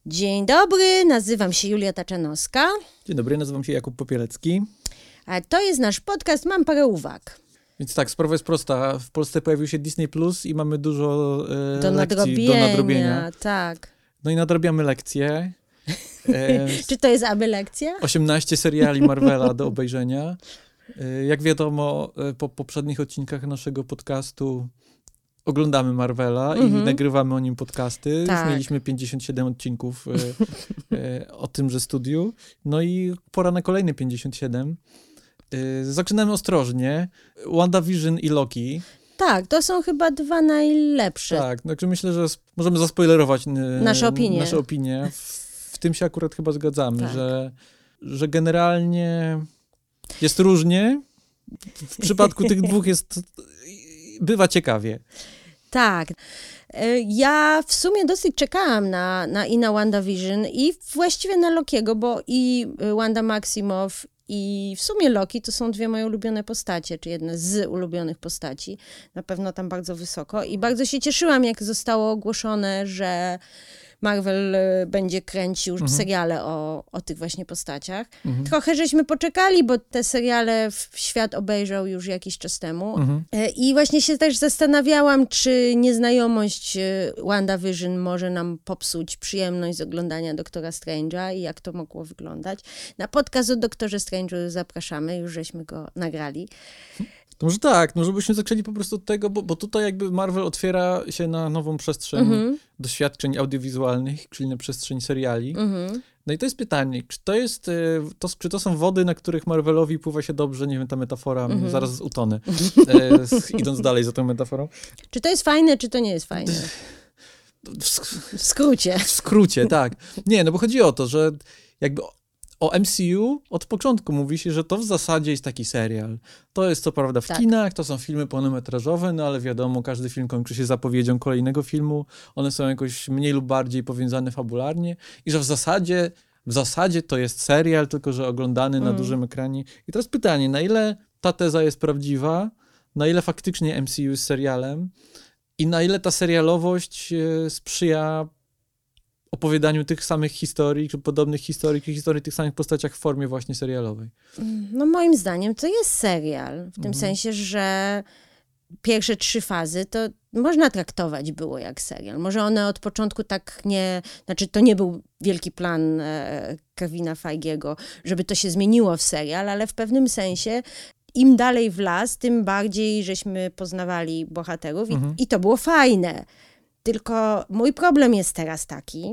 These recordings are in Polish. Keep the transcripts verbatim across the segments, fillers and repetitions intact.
Dzień dobry, nazywam się Julia Taczanowska. Dzień dobry, nazywam się Jakub Popielecki. A to jest nasz podcast, mam parę uwag. Więc tak, sprawa jest prosta. W Polsce pojawił się Disney Plus i mamy dużo e, do lekcji nadrobienia, do nadrobienia. Tak. No i nadrabiamy lekcje. E, Czy to jest aby lekcja? osiemnaście seriali Marvela do obejrzenia. E, jak wiadomo, po poprzednich odcinkach naszego podcastu oglądamy Marvela mhm. i nagrywamy o nim podcasty. Tak. Już mieliśmy pięćdziesiąt siedem odcinków e, e, o tymże studiu. No i pora na kolejne pięćdziesiąt siedem. E, zaczynamy ostrożnie. WandaVision i Loki. Tak, to są chyba dwa najlepsze. Tak, także myślę, że sp- możemy zaspoilerować e, nasze opinie. Nasze opinie. W, w tym się akurat chyba zgadzamy, tak. że, że generalnie jest różnie. W przypadku tych dwóch jest bywa ciekawie. Tak. Ja w sumie dosyć czekałam na, na i na WandaVision i właściwie na Lokiego, bo i Wanda Maximoff i w sumie Loki to są dwie moje ulubione postacie, czy jedne z ulubionych postaci. Na pewno tam bardzo wysoko. I bardzo się cieszyłam, jak zostało ogłoszone, że Marvel będzie kręcił mhm. seriale o, o tych właśnie postaciach. Mhm. Trochę żeśmy poczekali, bo te seriale świat obejrzał już jakiś czas temu. Mhm. I właśnie się też zastanawiałam, czy nieznajomość WandaVision może nam popsuć przyjemność z oglądania Doktora Strange'a i jak to mogło wyglądać. Na podcast o Doktorze Strange'u zapraszamy, już żeśmy go nagrali. To może tak, no żebyśmy zaczęli po prostu od tego, bo, bo tutaj jakby Marvel otwiera się na nową przestrzeń mm-hmm. doświadczeń audiowizualnych, czyli na przestrzeń seriali. Mm-hmm. No i to jest pytanie, czy to jest, to, czy to są wody, na których Marvelowi pływa się dobrze, nie wiem, ta metafora, mm-hmm. zaraz utonę, e, idąc dalej za tą metaforą. Czy to jest fajne, czy to nie jest fajne? W, sk- w skrócie. W skrócie, tak. Nie, no bo chodzi o to, że jakby o M C U od początku mówi się, że to w zasadzie jest taki serial. To jest co prawda w tak. kinach, to są filmy pełnometrażowe, no ale wiadomo, każdy film kończy się zapowiedzią kolejnego filmu. One są jakoś mniej lub bardziej powiązane fabularnie i że w zasadzie, w zasadzie to jest serial, tylko że oglądany mm. na dużym ekranie. I teraz pytanie, na ile ta teza jest prawdziwa, na ile faktycznie M C U jest serialem i na ile ta serialowość sprzyja opowiadaniu tych samych historii, czy podobnych historii, czy historii tych samych postaciach w formie właśnie serialowej. No moim zdaniem to jest serial, w tym mhm. sensie, że pierwsze trzy fazy to można traktować było jak serial. Może one od początku tak nie, znaczy to nie był wielki plan e, Kevina Feigiego, żeby to się zmieniło w serial, ale w pewnym sensie im dalej w las, tym bardziej żeśmy poznawali bohaterów mhm. i, i to było fajne. Tylko mój problem jest teraz taki,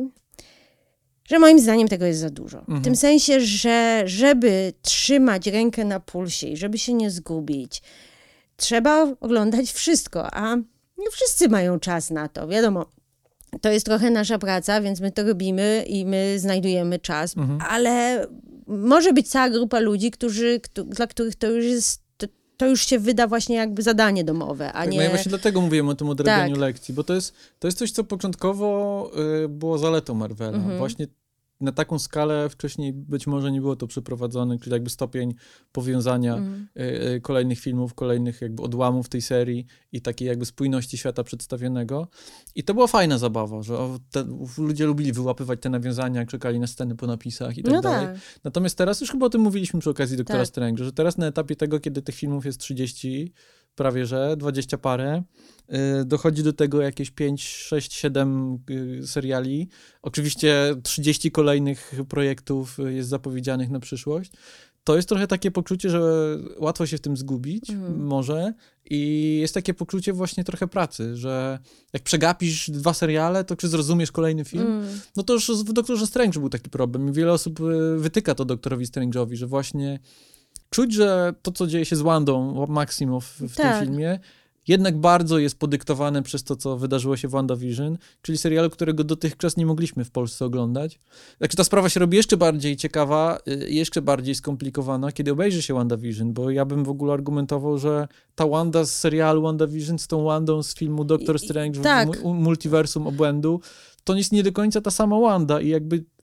że moim zdaniem tego jest za dużo. Mhm. W tym sensie, że żeby trzymać rękę na pulsie i żeby się nie zgubić, trzeba oglądać wszystko, a nie wszyscy mają czas na to. Wiadomo, to jest trochę nasza praca, więc my to robimy i my znajdujemy czas, mhm. ale może być cała grupa ludzi, którzy, dla których to już jest to już się wyda właśnie jakby zadanie domowe, a tak, nie... No ja właśnie dlatego mówiłem o tym odrabianiu tak. lekcji, bo to jest, to jest coś, co początkowo y, było zaletą Marvela. Mhm. Właśnie na taką skalę wcześniej być może nie było to przeprowadzone, czyli jakby stopień powiązania mhm. y, y, kolejnych filmów, kolejnych jakby odłamów tej serii i takiej jakby spójności świata przedstawionego. I to była fajna zabawa, że o, te, ludzie lubili wyłapywać te nawiązania, czekali na sceny po napisach i tak no dalej. Tak. Natomiast teraz, już chyba o tym mówiliśmy przy okazji Doktora tak. Strange, że teraz na etapie tego, kiedy tych filmów jest trzydzieści, prawie że, dwadzieścia parę, yy, dochodzi do tego jakieś pięć, sześć, siedem yy, seriali. Oczywiście trzydzieści kolejnych projektów jest zapowiedzianych na przyszłość. To jest trochę takie poczucie, że łatwo się w tym zgubić, mm. może, i jest takie poczucie właśnie trochę pracy, że jak przegapisz dwa seriale, to czy zrozumiesz kolejny film? Mm. No to już w Doktorze Strange był taki problem i wiele osób wytyka to Doktorowi Strange'owi, że właśnie czuć, że to, co dzieje się z Wandą Maximoff w tak. tym filmie, jednak bardzo jest podyktowane przez to, co wydarzyło się w WandaVision, czyli serialu, którego dotychczas nie mogliśmy w Polsce oglądać. Także ta sprawa się robi jeszcze bardziej ciekawa, jeszcze bardziej skomplikowana, kiedy obejrzy się WandaVision, bo ja bym w ogóle argumentował, że ta Wanda z serialu WandaVision z tą Wandą z filmu Doctor Strange, tak. w multiversum obłędu, to jest nie do końca ta sama Wanda i jakby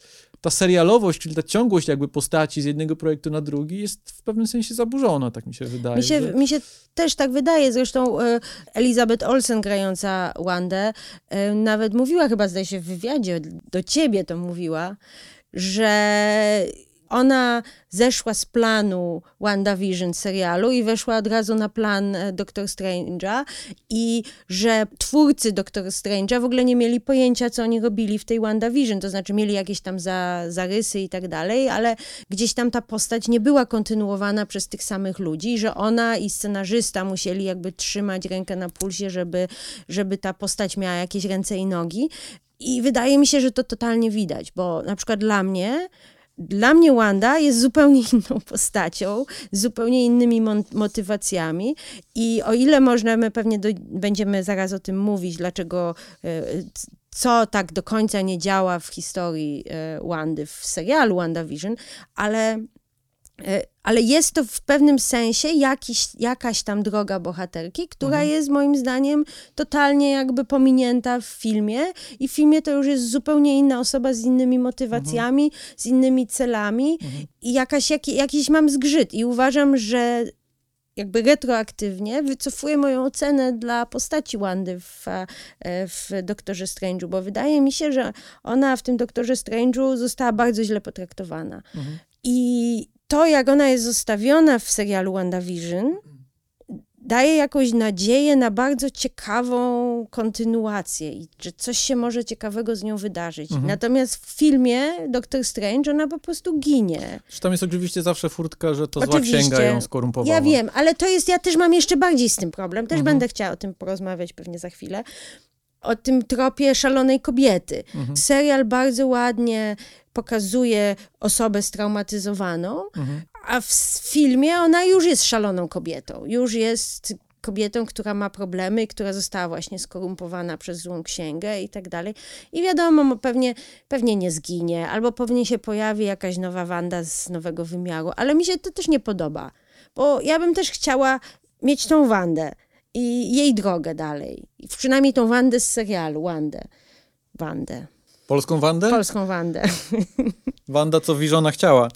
ta serialowość, czyli ta ciągłość jakby postaci z jednego projektu na drugi jest w pewnym sensie zaburzona, tak mi się wydaje. Mi się, że... mi się też tak wydaje, zresztą e, Elizabeth Olsen grająca Wandę e, nawet mówiła, chyba zdaje się w wywiadzie, do ciebie to mówiła, że ona zeszła z planu WandaVision serialu i weszła od razu na plan Doctor Strange'a i że twórcy Doctor Strange'a w ogóle nie mieli pojęcia, co oni robili w tej WandaVision, to znaczy mieli jakieś tam za, zarysy i tak dalej, ale gdzieś tam ta postać nie była kontynuowana przez tych samych ludzi, że ona i scenarzysta musieli jakby trzymać rękę na pulsie, żeby, żeby ta postać miała jakieś ręce i nogi. I wydaje mi się, że to totalnie widać, bo na przykład dla mnie Dla mnie Wanda jest zupełnie inną postacią, z zupełnie innymi motywacjami i o ile można, my pewnie do, będziemy zaraz o tym mówić, dlaczego, co tak do końca nie działa w historii Wandy w serialu WandaVision, ale ale jest to w pewnym sensie jakiś, jakaś tam droga bohaterki, która mhm. jest moim zdaniem totalnie jakby pominięta w filmie i w filmie to już jest zupełnie inna osoba z innymi motywacjami, mhm. z innymi celami mhm. i jakaś, jak, jakiś mam zgrzyt i uważam, że jakby retroaktywnie wycofuję moją ocenę dla postaci Wandy w, w Doktorze Strange'u, bo wydaje mi się, że ona w tym Doktorze Strange'u została bardzo źle potraktowana. Mhm. I to, jak ona jest zostawiona w serialu WandaVision, daje jakąś nadzieję na bardzo ciekawą kontynuację i że coś się może ciekawego z nią wydarzyć. Mhm. Natomiast w filmie Doctor Strange ona po prostu ginie. Tam jest oczywiście zawsze furtka, że to oczywiście. Zła księga ją skorumpowała. Ja wiem, ale to jest, ja też mam jeszcze bardziej z tym problem. Też mhm. będę chciała o tym porozmawiać pewnie za chwilę. O tym tropie szalonej kobiety. Mhm. Serial bardzo ładnie pokazuje osobę straumatyzowaną, mhm. a w filmie ona już jest szaloną kobietą. Już jest kobietą, która ma problemy, która została właśnie skorumpowana przez złą księgę i tak dalej. I wiadomo, pewnie, pewnie nie zginie, albo pewnie się pojawi jakaś nowa Wanda z nowego wymiaru, ale mi się to też nie podoba, bo ja bym też chciała mieć tą Wandę i jej drogę dalej. I przynajmniej tą Wandę z serialu, Wandę. Wandę. Polską Wandę? Polską Wandę. Wanda, co Visiona chciała.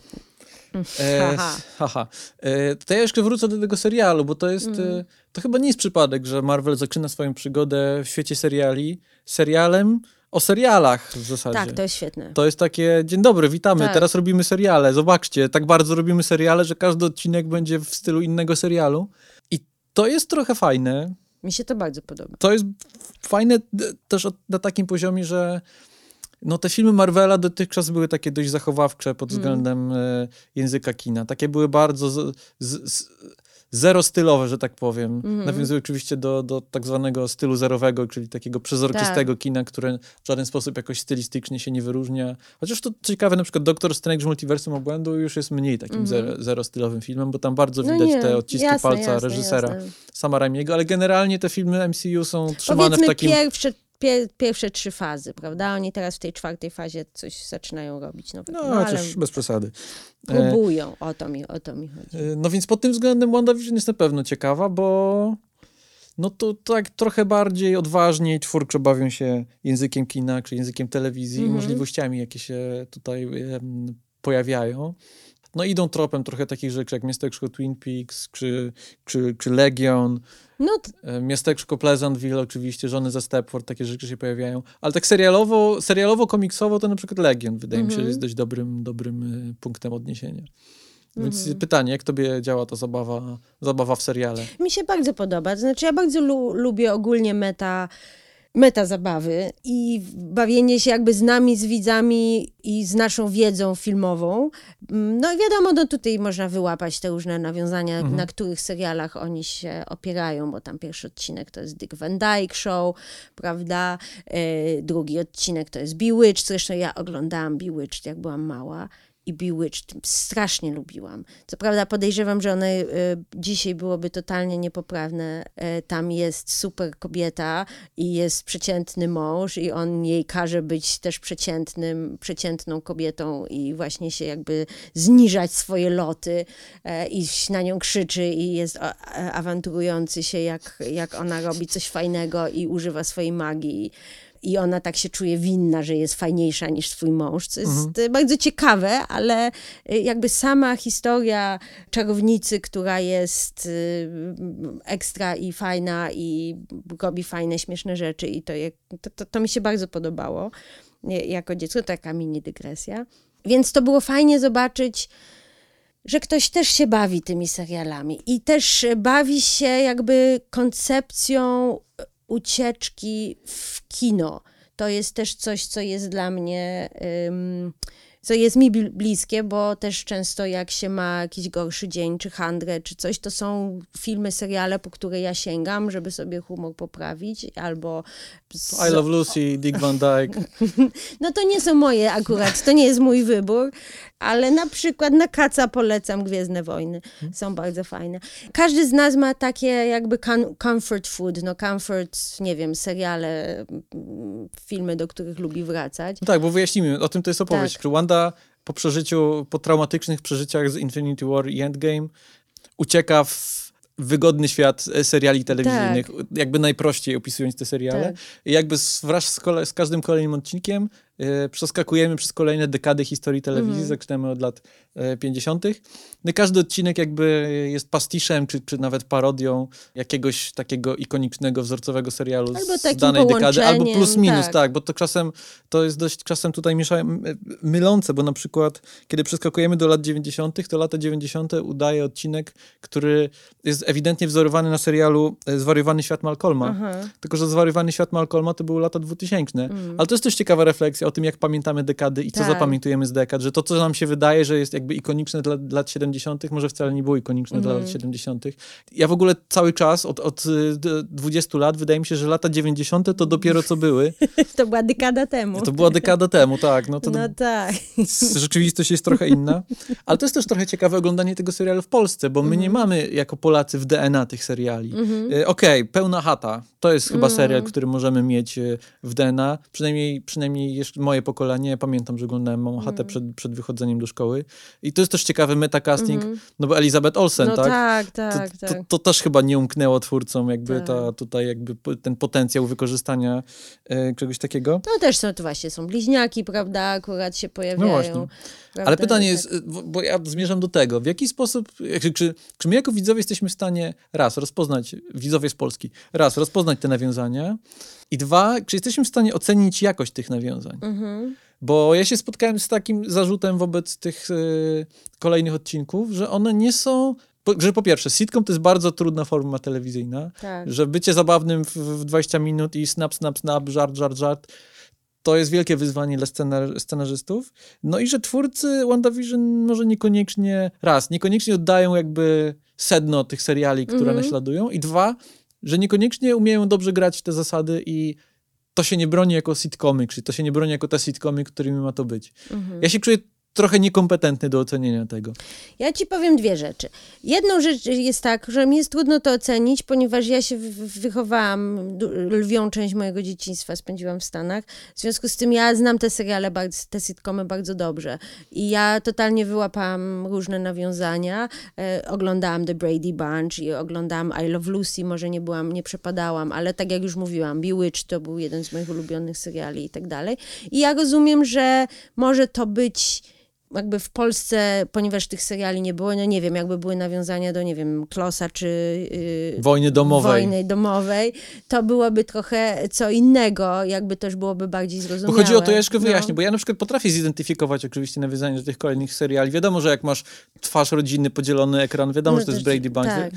E, haha. haha. E, to ja jeszcze wrócę do tego serialu, bo to jest, mm. e, to chyba nie jest przypadek, że Marvel zaczyna swoją przygodę w świecie seriali serialem o serialach w zasadzie. Tak, to jest świetne. To jest takie, dzień dobry, witamy, tak. Teraz robimy seriale, zobaczcie, tak bardzo robimy seriale, że każdy odcinek będzie w stylu innego serialu i to jest trochę fajne. Mi się to bardzo podoba. To jest fajne też na takim poziomie, że no te filmy Marvela dotychczas były takie dość zachowawcze pod względem mm. języka kina. Takie były bardzo z, z, z, zerostylowe, że tak powiem. Mm. Nawiązuję oczywiście do, do tak zwanego stylu zerowego, czyli takiego przezroczystego tak. kina, które w żaden sposób jakoś stylistycznie się nie wyróżnia. Chociaż to ciekawe, na przykład Doctor Strange Multiversum Obłędu już jest mniej takim mm. zero, zerostylowym filmem, bo tam bardzo widać no nie, te odciski jasne, palca jasne, reżysera jasne. Sama Raimiego, ale generalnie te filmy M C U są trzymane Powiedzmy w takim... Pierwsze... Pier, pierwsze trzy fazy, prawda? Oni teraz w tej czwartej fazie coś zaczynają robić. No, no, no ale bez przesady. Próbują, o to mi, o to mi chodzi. No więc pod tym względem WandaVision jest na pewno ciekawa, bo no to tak trochę bardziej odważniej twórczo bawią się językiem kina, czy językiem telewizji, mm-hmm. możliwościami, jakie się tutaj um, pojawiają. No idą tropem trochę takich rzeczy jak Miasteczko Twin Peaks, czy, czy, czy Legion, no t- Miasteczko Pleasantville oczywiście, Żony ze Stepford, takie rzeczy się pojawiają. Ale tak serialowo, serialowo komiksowo to na przykład Legion wydaje mm-hmm. mi się, że jest dość dobrym, dobrym punktem odniesienia. Więc mm-hmm. pytanie, jak tobie działa ta zabawa, zabawa w seriale? Mi się bardzo podoba. To znaczy ja bardzo lu- lubię ogólnie meta meta zabawy i bawienie się jakby z nami, z widzami i z naszą wiedzą filmową. No i wiadomo, no tutaj można wyłapać te różne nawiązania, mhm. na których serialach oni się opierają, bo tam pierwszy odcinek to jest Dick Van Dyke Show, prawda? Yy, drugi odcinek to jest Bewitched, zresztą ja oglądałam Bewitched, jak byłam mała. I Bewitched strasznie lubiłam. Co prawda podejrzewam, że one y, dzisiaj byłoby totalnie niepoprawne. Y, tam jest super kobieta i jest przeciętny mąż i on jej każe być też przeciętnym, przeciętną kobietą i właśnie się jakby zniżać swoje loty y, i na nią krzyczy i jest a, a, awanturujący się, jak, jak ona robi coś fajnego i używa swojej magii. i ona tak się czuje winna, że jest fajniejsza niż swój mąż, co jest Mhm. bardzo ciekawe, ale jakby sama historia czarownicy, która jest ekstra i fajna i robi fajne, śmieszne rzeczy i to, to, to, to mi się bardzo podobało jako dziecko, taka mini dygresja. Więc to było fajnie zobaczyć, że ktoś też się bawi tymi serialami i też bawi się jakby koncepcją ucieczki w kino. To jest też coś, co jest dla mnie, um, co jest mi bliskie, bo też często jak się ma jakiś gorszy dzień, czy handrę, czy coś, to są filmy, seriale, po które ja sięgam, żeby sobie humor poprawić, albo... Z... I Love Lucy, Dick Van Dyke. No to nie są moje akurat, to nie jest mój wybór, ale na przykład na kaca polecam Gwiezdne Wojny, są bardzo fajne. Każdy z nas ma takie jakby comfort food, no comfort, nie wiem, seriale, filmy, do których lubi wracać. No tak, bo wyjaśnijmy, o tym to jest opowieść. Tak. Wanda po przeżyciu, po traumatycznych przeżyciach z Infinity War i Endgame ucieka w wygodny świat seriali telewizyjnych, tak. Jakby najprościej opisując te seriale. Tak. I jakby wraz z, kole- z każdym kolejnym odcinkiem e, przeskakujemy przez kolejne dekady historii telewizji, mm. zaczynamy od lat e, pięćdziesiątych. No każdy odcinek jakby jest pastiszem, czy, czy nawet parodią jakiegoś takiego ikonicznego, wzorcowego serialu albo z danej dekady, albo plus minus, tak. tak, bo to czasem, to jest dość czasem tutaj miesza, mylące, bo na przykład, kiedy przeskakujemy do lat dziewięćdziesiątych, to lata dziewięćdziesiąte udaje odcinek, który jest ewidentnie wzorowany na serialu Zwariowany świat Malcolma. Aha. Tylko, że Zwariowany świat Malcolma to były lata dwutysięczne. Mm. Ale to jest też ciekawa refleksja o tym, jak pamiętamy dekady i co tak. zapamiętujemy z dekad, że to, co nam się wydaje, że jest jakby ikoniczne dla, dla lat siedemdziesiątych, może wcale nie było ikoniczne mm. dla lat siedemdziesiątych. Ja w ogóle cały czas, od, od dwudziestu lat, wydaje mi się, że lata dziewięćdziesiąte to dopiero co były. To była dekada temu. To była dekada temu, tak. No, to no tak. Rzeczywistość jest trochę inna. Ale to jest też trochę ciekawe oglądanie tego serialu w Polsce, bo my mm. nie mamy jako Polacy w D N A tych seriali. Mm-hmm. Okej, okay, Pełna chata. To jest chyba mm. serial, który możemy mieć w D N A. Przynajmniej, przynajmniej jeszcze moje pokolenie. Pamiętam, że oglądałem Małą chatę mm. przed, przed wychodzeniem do szkoły. I to jest też ciekawy metacasting, mm-hmm. no bo Elizabeth Olsen, no tak? tak, tak, to, tak. To, to też chyba nie umknęło twórcom jakby tak. ta, tutaj jakby ten potencjał wykorzystania e, czegoś takiego. No też są, to właśnie są bliźniaki, prawda? Akurat się pojawiają. No właśnie. Ale pytanie jest, bo ja zmierzam do tego, w jaki sposób, czy, czy my jako widzowie jesteśmy w stanie raz, rozpoznać, widzowie z Polski, raz, rozpoznać te nawiązania i dwa, czy jesteśmy w stanie ocenić jakość tych nawiązań? Mhm. Bo ja się spotkałem z takim zarzutem wobec tych y, kolejnych odcinków, że one nie są... Że po pierwsze, sitcom to jest bardzo trudna forma telewizyjna, tak. że bycie zabawnym w, w dwadzieścia minut i snap, snap, snap, żart, żart, żart, to jest wielkie wyzwanie dla scenar- scenarzystów. No i że twórcy WandaVision może niekoniecznie, raz, niekoniecznie oddają jakby sedno tych seriali, które mm-hmm. naśladują i dwa, że niekoniecznie umieją dobrze grać w te zasady i to się nie broni jako sitcomy, czyli to się nie broni jako te sitcomy, którymi ma to być. Mm-hmm. Ja się czuję trochę niekompetentny do ocenienia tego. Ja ci powiem dwie rzeczy. Jedną rzecz jest tak, że mi jest trudno to ocenić, ponieważ ja się wychowałam, lwią część mojego dzieciństwa spędziłam w Stanach. W związku z tym ja znam te seriale, te sitcomy bardzo dobrze. I ja totalnie wyłapałam różne nawiązania. E, oglądałam The Brady Bunch i oglądałam I Love Lucy. Może nie byłam, nie przepadałam, ale tak jak już mówiłam, Bewitched to był jeden z moich ulubionych seriali i tak dalej. I ja rozumiem, że może to być jakby w Polsce, ponieważ tych seriali nie było, no nie wiem, jakby były nawiązania do, nie wiem, Klosa czy yy, Wojny domowej. Wojny domowej, to byłoby trochę co innego, jakby też byłoby bardziej zrozumiałe. Bo chodzi o to, ja jeszcze wyjaśnię, no. bo ja na przykład potrafię zidentyfikować oczywiście nawiązania do tych kolejnych seriali. Wiadomo, że jak masz twarz rodziny, podzielony ekran, wiadomo, no że to jest Brady Bunch. Tak.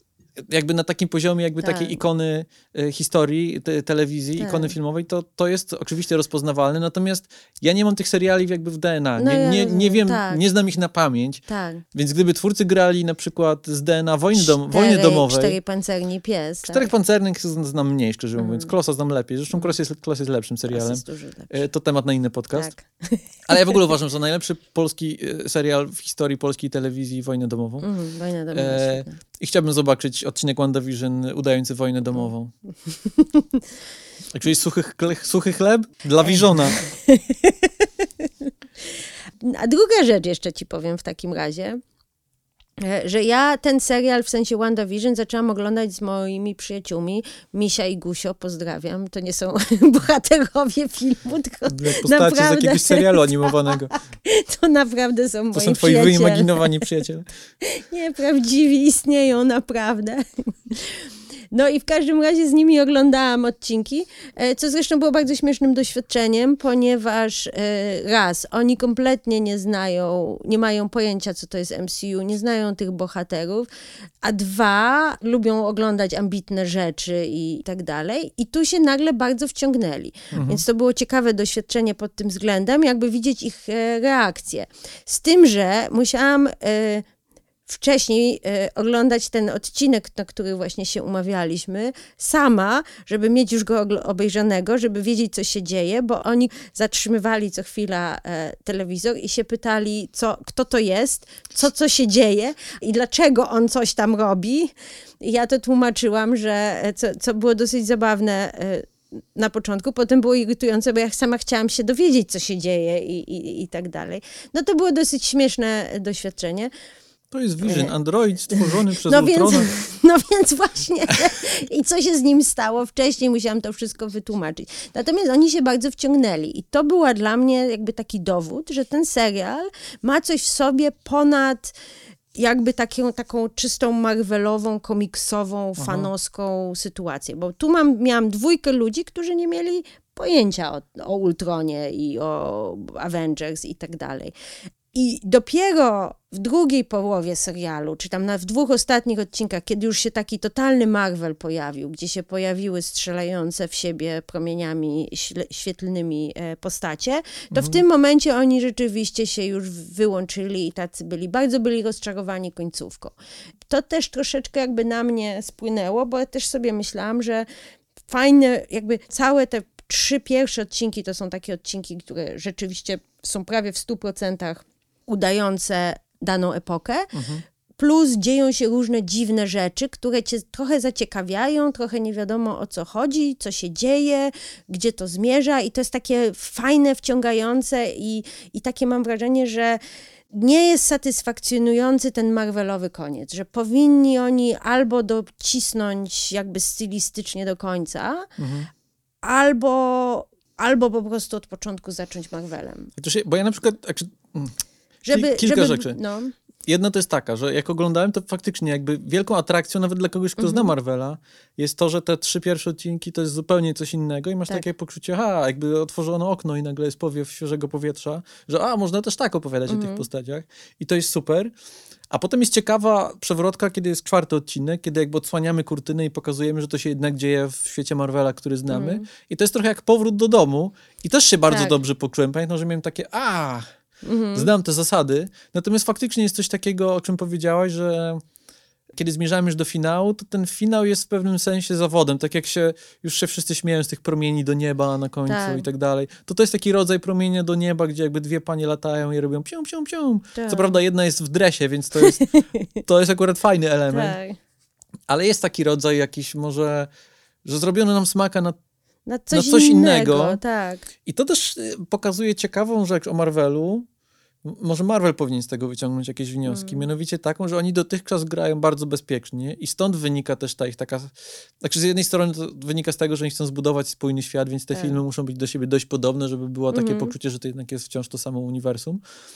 Jakby na takim poziomie jakby tak. takiej ikony y, historii, te, telewizji, tak. ikony filmowej, to, to jest oczywiście rozpoznawalne, natomiast ja nie mam tych seriali jakby w D N A. No nie, ja nie, nie wiem, tak. nie znam ich na pamięć. Tak. Więc gdyby twórcy grali na przykład z D N A wojny, dom, wojny domowej... Cztery pancerni pies. Czterech tak. pancernych znam mniej, szczerze mm. mówiąc. Klosa znam lepiej. Zresztą Klos jest, Klos jest lepszym serialem. Jest dużo lepszy. To temat na inny podcast. Tak. Ale ja w ogóle uważam, że najlepszy polski serial w historii polskiej telewizji Wojnę domową. Mm, wojna domowa. E, I chciałbym zobaczyć odcinek WandaVision udający wojnę domową. Czyli suchy, suchy chleb dla Visiona. A druga rzecz jeszcze ci powiem w takim razie. że ja ten serial, w sensie WandaVision, zaczęłam oglądać z moimi przyjaciółmi. Misia i Gusio, pozdrawiam. To nie są bohaterowie filmu, tylko postacie naprawdę, z jakiegoś serialu animowanego. To naprawdę są moi To są twoi przyjaciele. wyimaginowani przyjaciele. Nie, prawdziwi istnieją, naprawdę. No i w każdym razie z nimi oglądałam odcinki, co zresztą było bardzo śmiesznym doświadczeniem, ponieważ raz, oni kompletnie nie znają, nie mają pojęcia, co to jest M C U, nie znają tych bohaterów, a dwa, lubią oglądać ambitne rzeczy i tak dalej. I tu się nagle bardzo wciągnęli. Mhm. Więc to było ciekawe doświadczenie pod tym względem, jakby widzieć ich reakcję. Z tym, że musiałam wcześniej e, oglądać ten odcinek, na który właśnie się umawialiśmy, sama, żeby mieć już go obejrzanego, żeby wiedzieć, co się dzieje, bo oni zatrzymywali co chwila e, telewizor i się pytali, co, kto to jest, co, co się dzieje i dlaczego on coś tam robi. I ja to tłumaczyłam, że co, co było dosyć zabawne e, na początku, potem było irytujące, bo ja sama chciałam się dowiedzieć, co się dzieje i, i, i tak dalej. No to było dosyć śmieszne doświadczenie. To jest Vision, android stworzony przez no Ultrona. Więc, no więc właśnie. I co się z nim stało? Wcześniej musiałam to wszystko wytłumaczyć. Natomiast oni się bardzo wciągnęli. I to była dla mnie jakby taki dowód, że ten serial ma coś w sobie ponad jakby taką, taką czystą marvelową, komiksową, Aha. fanowską sytuację. Bo tu mam, miałam dwójkę ludzi, którzy nie mieli pojęcia o, o Ultronie i o Avengers i tak dalej. I dopiero w drugiej połowie serialu, czy tam na, w dwóch ostatnich odcinkach, kiedy już się taki totalny Marvel pojawił, gdzie się pojawiły strzelające w siebie promieniami śle, świetlnymi e, postacie, to mhm. w tym momencie oni rzeczywiście się już wyłączyli i tacy byli, bardzo byli rozczarowani końcówką. To też troszeczkę jakby na mnie spłynęło, bo ja też sobie myślałam, że fajne, jakby całe te trzy pierwsze odcinki to są takie odcinki, które rzeczywiście są prawie w stu procentach udające daną epokę, mhm. plus dzieją się różne dziwne rzeczy, które cię trochę zaciekawiają, trochę nie wiadomo o co chodzi, co się dzieje, gdzie to zmierza i to jest takie fajne, wciągające i, i takie mam wrażenie, że nie jest satysfakcjonujący ten Marvelowy koniec, że powinni oni albo docisnąć jakby stylistycznie do końca, mhm. albo, albo po prostu od początku zacząć Marvelem. Bo ja na przykład... Żeby, Kilka żeby, rzeczy. No. Jedna to jest taka, że jak oglądałem, to faktycznie jakby wielką atrakcją, nawet dla kogoś, kto mm-hmm. zna Marvela, jest to, że te trzy pierwsze odcinki to jest zupełnie coś innego i masz tak. takie poczucie, ha, jakby otworzono okno i nagle jest powiew świeżego powietrza, że a, można też tak opowiadać mm-hmm. o tych postaciach i to jest super. A potem jest ciekawa przewrotka, kiedy jest czwarty odcinek, kiedy jakby odsłaniamy kurtynę i pokazujemy, że to się jednak dzieje w świecie Marvela, który znamy. Mm. I to jest trochę jak powrót do domu i też się bardzo tak. dobrze poczułem. Pamiętam, że miałem takie, a... Mhm. Znam te zasady, natomiast faktycznie jest coś takiego, o czym powiedziałaś, że kiedy zmierzamy już do finału, to ten finał jest w pewnym sensie zawodem, tak jak się już się wszyscy śmieją z tych promieni do nieba na końcu tak. i tak dalej, to to jest taki rodzaj promienia do nieba, gdzie jakby dwie panie latają i robią pium, pium, pium. Tak. Co prawda jedna jest w dresie, więc to jest, to jest akurat fajny element, tak. ale jest taki rodzaj jakiś może, że zrobiono nam smaka na Na coś, na coś innego, innego. Tak. I to też pokazuje ciekawą rzecz o Marvelu. Może Marvel powinien z tego wyciągnąć jakieś wnioski. Mm. Mianowicie taką, że oni dotychczas grają bardzo bezpiecznie i stąd wynika też ta ich taka... Znaczy z jednej strony to wynika z tego, że oni chcą zbudować spójny świat, więc te tak. filmy muszą być do siebie dość podobne, żeby było takie mm. poczucie, że to jednak jest wciąż to samo uniwersum.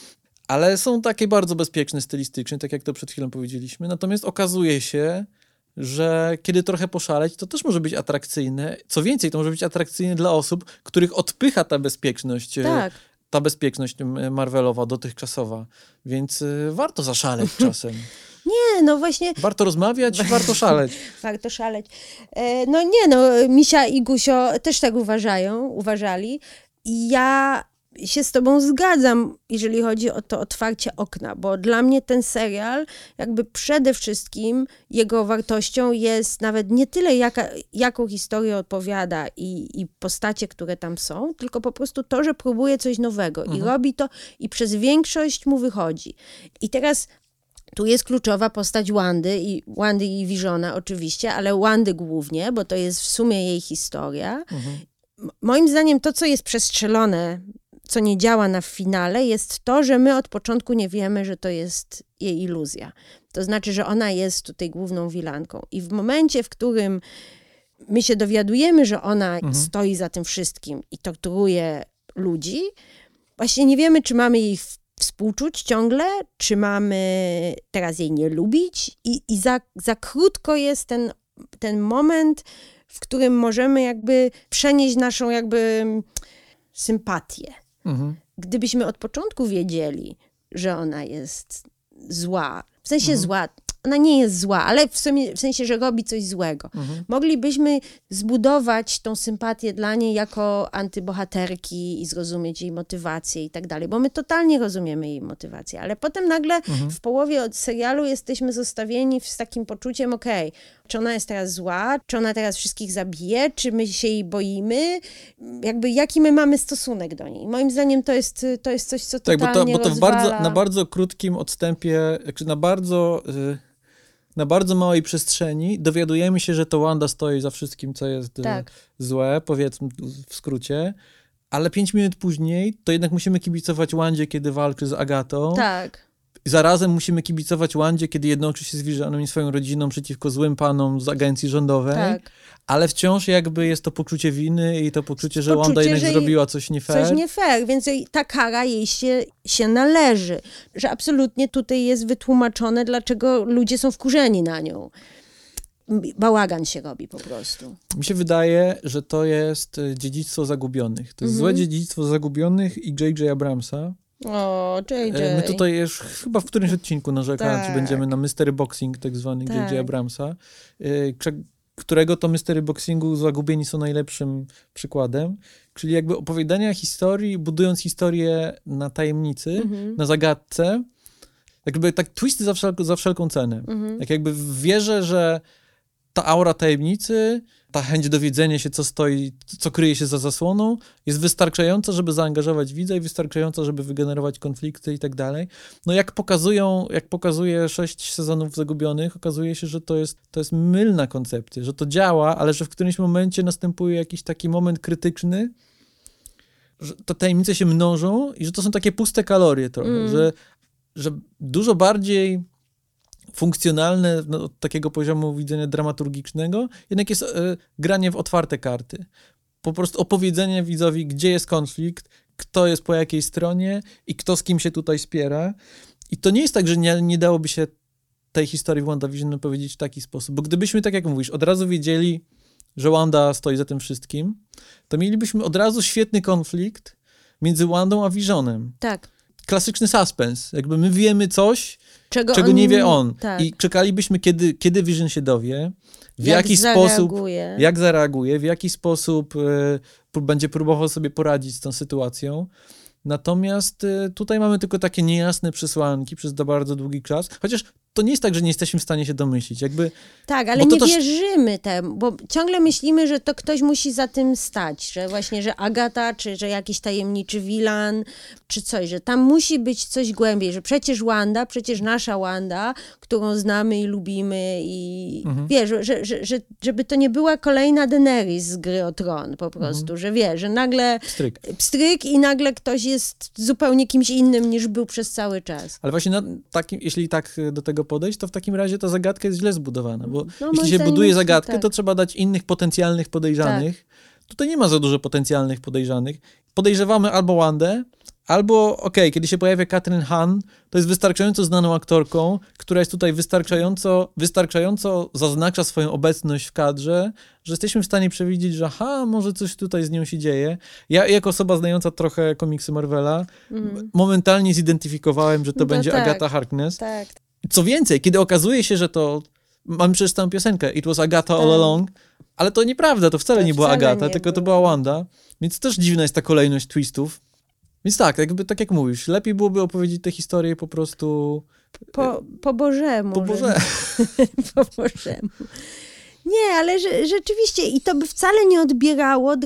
Ale są takie bardzo bezpieczne stylistycznie, tak jak to przed chwilą powiedzieliśmy. Natomiast okazuje się, że kiedy trochę poszaleć, to też może być atrakcyjne. Co więcej, to może być atrakcyjne dla osób, których odpycha ta bezpieczność, tak. ta bezpieczność Marvelowa, dotychczasowa. Więc y, warto zaszaleć czasem. Nie, no właśnie... Warto rozmawiać, warto szaleć. Warto szaleć. E, no nie, no Misia i Gusio też tak uważają, uważali. I ja się z tobą zgadzam, jeżeli chodzi o to otwarcie okna, bo dla mnie ten serial jakby przede wszystkim jego wartością jest nawet nie tyle jaka, jaką historię opowiada i, i postacie, które tam są, tylko po prostu to, że próbuje coś nowego mhm. i robi to i przez większość mu wychodzi. I teraz tu jest kluczowa postać Wandy i Wandy i Visiona oczywiście, ale Wandy głównie, bo to jest w sumie jej historia. Mhm. Moim zdaniem to, co jest przestrzelone co nie działa na finale, jest to, że my od początku nie wiemy, że to jest jej iluzja. To znaczy, że ona jest tutaj główną wilanką. I w momencie, w którym my się dowiadujemy, że ona mhm. stoi za tym wszystkim i torturuje ludzi, właśnie nie wiemy, czy mamy jej współczuć ciągle, czy mamy teraz jej nie lubić i, i za, za krótko jest ten, ten moment, w którym możemy jakby przenieść naszą jakby sympatię. Mhm. Gdybyśmy od początku wiedzieli, że ona jest zła, w sensie mhm. zła, ona nie jest zła, ale w, sumie, w sensie, że robi coś złego. Mhm. Moglibyśmy zbudować tą sympatię dla niej jako antybohaterki i zrozumieć jej motywację i tak dalej, bo my totalnie rozumiemy jej motywację, ale potem nagle mhm. w połowie od serialu jesteśmy zostawieni z takim poczuciem, okej, okay, czy ona jest teraz zła, czy ona teraz wszystkich zabije, czy my się jej boimy, jakby jaki my mamy stosunek do niej. Moim zdaniem to jest, to jest coś, co tak, totalnie bo to, bo to w rozwala... bardzo, na bardzo krótkim odstępie, na bardzo... Yy... Na bardzo małej przestrzeni dowiadujemy się, że to Wanda stoi za wszystkim, co jest tak. złe, powiedzmy w skrócie, ale pięć minut później to jednak musimy kibicować Wandzie, kiedy walczy z Agatą. Tak. I zarazem musimy kibicować Wandzie, kiedy jednoczy się z Visionem i swoją rodziną przeciwko złym panom z agencji rządowej. Tak. Ale wciąż jakby jest to poczucie winy i to poczucie, że poczucie, Wanda jednak że zrobiła coś nie fair. Coś nie fair, więc jej, ta kara jej się, się należy. Że absolutnie tutaj jest wytłumaczone, dlaczego ludzie są wkurzeni na nią. Bałagan się robi po prostu. Mi się wydaje, że to jest dziedzictwo Zagubionych. To jest mhm. złe dziedzictwo Zagubionych i J J Abramsa. O, J J. My tutaj już chyba w którymś odcinku narzekałem, tak. czy będziemy na Mystery Boxing, tak zwany tak. J J Abramsa, którego to Mystery Boxingu Zagubieni są najlepszym przykładem. Czyli jakby opowiadania historii, budując historię na tajemnicy, mhm. na zagadce, jakby tak twisty za, wszelko, za wszelką cenę. Mhm. Jak jakby wierzę, że ta aura tajemnicy, ta chęć dowiedzenia się, co stoi, co kryje się za zasłoną, jest wystarczająca, żeby zaangażować widza i wystarczająca, żeby wygenerować konflikty i tak dalej. No jak pokazują, jak pokazuje sześć sezonów Zagubionych, okazuje się, że to jest, to jest mylna koncepcja, że to działa, ale że w którymś momencie następuje jakiś taki moment krytyczny, że te tajemnice się mnożą i że to są takie puste kalorie trochę, mm. że, że dużo bardziej funkcjonalne no, od takiego poziomu widzenia dramaturgicznego, jednak jest y, granie w otwarte karty. Po prostu opowiedzenie widzowi, gdzie jest konflikt, kto jest po jakiej stronie i kto z kim się tutaj spiera. I to nie jest tak, że nie, nie dałoby się tej historii w WandaVision opowiedzieć w taki sposób, bo gdybyśmy, tak jak mówisz, od razu wiedzieli, że Wanda stoi za tym wszystkim, to mielibyśmy od razu świetny konflikt między Wandą a Visionem. Tak. Klasyczny suspens. Jakby my wiemy coś, czego, czego on, nie wie on. Tak. I czekalibyśmy, kiedy, kiedy Vision się dowie, w jak jaki sposób, jak zareaguje, w jaki sposób y, będzie próbował sobie poradzić z tą sytuacją. Natomiast y, tutaj mamy tylko takie niejasne przesłanki przez bardzo długi czas. Chociaż to nie jest tak, że nie jesteśmy w stanie się domyślić. Jakby, tak, ale nie to wierzymy temu, bo ciągle myślimy, że to ktoś musi za tym stać, że właśnie, że Agata, czy że jakiś tajemniczy Wilan, czy coś, że tam musi być coś głębiej, że przecież Wanda, przecież nasza Wanda, którą znamy i lubimy i mhm. wiesz, że, że, że, żeby to nie była kolejna Daenerys z Gry o Tron po prostu, mhm. że wiesz, że nagle pstryk. pstryk i nagle ktoś jest zupełnie kimś innym niż był przez cały czas. Ale właśnie na takim, jeśli tak do tego podejść, to w takim razie ta zagadka jest źle zbudowana, bo no, jeśli się buduje zagadkę, tak. to trzeba dać innych potencjalnych podejrzanych. Tak. Tutaj nie ma za dużo potencjalnych podejrzanych. Podejrzewamy albo Wandę, albo, okej, okay, kiedy się pojawia Kathryn Hahn, to jest wystarczająco znaną aktorką, która jest tutaj wystarczająco, wystarczająco zaznacza swoją obecność w kadrze, że jesteśmy w stanie przewidzieć, że aha, może coś tutaj z nią się dzieje. Ja, jako osoba znająca trochę komiksy Marvela, mm. momentalnie zidentyfikowałem, że to no będzie tak, Agatha Harkness. Tak. Co więcej, kiedy okazuje się, że to... Mamy przecież tę piosenkę It was Agatha all along, ale to nieprawda, to wcale to nie była wcale Agata, nie tylko było. To była Wanda. Więc też dziwna jest ta kolejność twistów. Więc tak, jakby, tak jak mówisz, lepiej byłoby opowiedzieć tę historię po prostu... Po, po Bożemu. Po Bożemu. po Bożemu. Nie, ale że, rzeczywiście i to by wcale nie odbierało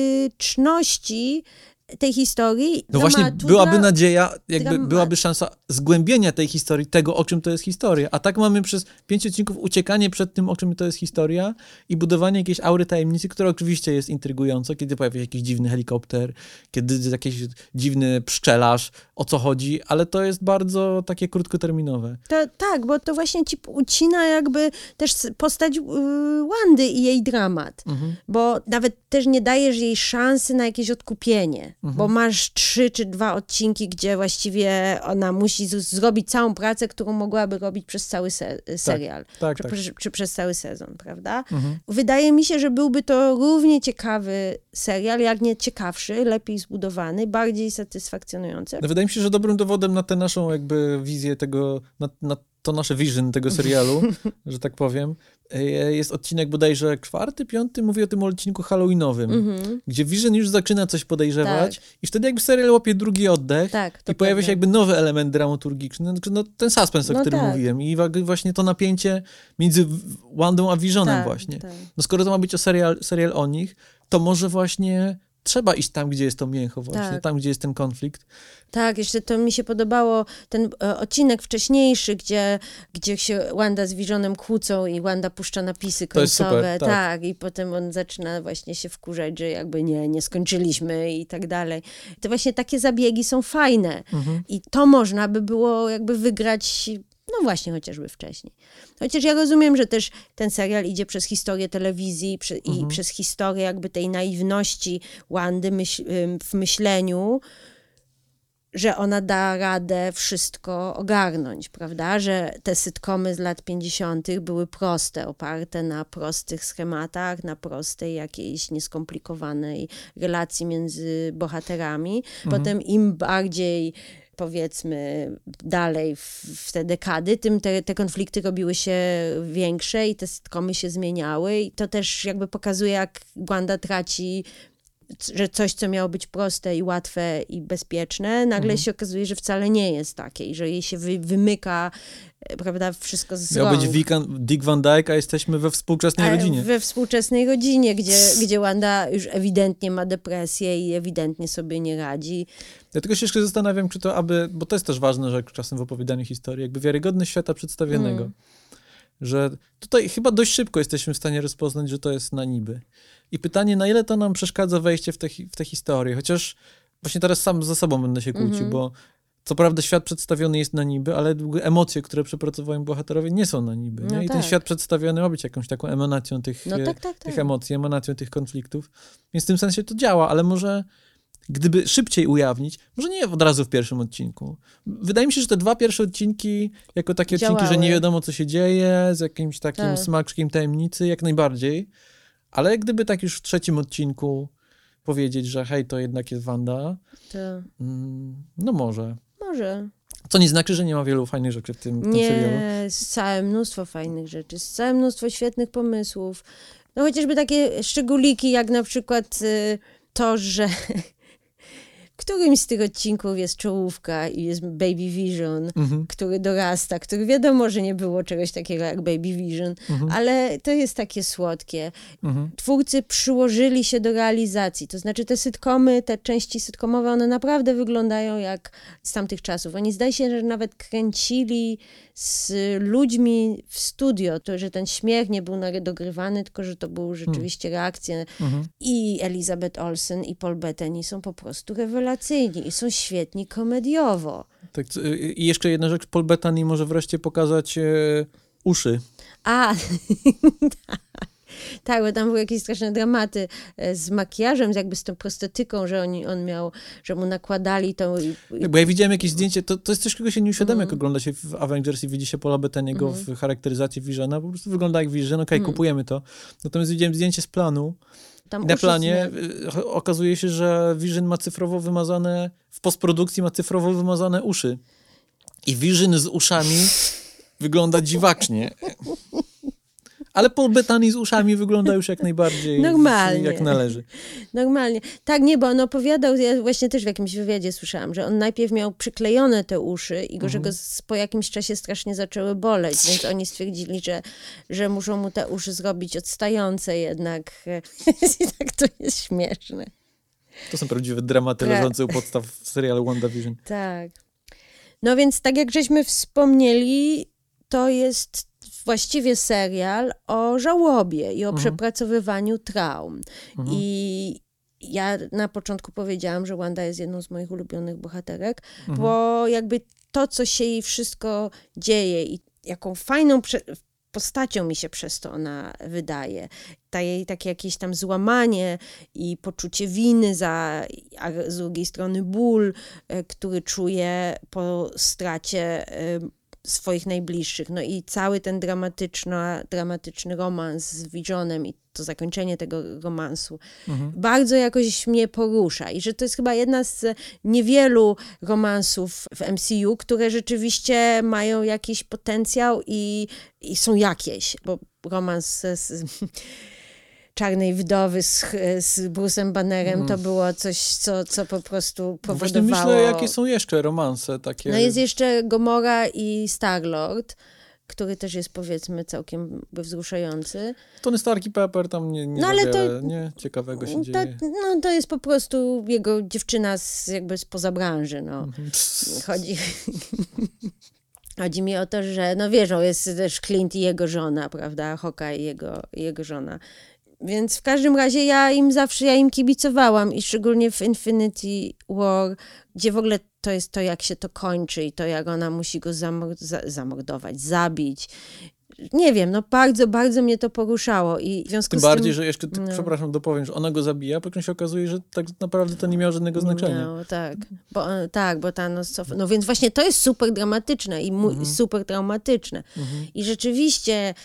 dramatyczności tej historii. No właśnie, byłaby nadzieja, jakby dram... byłaby szansa zgłębienia tej historii, tego, o czym to jest historia. A tak mamy przez pięć odcinków uciekanie przed tym, o czym to jest historia i budowanie jakiejś aury tajemnicy, która oczywiście jest intrygująca, kiedy pojawia się jakiś dziwny helikopter, kiedy jakiś dziwny pszczelarz, o co chodzi, ale to jest bardzo takie krótkoterminowe. To, tak, bo to właśnie ci ucina jakby też postać yy, Wandy i jej dramat, mhm. bo nawet też nie dajesz jej szansy na jakieś odkupienie, mhm. bo masz trzy czy dwa odcinki, gdzie właściwie ona musi z- zrobić całą pracę, którą mogłaby robić przez cały se- serial, tak, tak, czy, tak. czy, czy przez cały sezon, prawda? Mhm. Wydaje mi się, że byłby to równie ciekawy serial, jak nie ciekawszy, lepiej zbudowany, bardziej satysfakcjonujący. No, wydaje mi się, że dobrym dowodem na tę naszą jakby wizję tego, na, na to nasze vision tego serialu, że tak powiem, jest odcinek bodajże czwarty, piąty, mówi o tym odcinku halloweenowym, mm-hmm. gdzie Vision już zaczyna coś podejrzewać tak. i wtedy jakby serial łapie drugi oddech tak, i pojawia się jakby nowy element dramaturgiczny, no, no, ten suspens, o no którym tak. mówiłem i właśnie to napięcie między Wandą a Visionem tak, właśnie. Tak. No skoro to ma być o serial, serial o nich, to może właśnie trzeba iść tam, gdzie jest to mięcho właśnie, tak. tam, gdzie jest ten konflikt. Tak, jeszcze to mi się podobało, ten e, odcinek wcześniejszy, gdzie, gdzie się Wanda z Visionem kłócą i Wanda puszcza napisy końcowe. To jest super, tak. tak, i potem on zaczyna właśnie się wkurzać, że jakby nie, nie skończyliśmy i tak dalej. To właśnie takie zabiegi są fajne mhm. i to można by było jakby wygrać. No właśnie, chociażby wcześniej. Chociaż ja rozumiem, że też ten serial idzie przez historię telewizji przy, mhm. i przez historię jakby tej naiwności Wandy myśl, w myśleniu, że ona da radę wszystko ogarnąć, prawda? Że te sitcomy z lat pięćdziesiątych były proste, oparte na prostych schematach, na prostej jakiejś nieskomplikowanej relacji między bohaterami. Mhm. Potem im bardziej powiedzmy dalej w, w te dekady, tym te, te konflikty robiły się większe i te sitcomy się zmieniały i to też jakby pokazuje, jak Wanda traci, że coś, co miało być proste i łatwe i bezpieczne, nagle mhm. się okazuje, że wcale nie jest takie i że jej się wy, wymyka, prawda, wszystko z Miał rąk. być Vican, Dick Van Dyke, a jesteśmy we współczesnej a rodzinie. We współczesnej rodzinie, gdzie, gdzie Wanda już ewidentnie ma depresję i ewidentnie sobie nie radzi. Ja tylko się jeszcze zastanawiam, czy to aby, bo to jest też ważne, że czasem w opowiadaniu historii, jakby wiarygodność świata przedstawionego. Mm. Że tutaj chyba dość szybko jesteśmy w stanie rozpoznać, że to jest na niby. I pytanie, na ile to nam przeszkadza wejście w tę w te historię, chociaż właśnie teraz sam ze sobą będę się kłócił, mm-hmm. bo co prawda świat przedstawiony jest na niby, ale emocje, które przepracowują bohaterowie, nie są na niby. No nie? I tak. ten świat przedstawiony ma być jakąś taką emanacją tych, no tak, tak, tych tak. emocji, emanacją tych konfliktów. Więc w tym sensie to działa, ale może gdyby szybciej ujawnić, może nie od razu w pierwszym odcinku. Wydaje mi się, że te dwa pierwsze odcinki, jako takie Działały. odcinki, że nie wiadomo, co się dzieje, z jakimś takim tak. smaczkiem tajemnicy, jak najbardziej. Ale gdyby tak już w trzecim odcinku powiedzieć, że hej, to jednak jest Wanda, to... mm, no może. Może. Co nie znaczy, że nie ma wielu fajnych rzeczy w tym, w tym nie, serialu. Nie, jest całe mnóstwo fajnych rzeczy, jest całe mnóstwo świetnych pomysłów. No chociażby takie szczególiki, jak na przykład y, to, że w którymś z tych odcinków jest czołówka i jest Baby Vision, mhm. który dorasta, który wiadomo, że nie było czegoś takiego jak Baby Vision, mhm. ale to jest takie słodkie. Mhm. Twórcy przyłożyli się do realizacji, to znaczy te sitcomy, te części sitcomowe, one naprawdę wyglądają jak z tamtych czasów. Oni zdaje się, że nawet kręcili z ludźmi w studio, to, że ten śmiech nie był dogrywany, tylko że to były rzeczywiście mhm. reakcje. Mhm. I Elizabeth Olsen i Paul Bettany są po prostu rewelacyjni i są świetni komediowo. Tak, i jeszcze jedna rzecz, Paul Bettany może wreszcie pokazać e, uszy. A, tak, bo tam były jakieś straszne dramaty z makijażem, jakby z tą prostetyką, że on, on miał, że mu nakładali tą... Tak, bo ja widziałem jakieś zdjęcie, to, to jest coś, czego się nie uświadamia, mm. jak ogląda się w Avengers i widzi się Paula Bettany'ego mm. w charakteryzacji Visiona, po prostu wygląda jak Vision, okej, okay, mm. kupujemy to. Natomiast widziałem zdjęcie z planu, Tam na planie nie... okazuje się, że Vision ma cyfrowo wymazane, w postprodukcji ma cyfrowo wymazane uszy. I Vision z uszami wygląda dziwacznie. Ale Paul Bettany z uszami wygląda już jak najbardziej normalnie. Jak należy. Normalnie. Tak, nie, bo on opowiadał, ja właśnie też w jakimś wywiadzie słyszałam, że on najpierw miał przyklejone te uszy i go, mhm. że go po jakimś czasie strasznie zaczęły boleć, więc oni stwierdzili, że, że muszą mu te uszy zrobić odstające jednak. I tak to jest śmieszne. To są prawdziwe dramaty leżące u podstaw serialu WandaVision. Tak. No więc tak jak żeśmy wspomnieli, to jest właściwie serial o żałobie i o mhm. przepracowywaniu traum. Mhm. I ja na początku powiedziałam, że Wanda jest jedną z moich ulubionych bohaterek, mhm. bo jakby to, co się jej wszystko dzieje i jaką fajną prze- postacią mi się przez to ona wydaje. Ta jej takie jakieś tam złamanie i poczucie winy za, a z drugiej strony ból, który czuje po stracie swoich najbliższych. No i cały ten dramatyczny, dramatyczny romans z Visionem i to zakończenie tego romansu mhm. bardzo jakoś mnie porusza. I że to jest chyba jedna z niewielu romansów w M C U, które rzeczywiście mają jakiś potencjał i, i są jakieś. Bo romans z Czarnej Wdowy z, z Bruce'em Bannerem mm. to było coś, co, co po prostu powodowało... Właśnie myślę, jakie są jeszcze romanse takie. No jest jeszcze Gomora i Star-Lord, który też jest, powiedzmy, całkiem wzruszający. Tony Stark i Pepper tam nie, nie, no, ale wiele, to, nie ciekawego się ta, dzieje. No to jest po prostu jego dziewczyna z, jakby spoza branży, no. Chodzi... Chodzi mi o to, że no wiesz, jest też Clint i jego żona, prawda, Hawkeye i jego, i jego żona. Więc w każdym razie ja im zawsze, ja im kibicowałam i szczególnie w Infinity War, gdzie w ogóle to jest to, jak się to kończy i to, jak ona musi go zamord- za- zamordować, zabić. Nie wiem, no bardzo, bardzo mnie to poruszało. I w związku tym z bardziej, tym, że jeszcze, ty, no. przepraszam, dopowiem, że ona go zabija, potem się okazuje, że tak naprawdę to nie miało żadnego znaczenia. No, tak, bo, tak, bo ta, no, cof- no więc właśnie to jest super dramatyczne i mu- mhm. super traumatyczne. Mhm. I rzeczywiście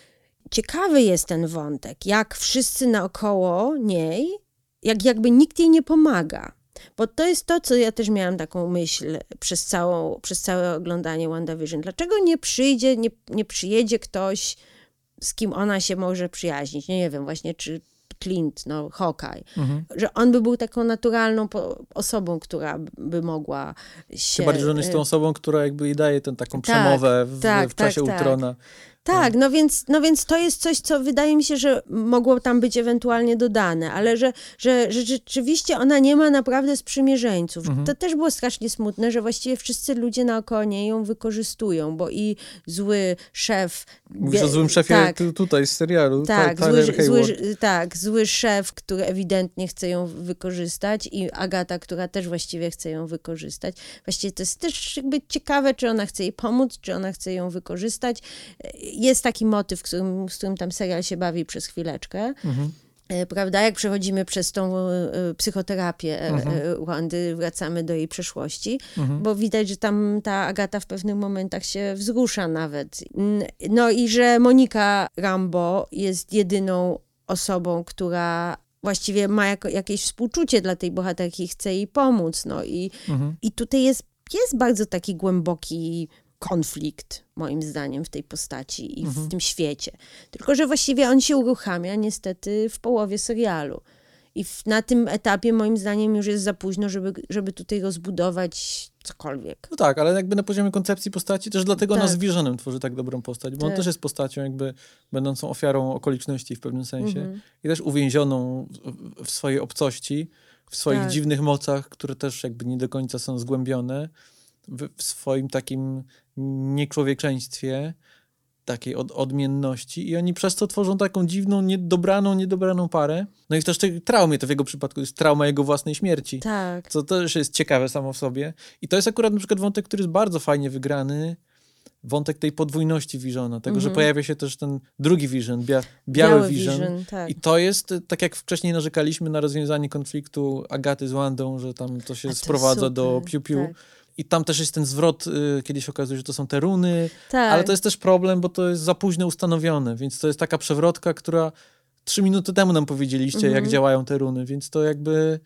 ciekawy jest ten wątek, jak wszyscy naokoło niej, jak jakby nikt jej nie pomaga. Bo to jest to, co ja też miałam taką myśl przez, całą, przez całe oglądanie WandaVision. Dlaczego nie przyjdzie, nie, nie przyjedzie ktoś, z kim ona się może przyjaźnić? Nie, nie wiem, właśnie czy Clint, no Hawkeye. Mhm. Że on by był taką naturalną po- osobą, która by mogła się... Tym bardziej, że on jest tą osobą, która jakby jej daje tę taką tak, przemowę w, tak, w czasie tak, Ultrona. Tak. Tak, no więc, no więc to jest coś, co wydaje mi się, że mogło tam być ewentualnie dodane, ale że, że, że rzeczywiście ona nie ma naprawdę sprzymierzeńców. Mhm. To też było strasznie smutne, że właściwie wszyscy ludzie naokoło niej ją wykorzystują, bo i zły szef... Mówisz o złym szefie tak, tutaj z serialu. Tak, zły, zły, tak, zły szef, który ewidentnie chce ją wykorzystać i Agata, która też właściwie chce ją wykorzystać. Właściwie to jest też jakby ciekawe, czy ona chce jej pomóc, czy ona chce ją wykorzystać. Jest taki motyw, którym, z którym tam serial się bawi przez chwileczkę. Mhm. Prawda? Jak przechodzimy przez tą y, psychoterapię mhm. Wandy, wracamy do jej przeszłości, mhm. bo widać, że tam ta Agata w pewnych momentach się wzrusza nawet. No i że Monika Rambeau jest jedyną osobą, która właściwie ma jako, jakieś współczucie dla tej bohaterki, chce jej pomóc. No i, mhm. i tutaj jest, jest bardzo taki głęboki konflikt, moim zdaniem, w tej postaci i mhm. w tym świecie. Tylko że właściwie on się uruchamia niestety w połowie serialu. I w, na tym etapie, moim zdaniem, już jest za późno, żeby, żeby tutaj rozbudować cokolwiek. No tak, ale jakby na poziomie koncepcji postaci, też dlatego tak. ona z Visionem tworzy tak dobrą postać, bo tak. on też jest postacią jakby będącą ofiarą okoliczności w pewnym sensie mhm. i też uwięzioną w, w swojej obcości, w swoich tak. dziwnych mocach, które też jakby nie do końca są zgłębione, w, w swoim takim nieczłowieczeństwie, takiej od, odmienności i oni przez to tworzą taką dziwną, niedobraną, niedobraną parę. No i w też tej traumie, to w jego przypadku jest trauma jego własnej śmierci. Tak. Co też jest ciekawe samo w sobie. I to jest akurat na przykład wątek, który jest bardzo fajnie wygrany. Wątek tej podwójności Visiona, tego, mm-hmm. że pojawia się też ten drugi Vision, bia, biały, biały Vision. Vision tak. I to jest, tak jak wcześniej narzekaliśmy na rozwiązanie konfliktu Agaty z Wandą, że tam to się to sprowadza super. do piu-piu. Tak. I tam też jest ten zwrot, y, kiedy się okazuje, że to są te runy, tak. ale to jest też problem, bo to jest za późno ustanowione, więc to jest taka przewrotka, która trzy minuty temu nam powiedzieliście, mm-hmm. jak działają te runy, więc to jakby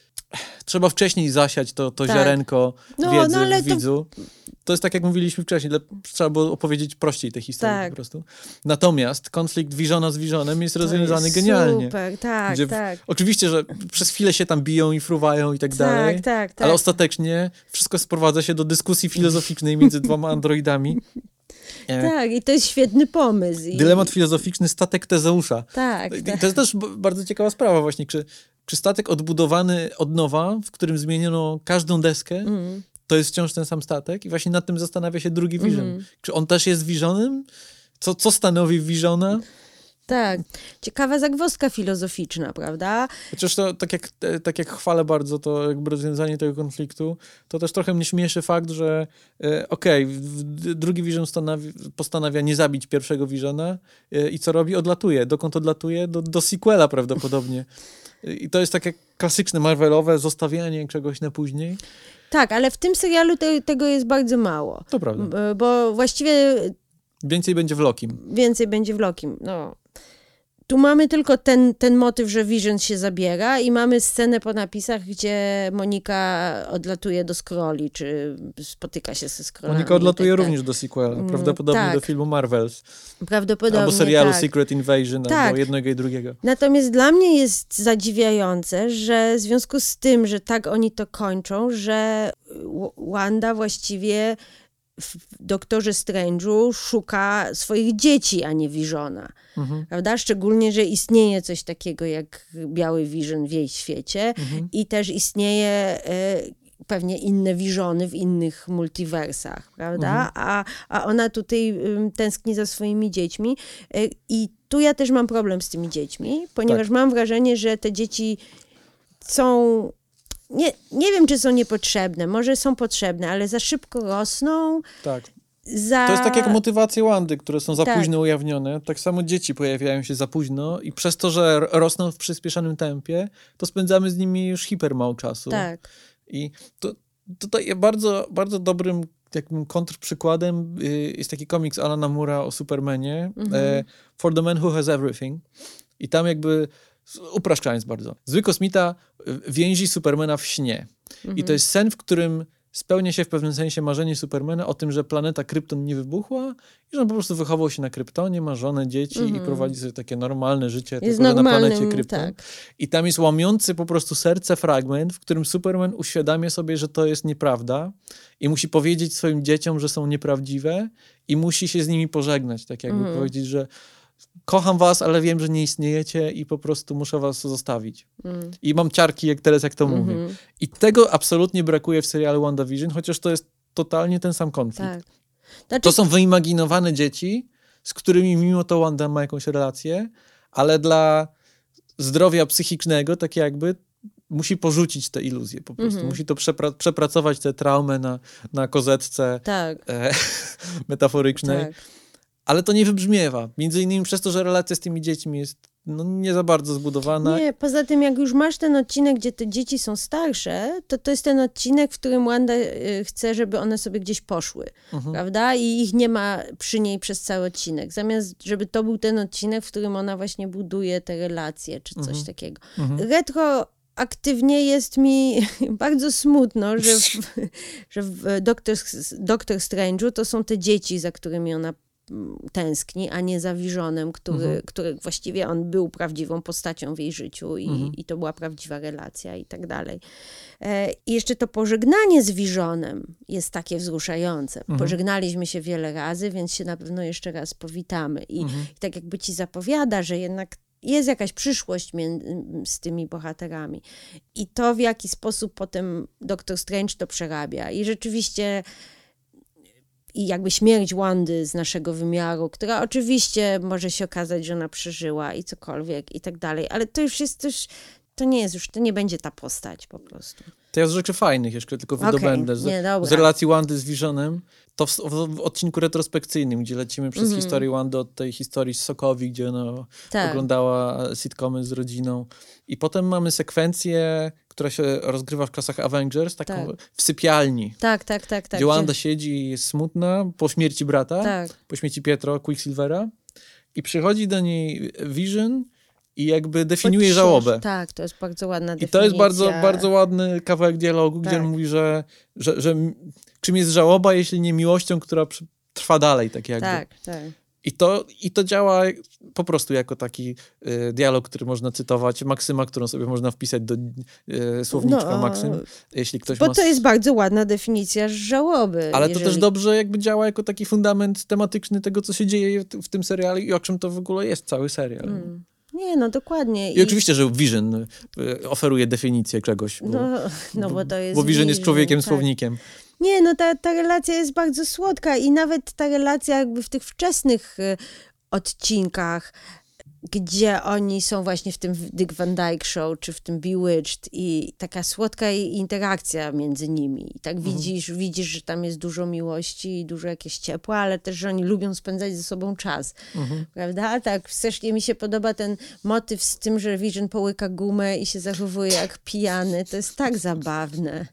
trzeba wcześniej zasiać to, to tak. ziarenko no, wiedzy no, w widzu. To... to jest tak, jak mówiliśmy wcześniej, trzeba było opowiedzieć prościej tę historię tak. po prostu. Natomiast konflikt Visiona z Visionem jest to rozwiązany jest genialnie. Super, tak, w, tak. Oczywiście, że przez chwilę się tam biją i fruwają i tak, tak dalej, tak, tak. ale ostatecznie wszystko sprowadza się do dyskusji filozoficznej między dwoma androidami. Tak, i to jest świetny pomysł. Dylemat filozoficzny statek Tezeusza. Tak, I tak. To jest też bardzo ciekawa sprawa właśnie, czy, czy statek odbudowany od nowa, w którym zmieniono każdą deskę, mm. to jest wciąż ten sam statek i właśnie nad tym zastanawia się drugi Vision. Mm. Czy on też jest Visionem? Co, co stanowi Visiona? Tak. Ciekawa zagwozdka filozoficzna, prawda? Chociaż to, tak jak, tak jak chwalę bardzo to jakby rozwiązanie tego konfliktu, to też trochę mnie śmieszy fakt, że e, okej, okay, drugi Vision stanowi, postanawia nie zabić pierwszego Visiona e, i co robi? Odlatuje. Dokąd odlatuje? Do, do sequela prawdopodobnie. I to jest takie klasyczne, Marvelowe zostawianie czegoś na później. Tak, ale w tym serialu te, tego jest bardzo mało. To prawda. Bo, bo właściwie... Więcej będzie w Lokim. Więcej będzie w Lokim, no. Tu mamy tylko ten, ten motyw, że Vision się zabiera i mamy scenę po napisach, gdzie Monika odlatuje do Skrulli, czy spotyka się ze Skrullami. Monika odlatuje tak, również tak. do sequela, prawdopodobnie tak. do filmu Marvels. Prawdopodobnie, albo serialu tak. Secret Invasion, tak. albo jednego i drugiego. Natomiast dla mnie jest zadziwiające, że w związku z tym, że tak oni to kończą, że Wanda właściwie w Doktorze Strange'u szuka swoich dzieci, a nie Visiona. Mhm. Prawda? Szczególnie, że istnieje coś takiego jak biały Vision w jej świecie mhm. i też istnieje y, pewnie inne Visiony w innych multiversach, prawda? Mhm. A, a ona tutaj y, tęskni za swoimi dziećmi y, i tu ja też mam problem z tymi dziećmi, ponieważ tak. mam wrażenie, że te dzieci są... Nie, nie wiem, czy są niepotrzebne. Może są potrzebne, ale za szybko rosną. Tak. Za... To jest tak jak motywacje Wandy, które są za tak. późno ujawnione. Tak samo dzieci pojawiają się za późno i przez to, że rosną w przyspieszonym tempie, to spędzamy z nimi już hiper mało czasu. Tak. I to, tutaj bardzo, bardzo dobrym takim kontrprzykładem jest taki komiks Alana Moore'a o Supermanie, mhm. For the Man Who Has Everything. I tam jakby upraszczając bardzo. Zły kosmita więzi Supermana w śnie. Mhm. I to jest sen, w którym spełnia się w pewnym sensie marzenie Supermana o tym, że planeta Krypton nie wybuchła i że on po prostu wychował się na Kryptonie, ma żonę, dzieci mhm. i prowadzi sobie takie normalne życie jest tylko, na planecie Krypton. Tak. I tam jest łamiący po prostu serce fragment, w którym Superman uświadamia sobie, że to jest nieprawda i musi powiedzieć swoim dzieciom, że są nieprawdziwe i musi się z nimi pożegnać. Tak jakby mhm. powiedzieć, że kocham was, ale wiem, że nie istniejecie i po prostu muszę was zostawić. Mm. I mam ciarki, jak teraz jak to mm-hmm. mówię. I tego absolutnie brakuje w serialu WandaVision, chociaż to jest totalnie ten sam konflikt. Tak. Znaczy... To są wyimaginowane dzieci, z którymi mimo to Wanda ma jakąś relację, ale dla zdrowia psychicznego, tak jakby, musi porzucić te iluzje po prostu. Mm-hmm. Musi to przepra- przepracować tę traumę na, na kozetce tak. e, metaforycznej. Tak. Ale to nie wybrzmiewa. Między innymi przez to, że relacja z tymi dziećmi jest no, nie za bardzo zbudowana. Nie, poza tym jak już masz ten odcinek, gdzie te dzieci są starsze, to to jest ten odcinek, w którym Wanda y, chce, żeby one sobie gdzieś poszły, mhm. prawda? I ich nie ma przy niej przez cały odcinek. Zamiast, żeby to był ten odcinek, w którym ona właśnie buduje te relacje, czy coś mhm. takiego. Mhm. Retro aktywnie jest mi bardzo smutno, że w, że w Doctor, Doctor Strange'u to są te dzieci, za którymi ona tęskni, a nie za Visionem, który, mhm. który właściwie on był prawdziwą postacią w jej życiu i, mhm. i to była prawdziwa relacja i tak dalej. E, I jeszcze to pożegnanie z Visionem jest takie wzruszające. Mhm. Pożegnaliśmy się wiele razy, więc się na pewno jeszcze raz powitamy. I, mhm. i tak jakby ci zapowiada, że jednak jest jakaś przyszłość między, z tymi bohaterami. I to, w jaki sposób potem Doktor Strange to przerabia. I rzeczywiście i jakby śmierć Wandy z naszego wymiaru, która oczywiście może się okazać, że ona przeżyła i cokolwiek i tak dalej, ale to już jest też, to nie jest już, to nie będzie ta postać po prostu. To ja z rzeczy fajnych jeszcze tylko wydobędę. Okay, z, z relacji Wandy z Visionem, to w, w, w odcinku retrospekcyjnym, gdzie lecimy przez mm-hmm. historię Wandy od tej historii z Sokowi, gdzie ona tak. oglądała sitcomy z rodziną. I potem mamy sekwencję, która się rozgrywa w czasach Avengers, taką tak. w sypialni. Tak, tak, tak. tak gdzie Wanda gdzie... siedzi i jest smutna po śmierci brata, tak. po śmierci Pietro, Quicksilvera. I przychodzi do niej Vision i jakby definiuje Podciąż, żałobę. Tak, to jest bardzo ładna definicja. I to jest bardzo, bardzo ładny kawałek dialogu, tak. gdzie on mówi, że, że, że czym jest żałoba, jeśli nie miłością, która trwa dalej, tak jakby. Tak, tak. I to, I to działa po prostu jako taki y, dialog, który można cytować, maksyma, którą sobie można wpisać do y, słowniczka no, maksym, jeśli ktoś bo ma... to jest bardzo ładna definicja żałoby. Ale jeżeli... to też dobrze jakby działa jako taki fundament tematyczny tego, co się dzieje w, w tym serialu i o czym to w ogóle jest cały serial. Hmm. Nie, no dokładnie. I, I oczywiście, że Vision y, oferuje definicję czegoś. Bo, no, no bo to jest Bo Vision jest człowiekiem, tak. słownikiem. Nie, no ta, ta relacja jest bardzo słodka i nawet ta relacja jakby w tych wczesnych y, odcinkach, gdzie oni są właśnie w tym Dick Van Dyke Show, czy w tym Bewitched i taka słodka interakcja między nimi. I tak mhm. widzisz, widzisz, że tam jest dużo miłości i dużo jakieś ciepła, ale też, że oni lubią spędzać ze sobą czas. Mhm. Prawda? Tak, strasznie mi się podoba ten motyw z tym, że Vision połyka gumę i się zachowuje jak pijany. To jest tak zabawne.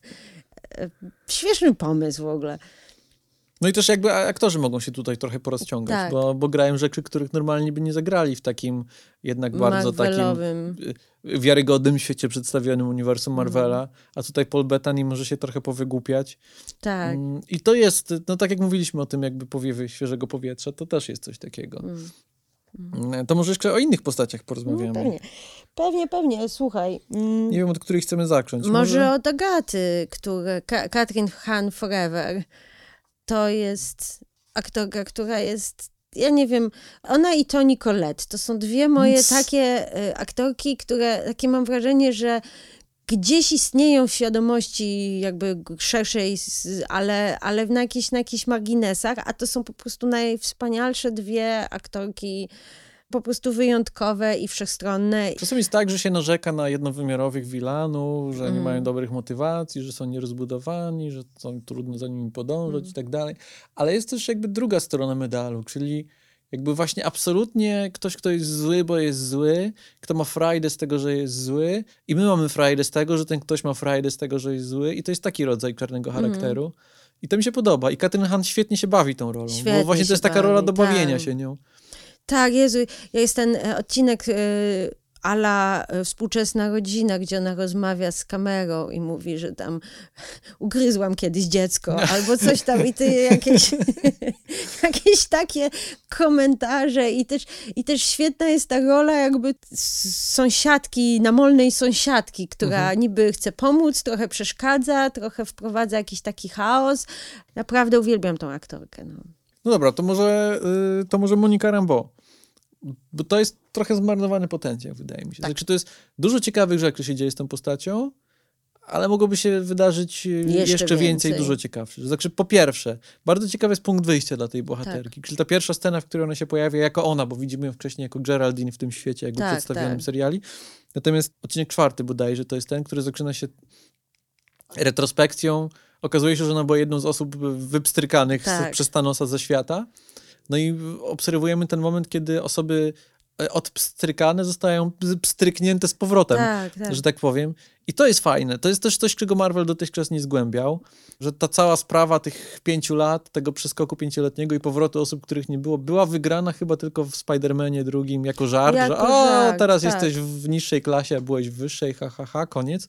Śmieszny pomysł w ogóle. No i też jakby aktorzy mogą się tutaj trochę porozciągać, tak. bo, bo grają rzeczy, których normalnie by nie zagrali w takim jednak bardzo Marvelowym. takim wiarygodnym świecie przedstawionym uniwersum Marvela, mm. a tutaj Paul Bettany może się trochę powygłupiać. Tak. I to jest, no tak jak mówiliśmy o tym jakby powiewy świeżego powietrza, to też jest coś takiego. Mm. Mm. To może jeszcze o innych postaciach porozmawiamy. No, pewnie. pewnie, pewnie, słuchaj. Mm. Nie wiem, od której chcemy zacząć. Może, może od Agaty, które Ka- Kathryn Hahn Forever. To jest aktorka, która jest, ja nie wiem, ona i Toni Collette, to są dwie moje Nic. takie y, aktorki, które, takie mam wrażenie, że gdzieś istnieją w świadomości jakby szerszej, ale, ale na jakichś, na jakichś marginesach, a to są po prostu najwspanialsze dwie aktorki, po prostu wyjątkowe i wszechstronne. Czasem jest tak, że się narzeka na jednowymiarowych wilanów, że mm. nie mają dobrych motywacji, że są nierozbudowani, że są trudno za nimi podążać mm. i tak dalej. Ale jest też jakby druga strona medalu, czyli jakby właśnie absolutnie ktoś, kto jest zły, bo jest zły, kto ma frajdę z tego, że jest zły i my mamy frajdę z tego, że ten ktoś ma frajdę z tego, że jest zły i to jest taki rodzaj czarnego charakteru. Mm. I to mi się podoba. I Kathryn Hahn świetnie się bawi tą rolą, świetnie bo właśnie to jest taka bawi, rola do bawienia tak. się nią. Tak, Jezu, jest ten odcinek y, a la Współczesna rodzina, gdzie ona rozmawia z kamerą i mówi, że tam ugryzłam kiedyś dziecko, albo coś tam i ty jakieś, jakieś takie komentarze i też, i też świetna jest ta rola jakby sąsiadki, namolnej sąsiadki, która mhm. niby chce pomóc, trochę przeszkadza, trochę wprowadza jakiś taki chaos. Naprawdę uwielbiam tą aktorkę, no. No dobra, to może, yy, to może Monika Rambeau. Bo to jest trochę zmarnowany potencjał, wydaje mi się. Tak. Znaczy, to jest dużo ciekawych rzeczy się dzieje z tą postacią, ale mogłoby się wydarzyć jeszcze, jeszcze więcej, więcej, dużo ciekawszych. Znaczy, po pierwsze, bardzo ciekawy jest punkt wyjścia dla tej bohaterki. Tak. Czyli ta pierwsza scena, w której ona się pojawia jako ona, bo widzimy ją wcześniej jako Geraldine w tym świecie, jakby tak, przedstawionym tak. seriali. Natomiast odcinek czwarty bodajże to jest ten, który zaczyna się retrospekcją. Okazuje się, że ona była jedną z osób wypstrykanych tak. z, przez Thanosa ze świata. No i obserwujemy ten moment, kiedy osoby odpstrykane zostają pstryknięte z powrotem, tak, tak. że tak powiem. I to jest fajne. To jest też coś, czego Marvel dotychczas nie zgłębiał, że ta cała sprawa tych pięciu lat, tego przeskoku pięcioletniego i powrotu osób, których nie było, była wygrana chyba tylko w Spider-Manie drugim jako żart, jako że o, żart, teraz tak. jesteś w niższej klasie, a byłeś w wyższej, ha, ha, ha, koniec.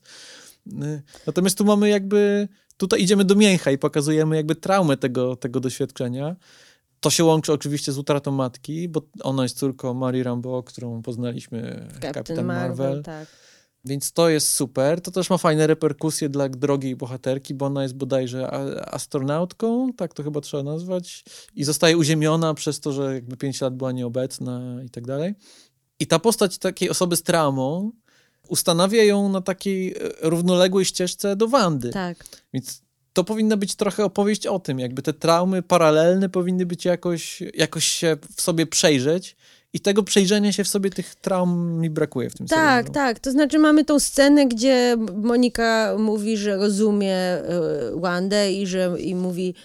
Natomiast tu mamy jakby, tutaj idziemy do mięcha i pokazujemy jakby traumę tego, tego doświadczenia. To się łączy oczywiście z utratą matki, bo ona jest córką Marii Rambeau, którą poznaliśmy w Kapitan Marvel. Marvel tak. Więc to jest super. To też ma fajne reperkusje dla drogiej bohaterki, bo ona jest bodajże astronautką, tak to chyba trzeba nazwać, i zostaje uziemiona przez to, że jakby pięć lat była nieobecna i tak dalej. I ta postać takiej osoby z traumą ustanawia ją na takiej równoległej ścieżce do Wandy. Tak. Więc to powinna być trochę opowieść o tym, jakby te traumy paralelne powinny być jakoś, jakoś się w sobie przejrzeć i tego przejrzenia się w sobie tych traum mi brakuje w tym tak, serialu. Tak, tak. To znaczy mamy tą scenę, gdzie Monika mówi, że rozumie y, Wandę i że i mówi...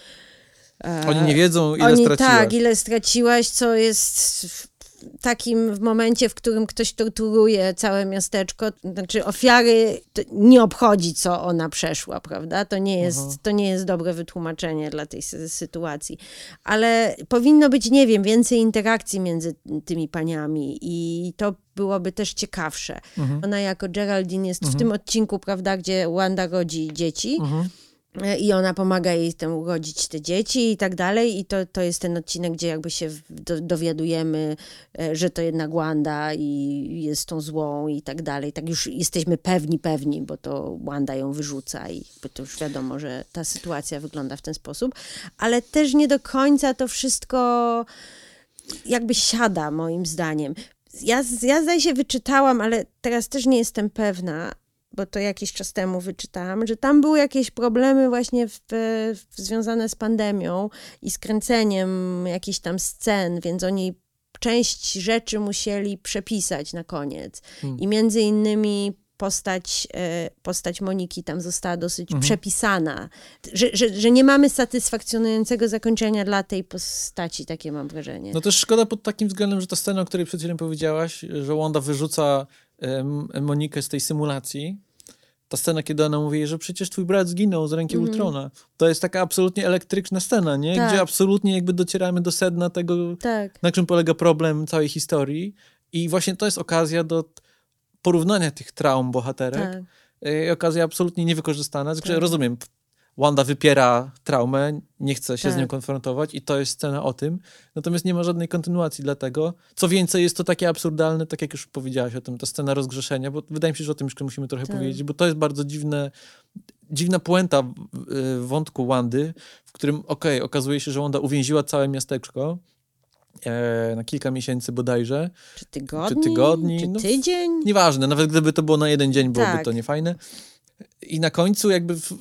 E, oni nie wiedzą, ile oni, straciłaś. Tak, ile straciłaś, co jest... takim w momencie, w którym ktoś torturuje całe miasteczko, znaczy ofiary nie obchodzi, co ona przeszła, prawda? To nie jest, to nie jest dobre wytłumaczenie dla tej sytuacji. Ale powinno być, nie wiem, więcej interakcji między tymi paniami i to byłoby też ciekawsze. Mhm. Ona jako Geraldine jest mhm. w tym odcinku, prawda, gdzie Wanda rodzi dzieci, mhm. i ona pomaga jej tam urodzić te dzieci i tak dalej i to, to jest ten odcinek, gdzie jakby się do, dowiadujemy, że to jednak Wanda i jest tą złą i tak dalej. Tak już jesteśmy pewni, pewni, bo to Wanda ją wyrzuca i to już wiadomo, że ta sytuacja wygląda w ten sposób, ale też nie do końca to wszystko jakby siada moim zdaniem. Ja, ja zdaje się wyczytałam, ale teraz też nie jestem pewna, bo to jakiś czas temu wyczytałam, że tam były jakieś problemy właśnie w, w, związane z pandemią i z kręceniem jakichś tam scen, więc oni część rzeczy musieli przepisać na koniec. Hmm. I między innymi postać, postać Moniki tam została dosyć mhm. przepisana. Że, że, że nie mamy satysfakcjonującego zakończenia dla tej postaci, takie mam wrażenie. No też szkoda pod takim względem, że ta scena, o której przed chwilą powiedziałaś, że Wanda wyrzuca um, Monikę z tej symulacji, ta scena, kiedy ona mówi, że przecież twój brat zginął z ręki mm. Ultrona. To jest taka absolutnie elektryczna scena, nie? Tak. Gdzie absolutnie jakby docieramy do sedna tego, tak. na czym polega problem całej historii. I właśnie to jest okazja do porównania tych traum bohaterek. Tak. I okazja absolutnie niewykorzystana. Tak. Rozumiem, Wanda wypiera traumę, nie chce się tak. z nią konfrontować i to jest scena o tym. Natomiast nie ma żadnej kontynuacji dlatego. Co więcej, jest to takie absurdalne, tak jak już powiedziałaś o tym, ta scena rozgrzeszenia, bo wydaje mi się, że o tym jeszcze musimy trochę tak. powiedzieć, bo to jest bardzo dziwne, dziwna puenta wątku Wandy, w którym okej, okay, okazuje się, że Wanda uwięziła całe miasteczko e, na kilka miesięcy bodajże. Czy tygodni? Czy tygodni? Czy no, tydzień? Nieważne, nawet gdyby to było na jeden dzień, byłoby tak. to niefajne. I na końcu jakby w,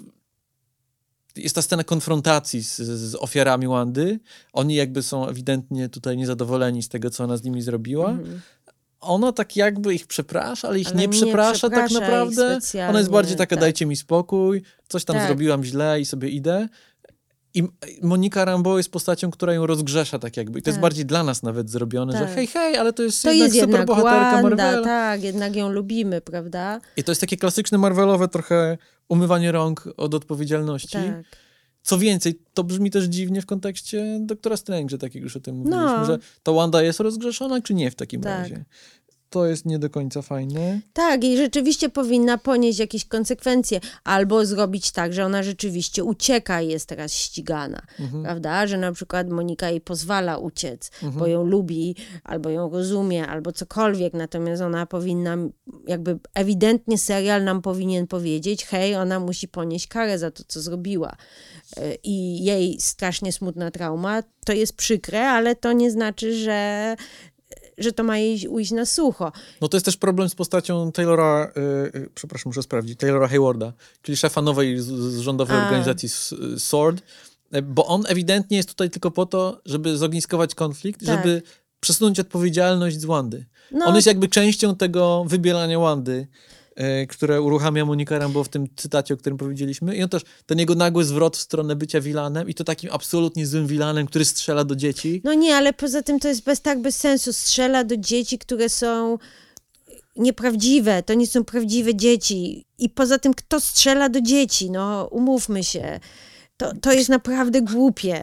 jest ta scena konfrontacji z, z ofiarami Wandy. Oni jakby są ewidentnie tutaj niezadowoleni z tego, co ona z nimi zrobiła. Mm-hmm. Ona tak jakby ich przeprasza, ale ich ale nie, przeprasza, nie przeprasza tak naprawdę. Ona jest bardziej taka, tak. dajcie mi spokój, coś tam tak. zrobiłam źle i sobie idę. I Monika Rambeau jest postacią, która ją rozgrzesza tak jakby. I to tak. jest bardziej dla nas nawet zrobione, tak. że hej, hej, ale to jest to jednak jest super bohaterka Marvela. Tak, jednak ją lubimy, prawda? I to jest takie klasyczne Marvelowe trochę umywanie rąk od odpowiedzialności. Tak. Co więcej, to brzmi też dziwnie w kontekście Doktora Strange, że tak jak już o tym mówiliśmy, no. że ta Wanda jest rozgrzeszona, czy nie w takim tak. razie. To jest nie do końca fajne. Tak, i rzeczywiście powinna ponieść jakieś konsekwencje. Albo zrobić tak, że ona rzeczywiście ucieka i jest teraz ścigana. Mhm. Prawda? Że na przykład Monika jej pozwala uciec, mhm. bo ją lubi, albo ją rozumie, albo cokolwiek. Natomiast ona powinna, jakby ewidentnie serial nam powinien powiedzieć, hej, ona musi ponieść karę za to, co zrobiła. I jej strasznie smutna trauma, to jest przykre, ale to nie znaczy, że że to ma jej ujść na sucho. No to jest też problem z postacią Taylora, yy, przepraszam, muszę sprawdzić, Taylora Haywarda, czyli szefa nowej z, z rządowej A. organizacji S W O R D, bo on ewidentnie jest tutaj tylko po to, żeby zogniskować konflikt, tak. żeby przesunąć odpowiedzialność z Wandy. No. On jest jakby częścią tego wybielania Wandy, yy, które uruchamia Monika Rambeau w tym cytacie, o którym powiedzieliśmy. I on też, ten jego nagły zwrot w stronę bycia vilanem i to takim absolutnie złym vilanem, który strzela do dzieci. No nie, ale poza tym to jest bez, tak bez sensu. Strzela do dzieci, które są nieprawdziwe. To nie są prawdziwe dzieci. I poza tym, kto strzela do dzieci? No, umówmy się. To, to jest naprawdę głupie.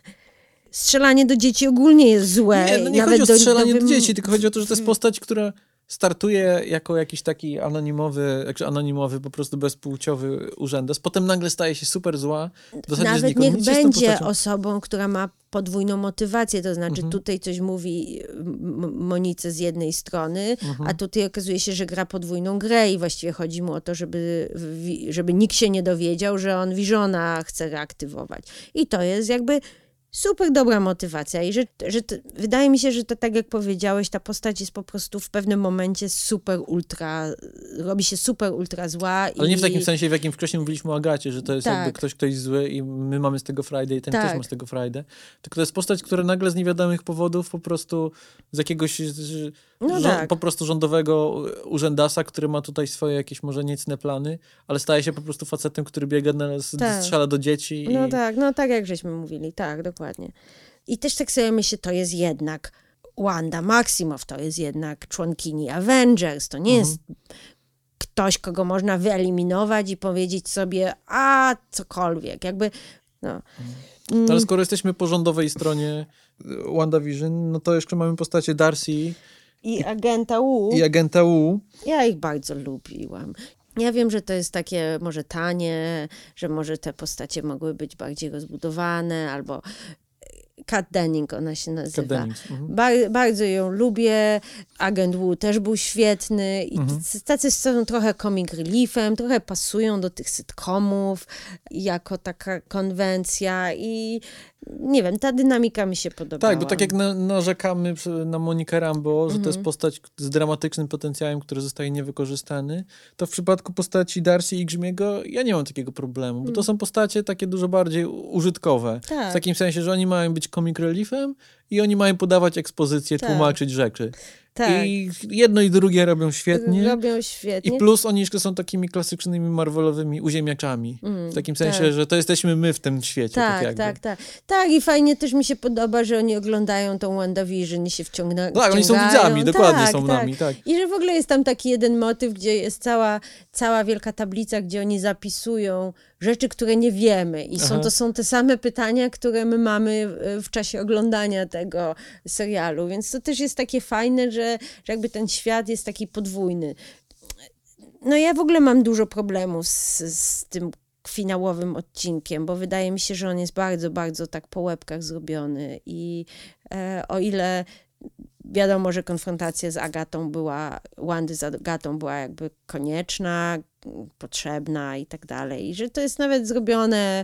Strzelanie do dzieci ogólnie jest złe. Nie, no nie Nawet chodzi o strzelanie do, do, do dzieci, tylko chodzi o to, że to jest postać, która startuje jako jakiś taki anonimowy, jakże anonimowy, po prostu bezpłciowy urzędas. Potem nagle staje się super zła. Nawet niech będzie osobą, która ma podwójną motywację, to znaczy mhm. tutaj coś mówi Monice z jednej strony, mhm. a tutaj okazuje się, że gra podwójną grę i właściwie chodzi mu o to, żeby, żeby nikt się nie dowiedział, że on Visiona chce reaktywować. I to jest jakby super dobra motywacja i że, że to, wydaje mi się, że to tak jak powiedziałeś, ta postać jest po prostu w pewnym momencie super ultra, robi się super ultra zła. Ale i... nie w takim sensie, w jakim wcześniej mówiliśmy o Agacie, że to jest tak. jakby ktoś, ktoś zły i my mamy z tego frajdę i ten tak. też ma z tego frajdę. Tylko to jest postać, która nagle z niewiadomych powodów po prostu z jakiegoś no rząd, tak. po prostu rządowego urzędasa, który ma tutaj swoje jakieś może niecne plany, ale staje się po prostu facetem, który biega na, tak. strzela do dzieci. I... No tak, no tak jak żeśmy mówili, tak, dokładnie. I też tak sobie myślę, to jest jednak Wanda Maximoff, to jest jednak członkini Avengers, to nie mhm. jest ktoś, kogo można wyeliminować i powiedzieć sobie, a cokolwiek, jakby, no. Mhm. Ale skoro jesteśmy po rządowej stronie WandaVision, no to jeszcze mamy postacie Darcy i agenta Wu. I agenta Wu. Ja ich bardzo lubiłam. Ja wiem, że to jest takie może tanie, że może te postacie mogły być bardziej rozbudowane, albo Kat Denning ona się nazywa. Denning, mhm. Bar- bardzo ją lubię. Agent Wu też był świetny. I mhm. tacy są trochę comic reliefem, trochę pasują do tych sitcomów jako taka konwencja i Nie wiem, ta dynamika mi się podobała. Tak, bo tak jak na, narzekamy na Monikę Rambeau, że mhm. to jest postać z dramatycznym potencjałem, który zostaje niewykorzystany, to w przypadku postaci Darcy i Grzmiego ja nie mam takiego problemu, bo to są postacie takie dużo bardziej użytkowe. Tak. W takim sensie, że oni mają być comic reliefem i oni mają podawać ekspozycję, tak. tłumaczyć rzeczy. Tak. I jedno i drugie robią świetnie. Robią świetnie. I plus oni jeszcze są takimi klasycznymi Marvelowymi uziemiaczami. Mm, w takim sensie, tak. że to jesteśmy my w tym świecie. Tak, tak, tak, tak. Tak i fajnie też mi się podoba, że oni oglądają tą WandaVision i się wciągnają. Tak, oni są widzami, dokładnie tak, są tak. nami. Tak. I że w ogóle jest tam taki jeden motyw, gdzie jest cała, cała wielka tablica, gdzie oni zapisują rzeczy, które nie wiemy. I są, to są te same pytania, które my mamy w czasie oglądania tego serialu. Więc to też jest takie fajne, że, że jakby ten świat jest taki podwójny. No ja w ogóle mam dużo problemów z, z tym finałowym odcinkiem, bo wydaje mi się, że on jest bardzo, bardzo tak po łebkach zrobiony i e, o ile wiadomo, że konfrontacja z Agatą była, Wandy z Agatą była jakby konieczna, potrzebna i tak dalej. I że to jest nawet zrobione,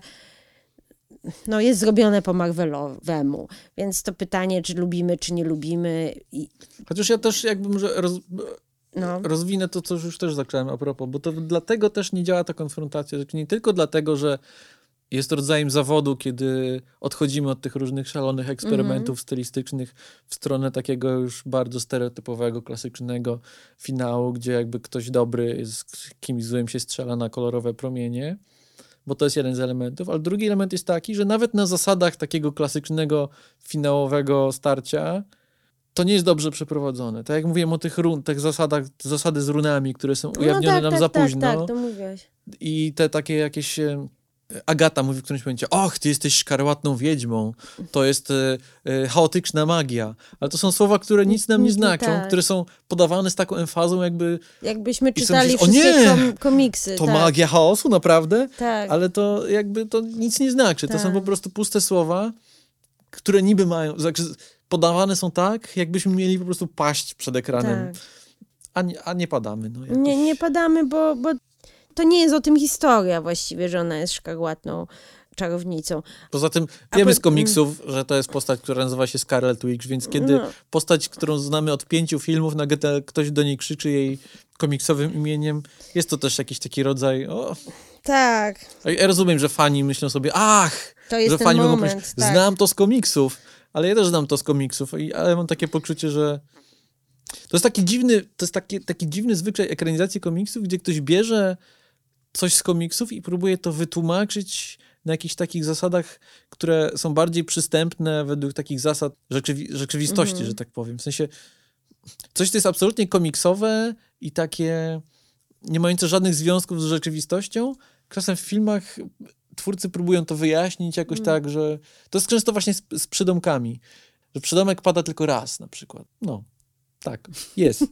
no jest zrobione po Marvelowemu. Więc to pytanie, czy lubimy, czy nie lubimy. I... Chociaż ja też jakby może roz... no. rozwinę to, co już też zacząłem a propos, bo to dlatego też nie działa ta konfrontacja. Znaczy nie tylko dlatego, że jest rodzajem zawodu, kiedy odchodzimy od tych różnych szalonych eksperymentów mm-hmm. stylistycznych w stronę takiego już bardzo stereotypowego, klasycznego finału, gdzie jakby ktoś dobry z kimś złym się strzela na kolorowe promienie, bo to jest jeden z elementów, ale drugi element jest taki, że nawet na zasadach takiego klasycznego, finałowego starcia to nie jest dobrze przeprowadzone. Tak jak mówiłem o tych run, tych zasadach, zasady z runami, które są ujawnione no tak, nam tak, za tak, późno. Tak, tak, to mówiłeś. I te takie jakieś... Agata mówi w którymś momencie, och, ty jesteś szkarłatną wiedźmą, to jest e, e, chaotyczna magia. Ale to są słowa, które nic nam nie znaczą, tak. które są podawane z taką emfazą, jakby... Jakbyśmy czytali myślisz, wszystkie kom- komiksy. To tak. magia chaosu, naprawdę? Tak. Ale to jakby to nic nie znaczy. Tak. To są po prostu puste słowa, które niby mają... Znaczy podawane są tak, jakbyśmy mieli po prostu paść przed ekranem. Tak. A, nie, a nie padamy. No, jakoś... nie, nie padamy, bo... bo... To nie jest o tym historia właściwie, że ona jest szkarłatną czarownicą. Poza tym wiemy po... z komiksów, że to jest postać, która nazywa się Scarlet Witch, więc kiedy no. postać, którą znamy od pięciu filmów, nagle ktoś do niej krzyczy jej komiksowym imieniem, jest to też jakiś taki rodzaj... O. Tak. Ja rozumiem, że fani myślą sobie, ach, to jest że ten fani moment, mogą powiedzieć, tak. znam to z komiksów, ale ja też znam to z komiksów, ale mam takie poczucie, że to jest taki dziwny, to jest taki, taki dziwny zwyczaj ekranizacji komiksów, gdzie ktoś bierze coś z komiksów i próbuje to wytłumaczyć na jakichś takich zasadach, które są bardziej przystępne według takich zasad rzeczywi- rzeczywistości, mm-hmm. że tak powiem. W sensie coś, co jest absolutnie komiksowe i takie nie mające żadnych związków z rzeczywistością. Czasem w filmach twórcy próbują to wyjaśnić jakoś mm. tak, że to jest często właśnie z, z przydomkami, że przydomek pada tylko raz na przykład. No, tak, jest.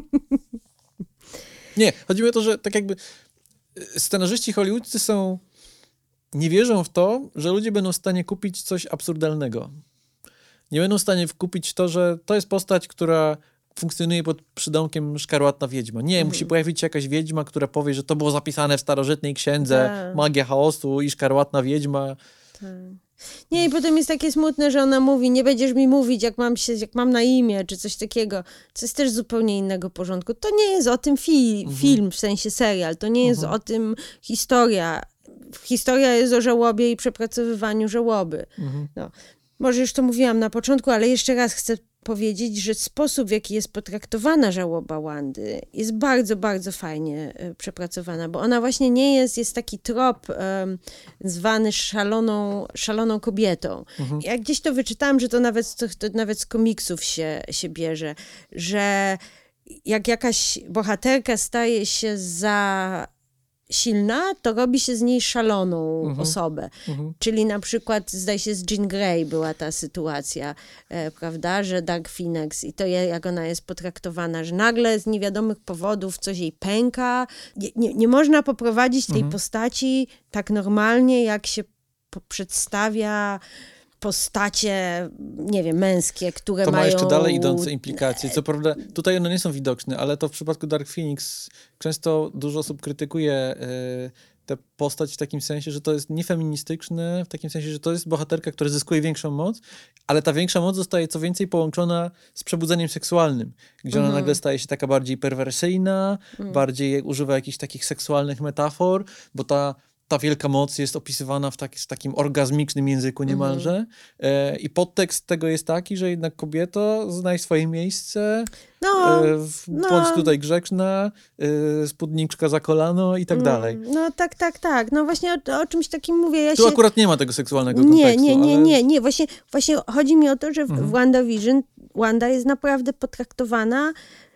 Nie, chodzi mi o to, że tak jakby scenarzyści hollywoodzcy są, nie wierzą w to, że ludzie będą w stanie kupić coś absurdalnego. Nie będą w stanie kupić to, że to jest postać, która funkcjonuje pod przydomkiem szkarłatna wiedźma. Nie, mhm. musi pojawić się jakaś wiedźma, która powie, że to było zapisane w starożytnej księdze, Ta. magia chaosu i szkarłatna wiedźma. Ta. Nie, i potem jest takie smutne, że ona mówi, nie będziesz mi mówić, jak mam, się, jak mam na imię, czy coś takiego. To jest też zupełnie innego porządku. To nie jest o tym fi- mhm. film, w sensie serial. To nie jest mhm. o tym historia. Historia jest o żałobie i przepracowywaniu żałoby. Mhm. No. Może już to mówiłam na początku, ale jeszcze raz chcę powiedzieć, że sposób, w jaki jest potraktowana żałoba Wandy, jest bardzo, bardzo fajnie y, przepracowana, bo ona właśnie nie jest, jest taki trop y, zwany szaloną, szaloną kobietą. Mhm. Ja gdzieś to wyczytałam, że to nawet, to, to nawet z komiksów się, się bierze, że jak jakaś bohaterka staje się za silna, to robi się z niej szaloną mhm. osobę. Mhm. Czyli na przykład, zdaje się, z Jean Grey była ta sytuacja, e, prawda, że Dark Phoenix i to jak ona jest potraktowana, że nagle z niewiadomych powodów coś jej pęka. Nie, nie, nie można poprowadzić tej mhm. postaci tak normalnie, jak się po- przedstawia postacie, nie wiem, męskie, które to mają... To ma jeszcze dalej idące implikacje. Co prawda, tutaj one nie są widoczne, ale to w przypadku Dark Phoenix często dużo osób krytykuje y, tę postać w takim sensie, że to jest niefeministyczne, w takim sensie, że to jest bohaterka, która zyskuje większą moc, ale ta większa moc zostaje co więcej połączona z przebudzeniem seksualnym, gdzie ona mm-hmm. nagle staje się taka bardziej perwersyjna, mm. bardziej używa jakichś takich seksualnych metafor, bo ta ta wielka moc jest opisywana w, taki, w takim orgazmicznym języku niemalże. Mm. E, I podtekst tego jest taki, że jednak kobieta znaj swoje miejsce, no, e, no. bądź tutaj grzeczna, e, spódniczka za kolano i tak dalej. No tak, tak, tak. No właśnie o, o czymś takim mówię. Ja tu się... akurat nie ma tego seksualnego nie, kontekstu. Nie, nie, ale... nie, nie. Właśnie, właśnie chodzi mi o to, że w, mhm. w WandaVision Wanda jest naprawdę potraktowana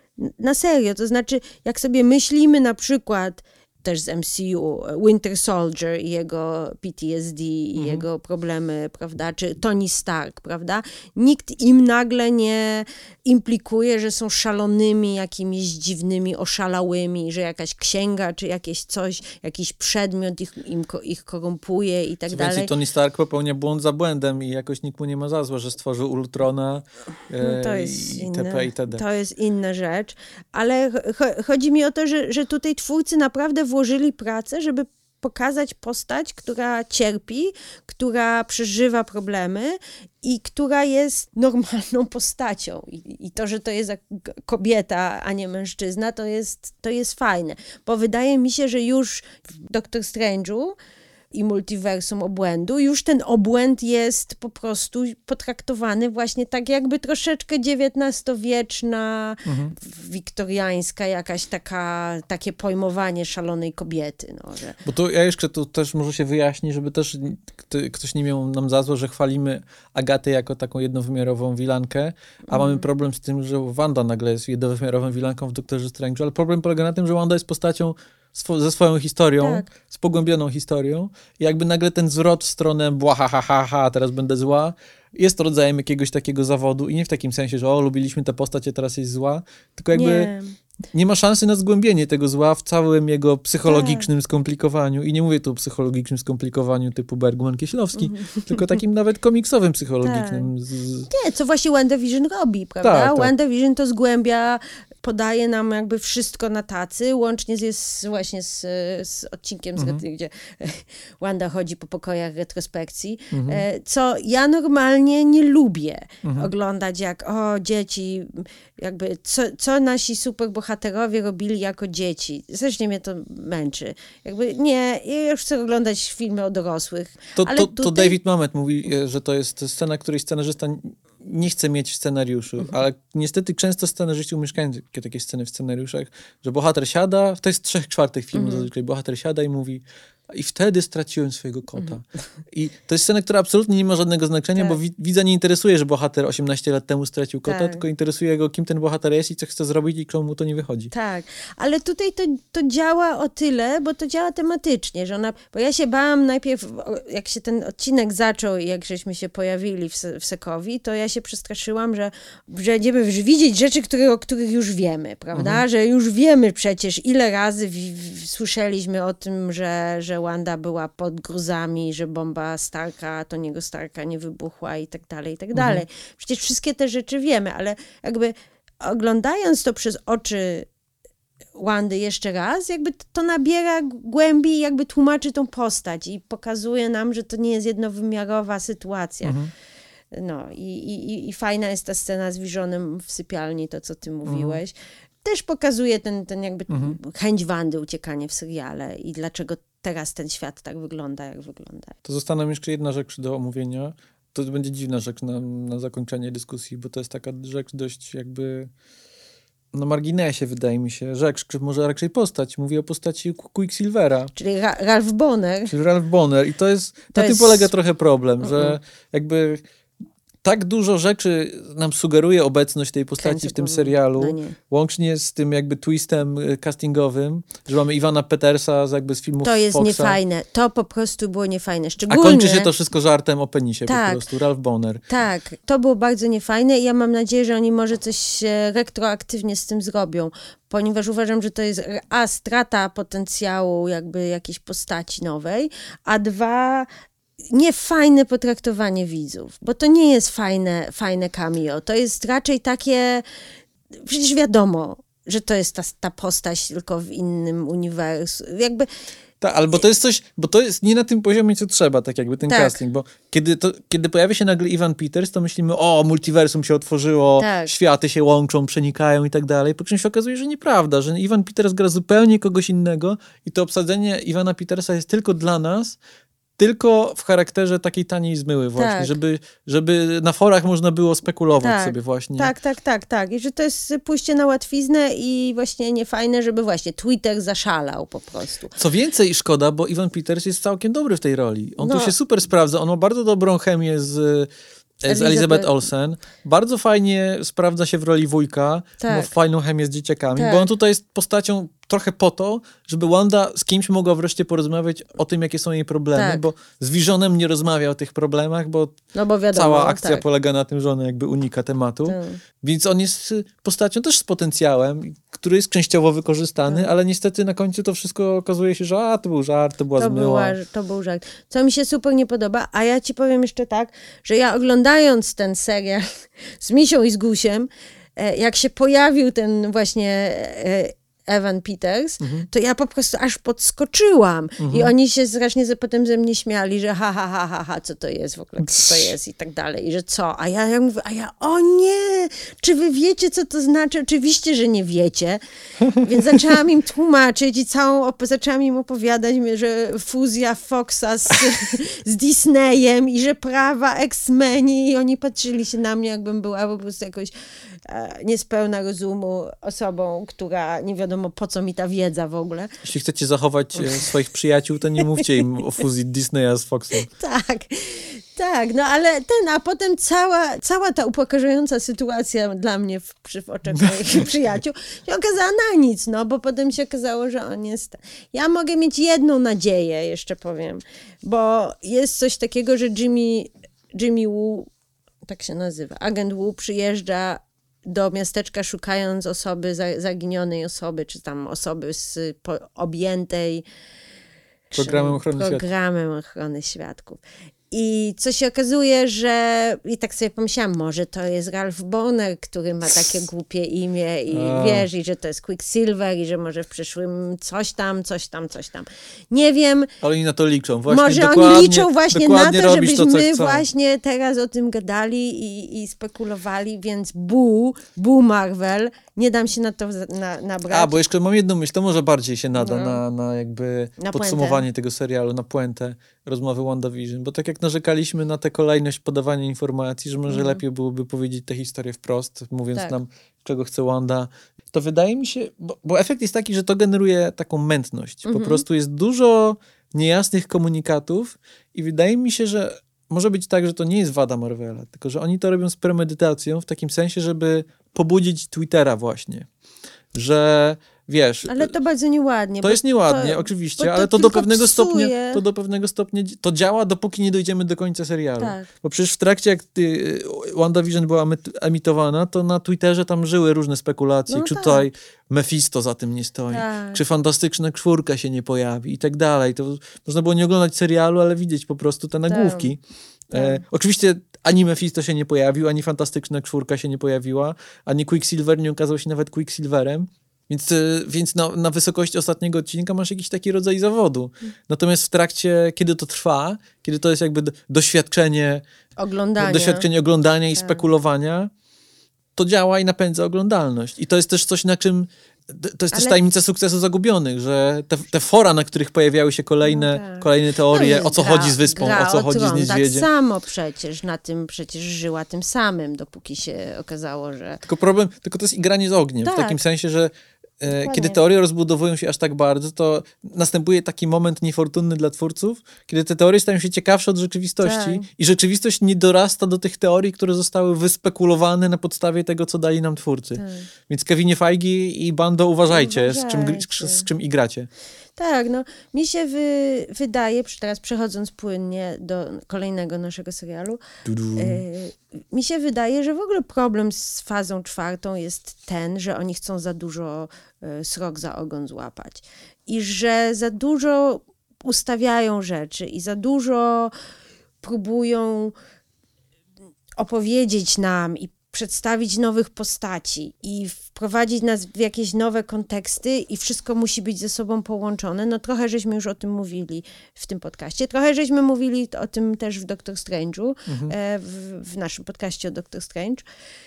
na serio. To znaczy, jak sobie myślimy na przykład też z M C U, Winter Soldier i jego P T S D i mhm. jego problemy, prawda, czy Tony Stark, prawda, nikt im nagle nie implikuje, że są szalonymi, jakimiś dziwnymi, oszalałymi, że jakaś księga, czy jakieś coś, jakiś przedmiot ich, im, ich korumpuje i tak Co dalej. Więcej, Tony Stark popełnia błąd za błędem i jakoś nikt mu nie ma za złe, że stworzył Ultrona e, no to jest i inne, itp. itd. To jest inna rzecz, ale ch- chodzi mi o to, że, że tutaj twórcy naprawdę włożyli pracę, żeby pokazać postać, która cierpi, która przeżywa problemy i która jest normalną postacią. I, i to, że to jest kobieta, a nie mężczyzna, to jest, to jest fajne. Bo wydaje mi się, że już w Doctor Strange'u i multiversum obłędu, już ten obłęd jest po prostu potraktowany właśnie tak jakby troszeczkę dziewiętnastowieczna, mhm. wiktoriańska jakaś taka, takie pojmowanie szalonej kobiety. No, że... Bo to ja jeszcze tu też może się wyjaśni, żeby też ktoś nie miał nam za złe, że chwalimy Agatę jako taką jednowymiarową wilankę, a mhm. mamy problem z tym, że Wanda nagle jest jednowymiarową wilanką w Doktorze Strange'u, ale problem polega na tym, że Wanda jest postacią Swo- ze swoją historią, tak. z pogłębioną historią i jakby nagle ten zwrot w stronę bła, ha, ha, ha, ha, teraz będę zła, jest rodzajem jakiegoś takiego zawodu i nie w takim sensie, że o, lubiliśmy tę postać, a teraz jest zła, tylko jakby nie, nie ma szansy na zgłębienie tego zła w całym jego psychologicznym tak. skomplikowaniu i nie mówię tu o psychologicznym skomplikowaniu typu Bergman-Kieślowski, mm-hmm. tylko takim nawet komiksowym psychologicznym. Tak. Z... Nie, co właśnie WandaVision robi, prawda? Tak, tak. WandaVision to zgłębia, podaje nam jakby wszystko na tacy, łącznie z, z właśnie z, z odcinkiem, mhm. z, gdzie Wanda chodzi po pokojach retrospekcji, mhm. co ja normalnie nie lubię mhm. oglądać, jak o, dzieci, jakby co, co nasi superbohaterowie robili jako dzieci. Zresztą mnie to męczy. Jakby nie, ja już chcę oglądać filmy o dorosłych. To, ale to, tutaj... to David Mamet mówi, że to jest scena, której scenarzysta nie chce mieć w scenariuszu, mhm. ale niestety często scenarzyści umieszczają takie sceny w scenariuszach, że bohater siada, to jest trzech czwartych filmu mhm. zazwyczaj, bohater siada i mówi i wtedy straciłem swojego kota. Mhm. I to jest scena, która absolutnie nie ma żadnego znaczenia, tak. bo widza nie interesuje, że bohater osiemnaście lat temu stracił kota, tak. tylko interesuje go, kim ten bohater jest i co chce zrobić i czemu mu to nie wychodzi. Tak, ale tutaj to, to działa o tyle, bo to działa tematycznie, że ona, bo ja się bałam najpierw, jak się ten odcinek zaczął i jak żeśmy się pojawili w, w Sekowi, to ja się przestraszyłam, że, że będziemy widzieć rzeczy, które, o których już wiemy, prawda? Mhm. Że już wiemy przecież, ile razy w, w, słyszeliśmy o tym, że, że Wanda była pod gruzami, że bomba Starka, Tony'ego Starka nie wybuchła i tak dalej, i tak dalej. Mhm. Przecież wszystkie te rzeczy wiemy, ale jakby oglądając to przez oczy Wandy jeszcze raz, jakby to nabiera głębi i jakby tłumaczy tą postać i pokazuje nam, że to nie jest jednowymiarowa sytuacja. Mhm. No i, i, i fajna jest ta scena z Visionem w sypialni, to co ty mówiłeś. Mhm. Też pokazuje ten, ten jakby mhm. chęć Wandy uciekanie w seriale i dlaczego teraz ten świat tak wygląda, jak wygląda. To została nam jeszcze jedna rzecz do omówienia. To będzie dziwna rzecz na, na zakończenie dyskusji, bo to jest taka rzecz dość jakby na marginesie, wydaje mi się. Rzecz, czy może raczej postać. Mówię o postaci Quicksilvera. Czyli Ra- Ralph Bonner. Czyli Ralph Bonner. I to jest, to na jest... tym polega trochę problem, Mm-mm. że jakby tak dużo rzeczy nam sugeruje obecność tej postaci Kręcę w tym serialu, no łącznie z tym jakby twistem castingowym, że mamy Iwana Petersa z, jakby z filmów To jest Foxa. niefajne. To po prostu było niefajne. Szczególnie... A kończy się to wszystko żartem o penisie tak, po prostu. Ralph Bonner. Tak, to było bardzo niefajne i ja mam nadzieję, że oni może coś retroaktywnie z tym zrobią, ponieważ uważam, że to jest a, strata potencjału jakby jakiejś postaci nowej, a dwa... niefajne potraktowanie widzów, bo to nie jest fajne, fajne cameo. To jest raczej takie, przecież wiadomo, że to jest ta, ta postać tylko w innym uniwersum. Jakby Tak, albo to jest coś, bo to jest nie na tym poziomie, co trzeba, tak jakby ten tak. casting, bo kiedy, to, kiedy pojawia się nagle Evan Peters, to myślimy, o, multiversum się otworzyło, tak. światy się łączą, przenikają i tak dalej, po czym się okazuje, że nieprawda, że Evan Peters gra zupełnie kogoś innego i to obsadzenie Evana Petersa jest tylko dla nas, tylko w charakterze takiej taniej zmyły właśnie, tak. żeby, żeby na forach można było spekulować tak. sobie właśnie. Tak, tak, tak, tak. I że to jest pójście na łatwiznę i właśnie niefajne, żeby właśnie Twitter zaszalał po prostu. Co więcej, szkoda, bo Evan Peters jest całkiem dobry w tej roli. On no. tu się super sprawdza, on ma bardzo dobrą chemię z, z Elizabeth, Elizabeth Olsen. Bardzo fajnie sprawdza się w roli wujka, tak. ma fajną chemię z dzieciakami, tak. bo on tutaj jest postacią trochę po to, żeby Wanda z kimś mogła wreszcie porozmawiać o tym, jakie są jej problemy, tak. bo z Visionem nie rozmawia o tych problemach, bo, no bo wiadomo, cała akcja tak. polega na tym, że ona jakby unika tematu. Tak. Więc on jest postacią też z potencjałem, który jest częściowo wykorzystany, tak. ale niestety na końcu to wszystko okazuje się, że a, to był żart, to była to zmyła. Była, to był żart. Co mi się super nie podoba, a ja ci powiem jeszcze tak, że ja oglądając ten serial z Misią i z Gusiem, jak się pojawił ten właśnie Evan Peters, mhm. to ja po prostu aż podskoczyłam. Mhm. I oni się strasznie potem ze mnie śmiali, że ha, ha, ha, ha, ha, co to jest w ogóle, co to jest i tak dalej. I że co? A ja, ja mówię, a ja, o nie! Czy wy wiecie, co to znaczy? Oczywiście, że nie wiecie. Więc zaczęłam im tłumaczyć i całą, op- zaczęłam im opowiadać, że fuzja Foxa z, z Disneyem i że prawa X-Meni i oni patrzyli się na mnie, jakbym była po prostu jakoś e, niespełna rozumu osobą, która nie wiadomo po co mi ta wiedza w ogóle. Jeśli chcecie zachować e, swoich przyjaciół, to nie mówcie im o fuzji Disneya z Foxem. Tak, tak, no ale ten, a potem cała, cała ta upokarzająca sytuacja dla mnie w, przy, w oczach moich przyjaciół się okazała na nic, no, bo potem się okazało, że on jest... Ja mogę mieć jedną nadzieję, jeszcze powiem, bo jest coś takiego, że Jimmy, Jimmy Woo, tak się nazywa, agent Woo przyjeżdża do miasteczka szukając osoby, zaginionej osoby, czy tam osoby z, po, objętej programem ochrony, programem ochrony świadków. I co się okazuje, że... I tak sobie pomyślałam, może to jest Ralph Bonner, który ma takie głupie imię i A. wiesz, i że to jest Quicksilver i że może w przyszłym coś tam, coś tam, coś tam. Nie wiem. Ale oni na to liczą. Właśnie może oni liczą właśnie na to, żebyśmy to, właśnie teraz o tym gadali i, i spekulowali, więc bu, bu Marvel, nie dam się na to na, nabrać. A, bo jeszcze mam jedną myśl, to może bardziej się nada no. na, na jakby na podsumowanie puentę. tego serialu, na puentę rozmowy WandaVision, bo tak jak narzekaliśmy na tę kolejność podawania informacji, że może mm. lepiej byłoby powiedzieć tę historię wprost, mówiąc tak. nam, czego chce Wanda, to wydaje mi się, bo, bo efekt jest taki, że to generuje taką mętność. Mm-hmm. Po prostu jest dużo niejasnych komunikatów i wydaje mi się, że może być tak, że to nie jest wada Marvela, tylko że oni to robią z premedytacją, w takim sensie, żeby pobudzić Twittera właśnie. Że wiesz... Ale to bardzo nieładnie. To jest nieładnie, to, oczywiście, to ale to do pewnego psuje. stopnia to do pewnego stopnia to działa, dopóki nie dojdziemy do końca serialu. Tak. Bo przecież w trakcie, jak ty, WandaVision była emitowana, to na Twitterze tam żyły różne spekulacje, no czy tak. tutaj Mephisto za tym nie stoi, tak. czy Fantastyczna Czwórka się nie pojawi i tak dalej. To można było nie oglądać serialu, ale widzieć po prostu te nagłówki. Tak. E, oczywiście ani Mephisto się nie pojawił, ani Fantastyczna Czwórka się nie pojawiła, ani Quicksilver nie okazał się nawet Quicksilverem. Więc, więc na, na wysokości ostatniego odcinka masz jakiś taki rodzaj zawodu. Natomiast w trakcie, kiedy to trwa, kiedy to jest jakby doświadczenie oglądania, doświadczenie oglądania i tak. spekulowania, to działa i napędza oglądalność. I to jest też coś, na czym to jest Ale... też tajemnica sukcesu Zagubionych, że te, te fora, na których pojawiały się kolejne, no tak. kolejne teorie, no o co gra, chodzi z wyspą, o co o chodzi tron, z niedźwiedziem. Tak samo przecież, na tym przecież żyła tym samym, dopóki się okazało, że... Tylko problem, tylko to jest igranie z ogniem, tak. w takim sensie, że Dokładnie. Kiedy teorie rozbudowują się aż tak bardzo, to następuje taki moment niefortunny dla twórców, kiedy te teorie stają się ciekawsze od rzeczywistości tak. i rzeczywistość nie dorasta do tych teorii, które zostały wyspekulowane na podstawie tego, co dali nam twórcy. Tak. Więc Kevinie Feige i bando, uważajcie, uważajcie. Z, czym, z, z czym igracie. Tak, no mi się wy, wydaje, teraz przechodząc płynnie do kolejnego naszego serialu, y, mi się wydaje, że w ogóle problem z fazą czwartą jest ten, że oni chcą za dużo y, srok za ogon złapać i że za dużo ustawiają rzeczy i za dużo próbują opowiedzieć nam i przedstawić nowych postaci i wprowadzić nas w jakieś nowe konteksty i wszystko musi być ze sobą połączone. No trochę żeśmy już o tym mówili w tym podcaście, trochę żeśmy mówili o tym też w Doctor Strange'u, mhm. w, w naszym podcaście o Doctor Strange.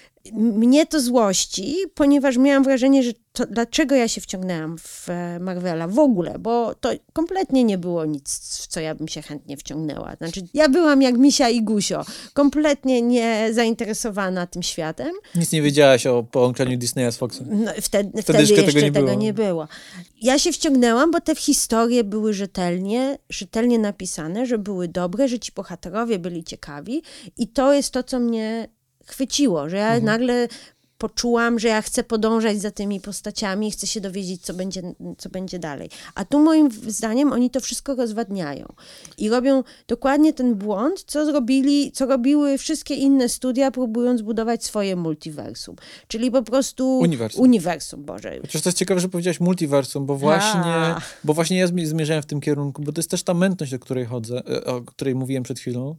Mnie to złości, ponieważ miałam wrażenie, że to, dlaczego ja się wciągnęłam w Marvela w ogóle, bo to kompletnie nie było nic, w co ja bym się chętnie wciągnęła. Znaczy, ja byłam jak Misia i Gusio, kompletnie nie zainteresowana tym światem. Nic nie wiedziałaś o połączeniu Disneya z Foxem? No, wtedy, wtedy jeszcze tego, nie, tego było. nie było. Ja się wciągnęłam, bo te historie były rzetelnie, rzetelnie napisane, że były dobre, że ci bohaterowie byli ciekawi i to jest to, co mnie chwyciło, że ja mhm. nagle poczułam, że ja chcę podążać za tymi postaciami, chcę się dowiedzieć, co będzie, co będzie dalej. A tu moim zdaniem oni to wszystko rozwadniają i robią dokładnie ten błąd, co zrobili, co robiły wszystkie inne studia, próbując budować swoje multiversum. Czyli po prostu... Uniwersum. Uniwersum, Boże. Chociaż to jest ciekawe, że powiedziałaś multiversum, bo właśnie, bo właśnie ja zmierzałem w tym kierunku, bo to jest też ta mętność, o której chodzę, o której mówiłem przed chwilą.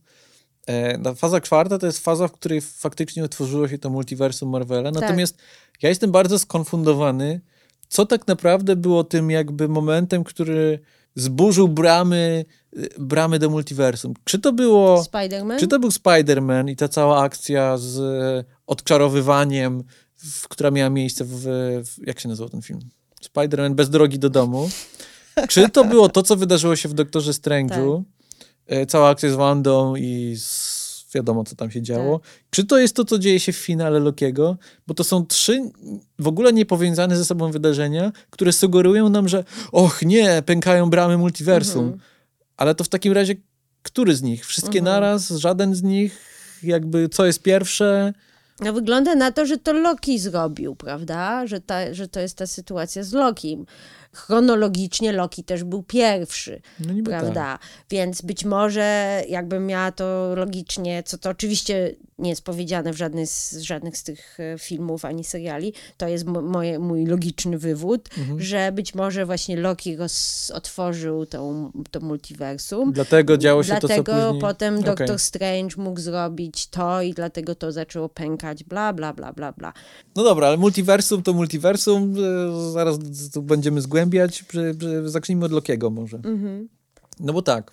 E, faza czwarta to jest faza, w której faktycznie utworzyło się to multiversum Marvela. Natomiast tak. ja jestem bardzo skonfundowany, co tak naprawdę było tym jakby momentem, który zburzył bramy, bramy do multiversum. Czy to było... Spider-Man? Czy to był Spider-Man i ta cała akcja z odczarowywaniem, w, która miała miejsce w, w... Jak się nazywał ten film? Spider-Man bez drogi do domu. Czy to było to, co wydarzyło się w Doktorze Strange'u? Tak. Cała akcja z Wandą i z, wiadomo, co tam się działo. Tak. Czy to jest to, co dzieje się w finale Lokiego? Bo to są trzy w ogóle niepowiązane ze sobą wydarzenia, które sugerują nam, że och nie, pękają bramy multiversum. Mhm. Ale to w takim razie, który z nich? Wszystkie mhm. naraz? Żaden z nich? Jakby co jest pierwsze? No wygląda na to, że to Loki zrobił, prawda? Że, ta, że to jest ta sytuacja z Lokim. Chronologicznie Loki też był pierwszy, no prawda? Tak. Więc być może jakbym miała to logicznie, co to oczywiście nie jest powiedziane w żadnej z, żadnych z tych filmów ani seriali, to jest moje, mój logiczny wywód, mhm. że być może właśnie Loki roz, otworzył tą, to multiversum. Dlatego działo się dlatego to, co później... potem Doctor okay. Strange mógł zrobić to i dlatego to zaczęło pękać, bla, bla, bla, bla, bla. No dobra, ale multiversum to multiversum, zaraz tu będziemy zgłębiać, przy, przy, zacznijmy od Lokiego może. Mhm. No bo tak,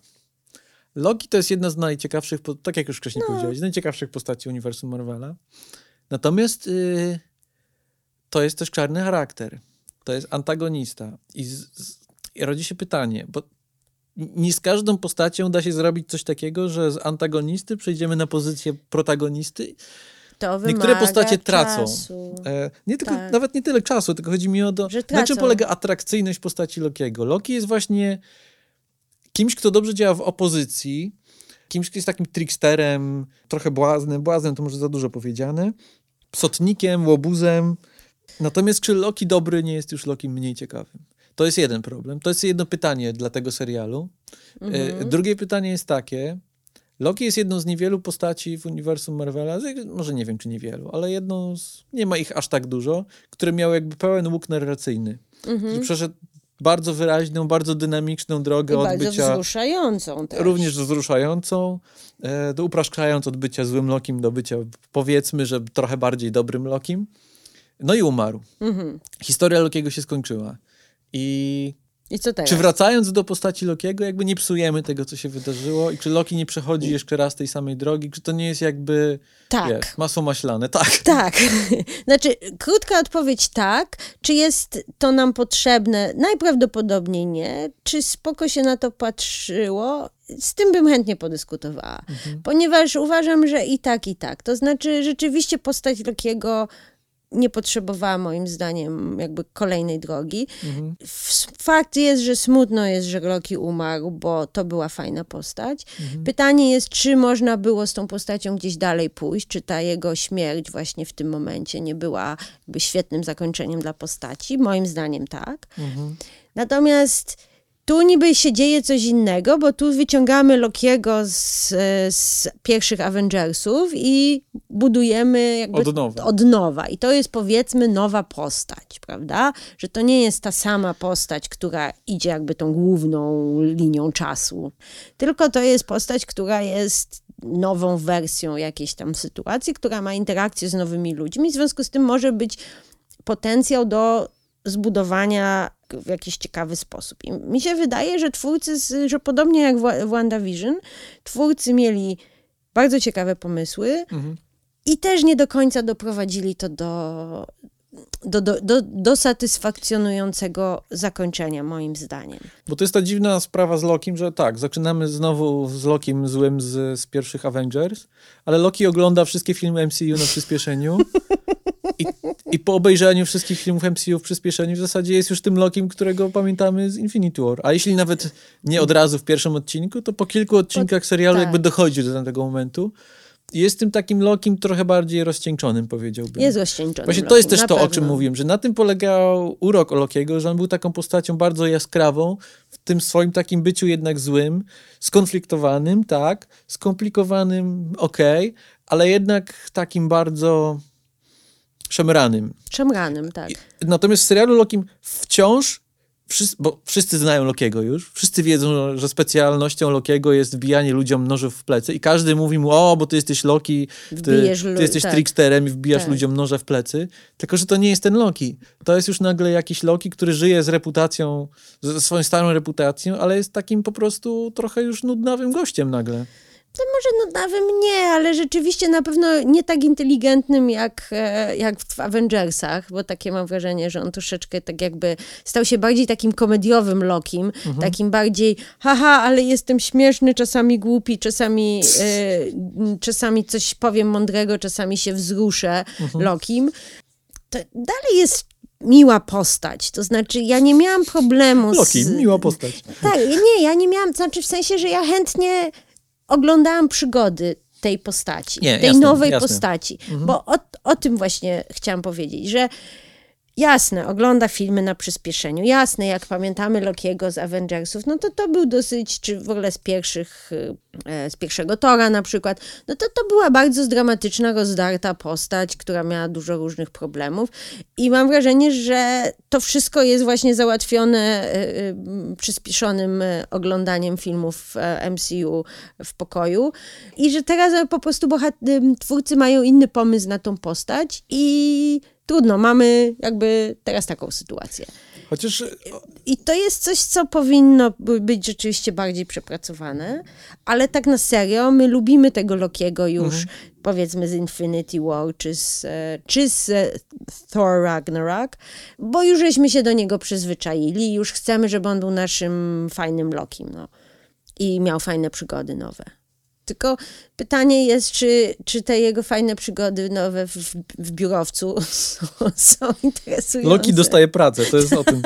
Loki to jest jedna z najciekawszych, tak jak już wcześniej no. powiedziałeś, z najciekawszych postaci uniwersum Marvela. Natomiast yy, to jest też czarny charakter. To jest antagonista. I, z, z, i rodzi się pytanie, bo nie z każdą postacią da się zrobić coś takiego, że z antagonisty przejdziemy na pozycję protagonisty. To Niektóre postacie tracą. Czasu. E, nie tylko, tak. Nawet nie tyle czasu, tylko chodzi mi o to, na czym polega atrakcyjność postaci Lokiego. Loki jest właśnie kimś, kto dobrze działa w opozycji, kimś, kto jest takim tricksterem, trochę błaznem, błaznem to może za dużo powiedziane, psotnikiem, łobuzem. Natomiast czy Loki dobry nie jest już Loki mniej ciekawym? To jest jeden problem. To jest jedno pytanie dla tego serialu. Mhm. E, drugie pytanie jest takie, Loki jest jedną z niewielu postaci w uniwersum Marvela, może nie wiem, czy niewielu, ale jedną z, nie ma ich aż tak dużo, które miały jakby pełen łuk narracyjny. Mhm. Przeszedł bardzo wyraźną, bardzo dynamiczną drogę I od bardzo bycia... wzruszającą też. Również wzruszającą, e, do upraszczając od bycia złym Lokim do bycia, powiedzmy, że trochę bardziej dobrym Lokim. No i umarł. Mhm. Historia Lokiego się skończyła. I... I co teraz? Czy wracając do postaci Lokiego, jakby nie psujemy tego, co się wydarzyło i czy Loki nie przechodzi jeszcze raz tej samej drogi? Czy to nie jest jakby tak. wiesz, masło maślane? Tak. Tak. Znaczy, krótka odpowiedź tak. Czy jest to nam potrzebne? Najprawdopodobniej nie. Czy spoko się na to patrzyło? Z tym bym chętnie podyskutowała. Mhm. Ponieważ uważam, że i tak, i tak. To znaczy, rzeczywiście postać Lokiego nie potrzebowała moim zdaniem jakby kolejnej drogi. Mhm. Fakt jest, że smutno jest, że Loki umarł, bo to była fajna postać. Mhm. Pytanie jest, czy można było z tą postacią gdzieś dalej pójść, czy ta jego śmierć właśnie w tym momencie nie była jakby świetnym zakończeniem dla postaci. Moim zdaniem tak. Mhm. Natomiast tu niby się dzieje coś innego, bo tu wyciągamy Lokiego z, z pierwszych Avengersów i budujemy jakby od nowa. od nowa. I to jest powiedzmy nowa postać, prawda? Że to nie jest ta sama postać, która idzie jakby tą główną linią czasu. Tylko to jest postać, która jest nową wersją jakiejś tam sytuacji, która ma interakcję z nowymi ludźmi. W związku z tym może być potencjał do zbudowania w jakiś ciekawy sposób. I mi się wydaje, że twórcy, z, że podobnie jak w WandaVision, twórcy mieli bardzo ciekawe pomysły mhm. i też nie do końca doprowadzili to do, do, do, do, do satysfakcjonującego zakończenia, moim zdaniem. Bo to jest ta dziwna sprawa z Lokim, że tak, zaczynamy znowu z Lokim złym z, z pierwszych Avengers, ale Loki ogląda wszystkie filmy M C U na przyspieszeniu i, i po obejrzeniu wszystkich filmów M C U w przyspieszeniu w zasadzie jest już tym Lokim, którego pamiętamy z Infinity War. A jeśli nawet nie od razu w pierwszym odcinku, to po kilku odcinkach serialu tak. jakby dochodzi do tego momentu. I jest tym takim Lokim trochę bardziej rozcieńczonym, powiedziałbym. Jest rozcieńczonym. Właśnie to jest też to, pewno. O czym mówiłem, że na tym polegał urok Lokiego, że on był taką postacią bardzo jaskrawą, w tym swoim takim byciu jednak złym, skonfliktowanym, tak, skomplikowanym, okej, okay, ale jednak takim bardzo szemranym. Szemranym, tak. I, natomiast w serialu Lokim wciąż Wszyscy, bo wszyscy znają Lokiego już, wszyscy wiedzą, że specjalnością Lokiego jest wbijanie ludziom nożów w plecy i każdy mówi mu, o, bo ty jesteś Loki, ty, ty jesteś tak. tricksterem i wbijasz tak. ludziom noże w plecy, tylko że to nie jest ten Loki. To jest już nagle jakiś Loki, który żyje z reputacją, ze swoją starą reputacją, ale jest takim po prostu trochę już nudnawym gościem nagle. To może nudnawym nie, ale rzeczywiście na pewno nie tak inteligentnym jak, jak w Avengersach, bo takie mam wrażenie, że on troszeczkę tak jakby stał się bardziej takim komediowym Lokim, mhm. takim bardziej haha, ale jestem śmieszny, czasami głupi, czasami, e, czasami coś powiem mądrego, czasami się wzruszę mhm. Lokim. To dalej jest miła postać, to znaczy ja nie miałam problemu z... Loki, miła postać. Tak, nie, ja nie miałam, to znaczy w sensie, że ja chętnie oglądałam przygody tej postaci, Nie, tej jasne, nowej jasne. postaci. Mhm. Bo o, o tym właśnie chciałam powiedzieć, że jasne, ogląda filmy na przyspieszeniu, jasne, jak pamiętamy Lokiego z Avengersów, no to to był dosyć, czy w ogóle z pierwszych, z pierwszego Tora na przykład, no to to była bardzo dramatyczna, rozdarta postać, która miała dużo różnych problemów i mam wrażenie, że to wszystko jest właśnie załatwione przyspieszonym oglądaniem filmów M C U w pokoju i że teraz po prostu bohat- twórcy mają inny pomysł na tą postać i trudno, mamy jakby teraz taką sytuację. Chociaż... I to jest coś, co powinno być rzeczywiście bardziej przepracowane, ale tak na serio, my lubimy tego Lokiego już, mhm. powiedzmy z Infinity War, czy z, czy z Thor Ragnarok, bo już żeśmy się do niego przyzwyczaili, już chcemy, żeby on był naszym fajnym Lokim, no. I miał fajne przygody nowe. Tylko pytanie jest, czy, czy te jego fajne przygody nowe w, w biurowcu są, są interesujące. Loki dostaje pracę, to jest o tym.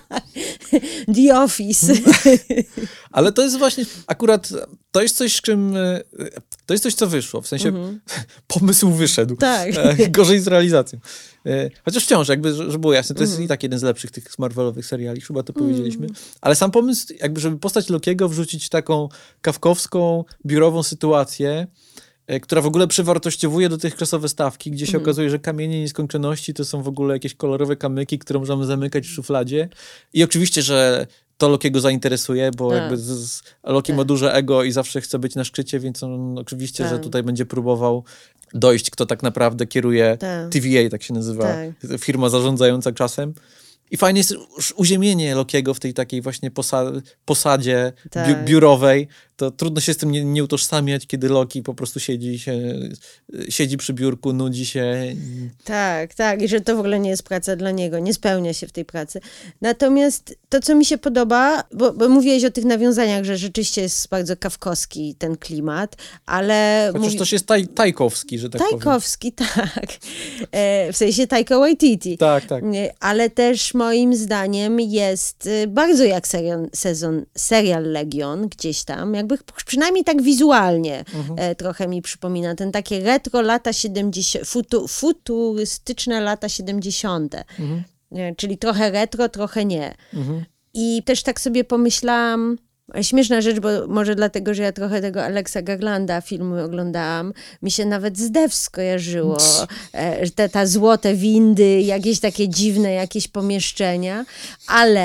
The Office. Ale to jest właśnie, akurat to jest coś, z czym, to jest coś, co wyszło, w sensie mhm. pomysł wyszedł. Tak. Gorzej z realizacją. Chociaż wciąż, jakby, żeby było jasne, to jest mm. i tak jeden z lepszych tych Marvelowych seriali, chyba to powiedzieliśmy. Mm. Ale sam pomysł, jakby, żeby postać Lokiego wrzucić w taką kawkowską, biurową sytuację, która w ogóle przewartościowuje dotychczasowe stawki, gdzie się mm. okazuje, że kamienie nieskończoności to są w ogóle jakieś kolorowe kamyki, które możemy zamykać w szufladzie. I oczywiście, że to Lokiego zainteresuje, bo tak. jakby z, z, Loki tak. ma duże ego i zawsze chce być na szczycie, więc on oczywiście, tak. że tutaj będzie próbował dojść, kto tak naprawdę kieruje tak. T V A, tak się nazywa, tak. firma zarządzająca czasem. I fajnie jest uziemienie Lokiego w tej takiej właśnie posa- posadzie tak. bi- biurowej. To trudno się z tym nie, nie utożsamiać, kiedy Loki po prostu siedzi, się, siedzi przy biurku, nudzi się. Tak, tak. I że to w ogóle nie jest praca dla niego. Nie spełnia się w tej pracy. Natomiast to, co mi się podoba, bo, bo mówiłeś o tych nawiązaniach, że rzeczywiście jest bardzo kawkowski ten klimat, ale... Chociaż mówi... też jest taj, tajkowski, że tak tajkowski, powiem. tak. E, w sensie Taika Waititi. Tak, tak. Ale też moim zdaniem jest bardzo jak serial, sezon, serial Legion gdzieś tam, jakby przynajmniej tak wizualnie mhm. e, trochę mi przypomina. Ten takie retro lata siedemdziesiąte, futu, futurystyczne lata siedemdziesiąte. Mhm. E, czyli trochę retro, trochę nie. Mhm. I też tak sobie pomyślałam, śmieszna rzecz, bo może dlatego, że ja trochę tego Alexa Garlanda filmu oglądałam, mi się nawet z Devs skojarzyło. Te, ta złote windy, jakieś takie dziwne jakieś pomieszczenia, ale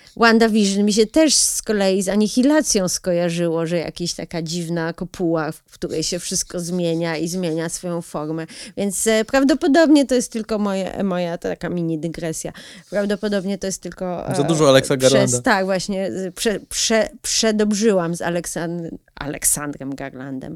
WandaVision mi się też z kolei z Anihilacją skojarzyło, że jakaś taka dziwna kopuła, w której się wszystko zmienia i zmienia swoją formę. Więc e, prawdopodobnie to jest tylko moje, moja taka mini dygresja. Prawdopodobnie to jest tylko... E, Za dużo Alexa Garlanda. Przez, tak, właśnie. Prze, prze, przedobrzyłam z Aleksand- Aleksandrem Garlandem.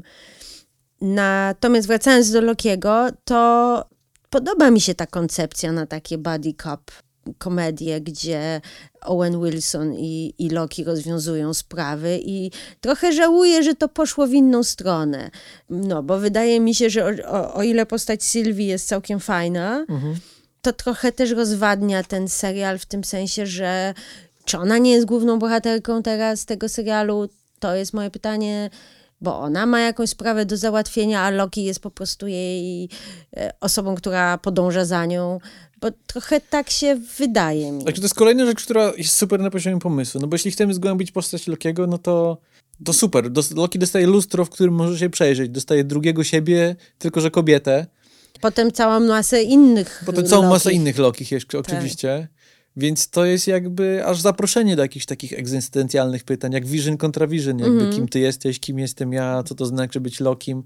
Natomiast wracając do Lokiego, to podoba mi się ta koncepcja na takie buddy cop komedie, gdzie Owen Wilson i, i Loki rozwiązują sprawy i trochę żałuję, że to poszło w inną stronę. No, bo wydaje mi się, że o, o, o ile postać Sylwii jest całkiem fajna, mhm. to trochę też rozwadnia ten serial w tym sensie, że czy ona nie jest główną bohaterką teraz tego serialu, to jest moje pytanie, bo ona ma jakąś sprawę do załatwienia, a Loki jest po prostu jej e, osobą, która podąża za nią. Bo trochę tak się wydaje mi. Znaczy, to jest kolejna rzecz, która jest super na poziomie pomysłu. No bo jeśli chcemy zgłębić postać Lokiego, no to, to super. Loki dostaje lustro, w którym może się przejrzeć. Dostaje drugiego siebie, tylko że kobietę. Potem całą masę innych Potem całą Loki. masę innych Lokich jeszcze, oczywiście. Tak. Więc to jest jakby aż zaproszenie do jakichś takich egzystencjalnych pytań, jak Vision kontra Vision, jakby mm. kim ty jesteś, kim jestem ja, co to znaczy być Lokim.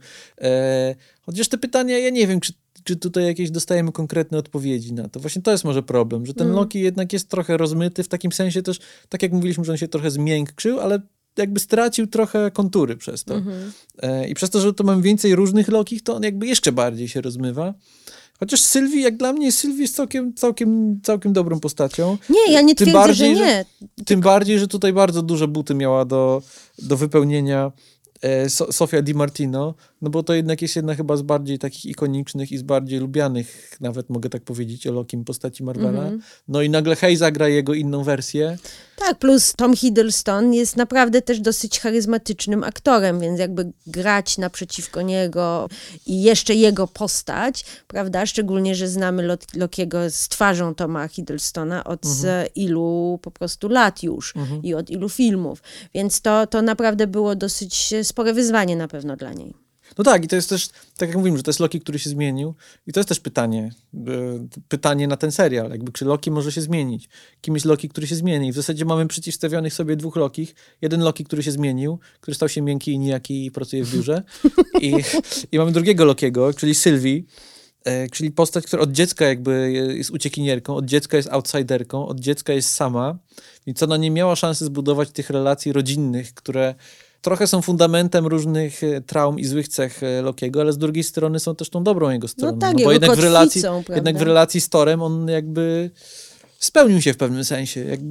E, chociaż te pytania, ja nie wiem, czy, czy tutaj jakieś dostajemy konkretne odpowiedzi na to. Właśnie to jest może problem, że ten mm. Loki jednak jest trochę rozmyty, w takim sensie też, tak jak mówiliśmy, że on się trochę zmiękczył, ale jakby stracił trochę kontury przez to. Mm-hmm. E, I przez to, że to mam więcej różnych Lokich, to on jakby jeszcze bardziej się rozmywa. Chociaż Sylwii, jak dla mnie, Sylwii jest całkiem, całkiem, całkiem dobrą postacią. Nie, ja nie tym twierdzę, bardziej, że nie. Że, tym bardziej, że tutaj bardzo duże buty miała do, do wypełnienia e, so, Sofia Di Martino, no bo to jednak jest jedna chyba z bardziej takich ikonicznych i z bardziej lubianych, nawet mogę tak powiedzieć, o Lokim postaci Marvela. Mm-hmm. No i nagle Hej zagra jego inną wersję. Tak, plus Tom Hiddleston jest naprawdę też dosyć charyzmatycznym aktorem, więc jakby grać naprzeciwko niego i jeszcze jego postać, prawda, szczególnie, że znamy Lokiego z twarzą Toma Hiddlestona od mhm. ilu po prostu lat już mhm. i od ilu filmów, więc to, to naprawdę było dosyć spore wyzwanie na pewno dla niej. No tak, i to jest też, tak jak mówimy, że to jest Loki, który się zmienił i to jest też pytanie, pytanie na ten serial, jakby czy Loki może się zmienić, kim jest Loki, który się zmieni. I w zasadzie mamy przeciwstawionych sobie dwóch Lokich, jeden Loki, który się zmienił, który stał się miękki i nijaki i pracuje w biurze i, i mamy drugiego Lokiego, czyli Sylwii, e, czyli postać, która od dziecka jakby jest uciekinierką, od dziecka jest outsiderką, od dziecka jest sama, więc ona nie miała szansy zbudować tych relacji rodzinnych, które trochę są fundamentem różnych traum i złych cech Lokiego, ale z drugiej strony są też tą dobrą jego stroną. No tak, no jego bo jednak w, relacji, prawda? jednak w relacji z Thorem on jakby spełnił się w pewnym sensie. Jak,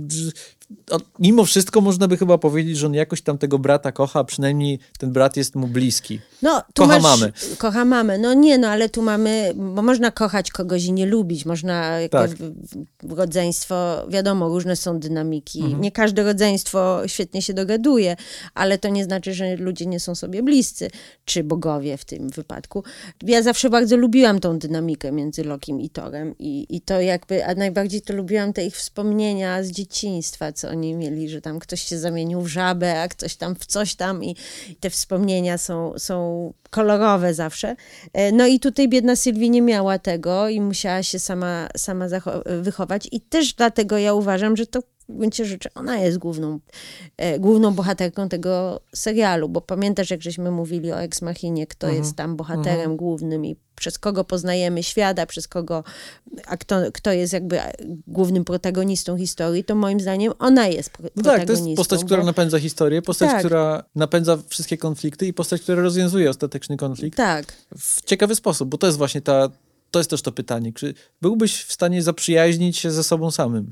mimo wszystko można by chyba powiedzieć, że on jakoś tam tego brata kocha, przynajmniej ten brat jest mu bliski. No, tu kocha masz, mamę. Kocha mamę. No nie, no ale tu mamy, bo można kochać kogoś i nie lubić. Można, tak. rodzeństwo, wiadomo, różne są dynamiki. Mhm. Nie każde rodzeństwo świetnie się dogaduje, ale to nie znaczy, że ludzie nie są sobie bliscy, czy bogowie w tym wypadku. Ja zawsze bardzo lubiłam tą dynamikę między Lokim i Thorem i, i to jakby, a najbardziej to lubiłam te ich wspomnienia z dzieciństwa, co oni mieli, że tam ktoś się zamienił w żabę, a ktoś tam w coś tam i te wspomnienia są, są kolorowe zawsze. No i tutaj biedna Sylwii nie miała tego i musiała się sama, sama zacho- wychować i też dlatego ja uważam, że to w gruncie rzeczy ona jest główną, e, główną bohaterką tego serialu, bo pamiętasz, jak żeśmy mówili o Ex Machinie, kto mhm. jest tam bohaterem mhm. głównym i przez kogo poznajemy świata, przez kogo, a kto, kto jest jakby głównym protagonistą historii, to moim zdaniem ona jest pro- no protagonistą. Tak, to jest postać, bo... która napędza historię, postać, tak. która napędza wszystkie konflikty i postać, która rozwiązuje ostateczny konflikt. Tak. W ciekawy sposób, bo to jest właśnie ta To jest też to pytanie. Czy byłbyś w stanie zaprzyjaźnić się ze sobą samym?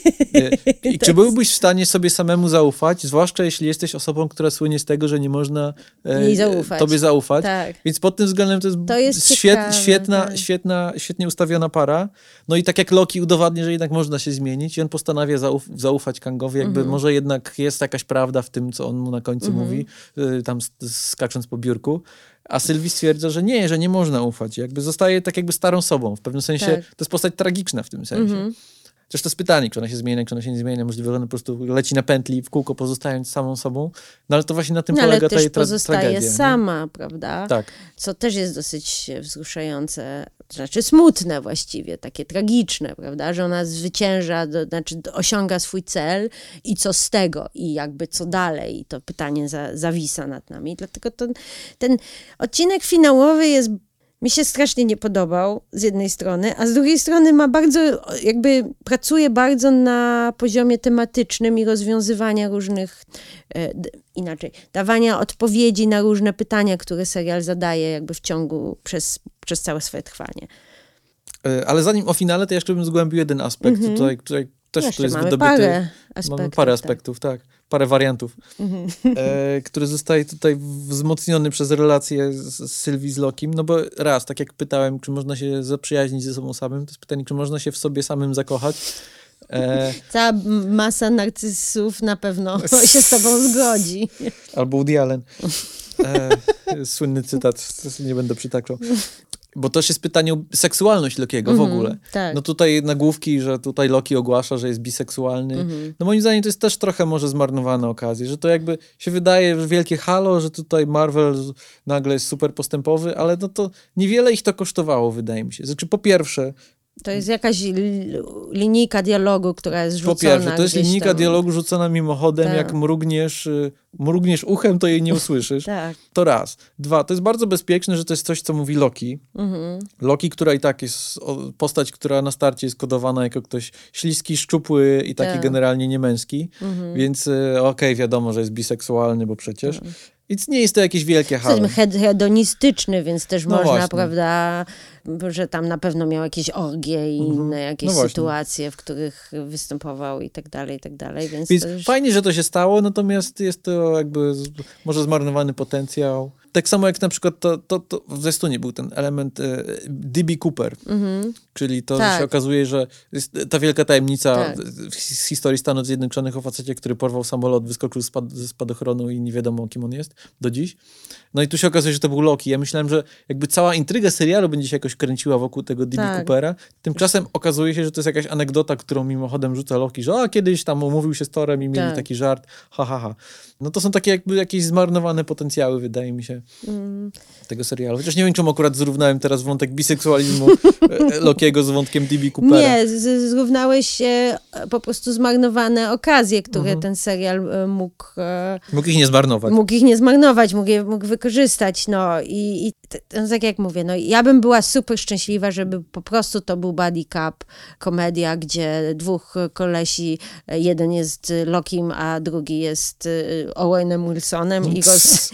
I czy byłbyś w stanie sobie samemu zaufać, zwłaszcza jeśli jesteś osobą, która słynie z tego, że nie można e, zaufać. tobie zaufać. Tak. Więc pod tym względem to jest, to jest świet, ciekawe, świetna, tak. świetna, świetnie ustawiona para. No i tak jak Loki udowadnia, że jednak można się zmienić i on postanawia zauf- zaufać Kangowi, jakby mhm. może jednak jest jakaś prawda w tym, co on mu na końcu mhm. mówi, y, tam skacząc po biurku. A Sylwii stwierdza, że nie, że nie można ufać. Jakby zostaje tak jakby starą sobą. W pewnym sensie tak. to jest postać tragiczna w tym sensie. Mm-hmm. Chociaż to jest pytanie, czy ona się zmienia, czy ona się nie zmienia. Możliwe, że ona po prostu leci na pętli w kółko, pozostając samą sobą. No ale to właśnie na tym no, polega ale też ta tra- pozostaje tragedia. sama, nie? prawda? Tak. Co też jest dosyć wzruszające, znaczy smutne właściwie, takie tragiczne, prawda? Że ona zwycięża, do, znaczy osiąga swój cel i co z tego? I jakby co dalej? I to pytanie za, zawisa nad nami. Dlatego to, ten odcinek finałowy jest mi się strasznie nie podobał z jednej strony, a z drugiej strony ma bardzo, jakby pracuje bardzo na poziomie tematycznym i rozwiązywania różnych, e, d, inaczej, dawania odpowiedzi na różne pytania, które serial zadaje jakby w ciągu, przez, przez całe swoje trwanie. Ale zanim o finale, to jeszcze bym zgłębił jeden aspekt, mm-hmm. tutaj, tutaj też Jeszcze to jest mamy wydobyty. Parę aspektów, mamy parę aspektów, tak. tak. Parę wariantów, mm-hmm. e, który zostaje tutaj wzmocniony przez relację z, z Sylwii z Lokim, no bo raz, tak jak pytałem, czy można się zaprzyjaźnić ze sobą samym, to jest pytanie, czy można się w sobie samym zakochać. E... Cała masa narcysów na pewno się z tobą zgodzi. Albo Woody Allen. E, słynny cytat, nie będę przytaczał. Bo też jest pytanie o seksualność Lokiego mm-hmm, w ogóle. Tak. No tutaj nagłówki, że tutaj Loki ogłasza, że jest biseksualny. Mm-hmm. No moim zdaniem to jest też trochę może zmarnowana okazja, że to jakby się wydaje, że wielkie halo, że tutaj Marvel nagle jest super postępowy, ale no to niewiele ich to kosztowało, wydaje mi się. Znaczy po pierwsze, to jest jakaś li- linijka dialogu, która jest rzucona. Po pierwsze, to jest linijka tam. dialogu rzucona mimochodem, tak. Jak mrugniesz, mrugniesz uchem, to jej nie usłyszysz. Tak. To raz. Dwa, to jest bardzo bezpieczne, że to jest coś, co mówi Loki. Mhm. Loki, która i tak jest postać, która na starcie jest kodowana jako ktoś śliski, szczupły i taki tak. generalnie niemęski. Mhm. Więc okej, okay, wiadomo, że jest biseksualny, bo przecież... Mhm. Więc nie jest to jakieś wielkie halo. Jest hedonistyczny, więc też no można, właśnie. Prawda, że tam na pewno miał jakieś orgie i mhm. inne jakieś no sytuacje, w których występował i tak dalej, i tak dalej. Więc, więc już... fajnie, że to się stało, natomiast jest to jakby może zmarnowany potencjał. Tak samo jak na przykład to, to, to w Zwiastunie był ten element e, D B Cooper, mhm. czyli to, tak. że się okazuje, że jest ta wielka tajemnica tak. z historii Stanów Zjednoczonych o facecie, który porwał samolot, wyskoczył spad, ze spadochronu i nie wiadomo, kim on jest do dziś. No i tu się okazuje, że to był Loki. Ja myślałem, że jakby cała intryga serialu będzie się jakoś kręciła wokół tego D B tak. Coopera. Tymczasem okazuje się, że to jest jakaś anegdota, którą mimochodem rzuca Loki, że a, kiedyś tam umówił się z Thorem i mieli tak. taki żart. Ha, ha, ha. No to są takie jakby jakieś zmarnowane potencjały, wydaje mi się, mm. tego serialu. Chociaż nie wiem, czemu akurat zrównałem teraz wątek biseksualizmu Lokiego z wątkiem D B Coopera. Nie, z- zrównałeś e, po prostu zmarnowane okazje, które mhm. ten serial e, mógł... E, mógł ich nie zmarnować. Mógł ich nie zmarnować, mógł, je, mógł wykorzystać, no i, i t- t- tak jak mówię, no ja bym była super szczęśliwa, żeby po prostu to był buddy cop, komedia, gdzie dwóch kolesi, jeden jest Lokim, a drugi jest Owenem Wilsonem i, roz,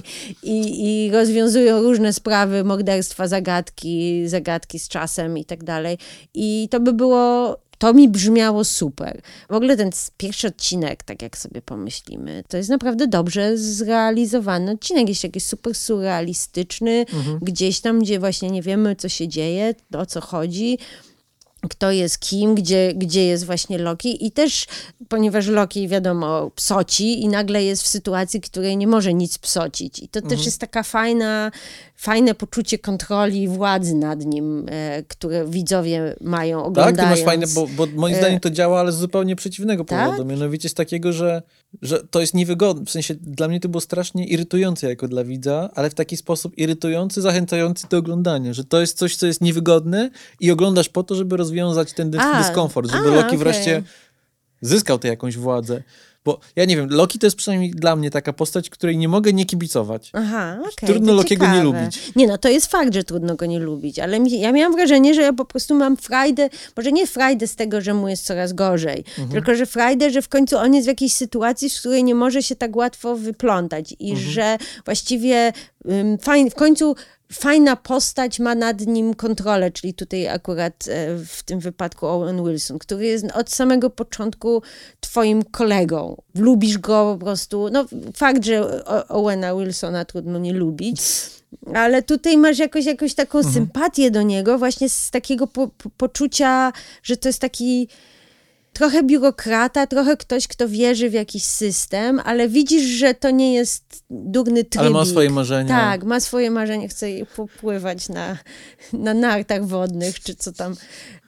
i, i rozwiązują różne sprawy, morderstwa, zagadki, zagadki z czasem i tak dalej. I to by było, to mi brzmiało super. W ogóle ten pierwszy odcinek, tak jak sobie pomyślimy, to jest naprawdę dobrze zrealizowany odcinek. Jest jakiś super surrealistyczny, mhm. gdzieś tam, gdzie właśnie nie wiemy, co się dzieje, o co chodzi. Kto jest kim, gdzie, gdzie jest właśnie Loki i też, ponieważ Loki, wiadomo, psoci i nagle jest w sytuacji, której nie może nic psocić i to mhm. też jest taka fajna, fajne poczucie kontroli i władzy nad nim, e, które widzowie mają oglądając. Tak, ty masz fajne, bo, bo moim zdaniem to działa, ale z zupełnie przeciwnego tak? powodu, mianowicie z takiego, że, że to jest niewygodne, w sensie dla mnie to było strasznie irytujące jako dla widza, ale w taki sposób irytujący, zachęcający do oglądania, że to jest coś, co jest niewygodne i oglądasz po to, żeby rozwiązać ten dys- a, dyskomfort, żeby a, Loki okay. wreszcie zyskał tę jakąś władzę. Bo ja nie wiem, Loki to jest przynajmniej dla mnie taka postać, której nie mogę nie kibicować. Aha, okay, trudno Lokiego nie lubić. Nie no, to jest fakt, że trudno go nie lubić, ale mi, ja miałam wrażenie, że ja po prostu mam frajdę, może nie frajdę z tego, że mu jest coraz gorzej, mhm. tylko że frajdę, że w końcu on jest w jakiejś sytuacji, z której nie może się tak łatwo wyplątać i mhm. że właściwie um, fajn, w końcu fajna postać ma nad nim kontrolę, czyli tutaj akurat w tym wypadku Owen Wilson, który jest od samego początku twoim kolegą. Lubisz go po prostu, no fakt, że Owena Wilsona trudno nie lubić, ale tutaj masz jakoś, jakąś taką mhm. sympatię do niego właśnie z takiego po, po, poczucia, że to jest taki trochę biurokrata, trochę ktoś, kto wierzy w jakiś system, ale widzisz, że to nie jest durny trybik. Ale ma swoje marzenia. Tak, ma swoje marzenia, chce popływać na, na nartach wodnych, czy co tam.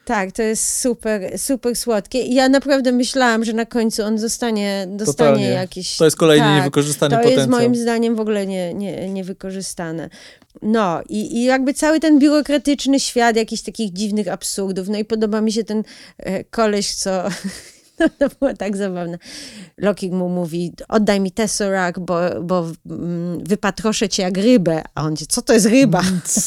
Tak, to jest super, super słodkie. I ja naprawdę myślałam, że na końcu on zostanie, dostanie Totalnie. jakiś... To jest kolejny tak, niewykorzystany to potencjał. jest moim zdaniem w ogóle nie, nie, niewykorzystane. No i, i jakby cały ten biurokratyczny świat jakichś takich dziwnych absurdów. No i podoba mi się ten e, koleś, co... No, to było tak zabawne. Loki mu mówi, oddaj mi Tesseract, bo, bo mm, wypatroszę cię jak rybę. A on mówi, co to jest ryba?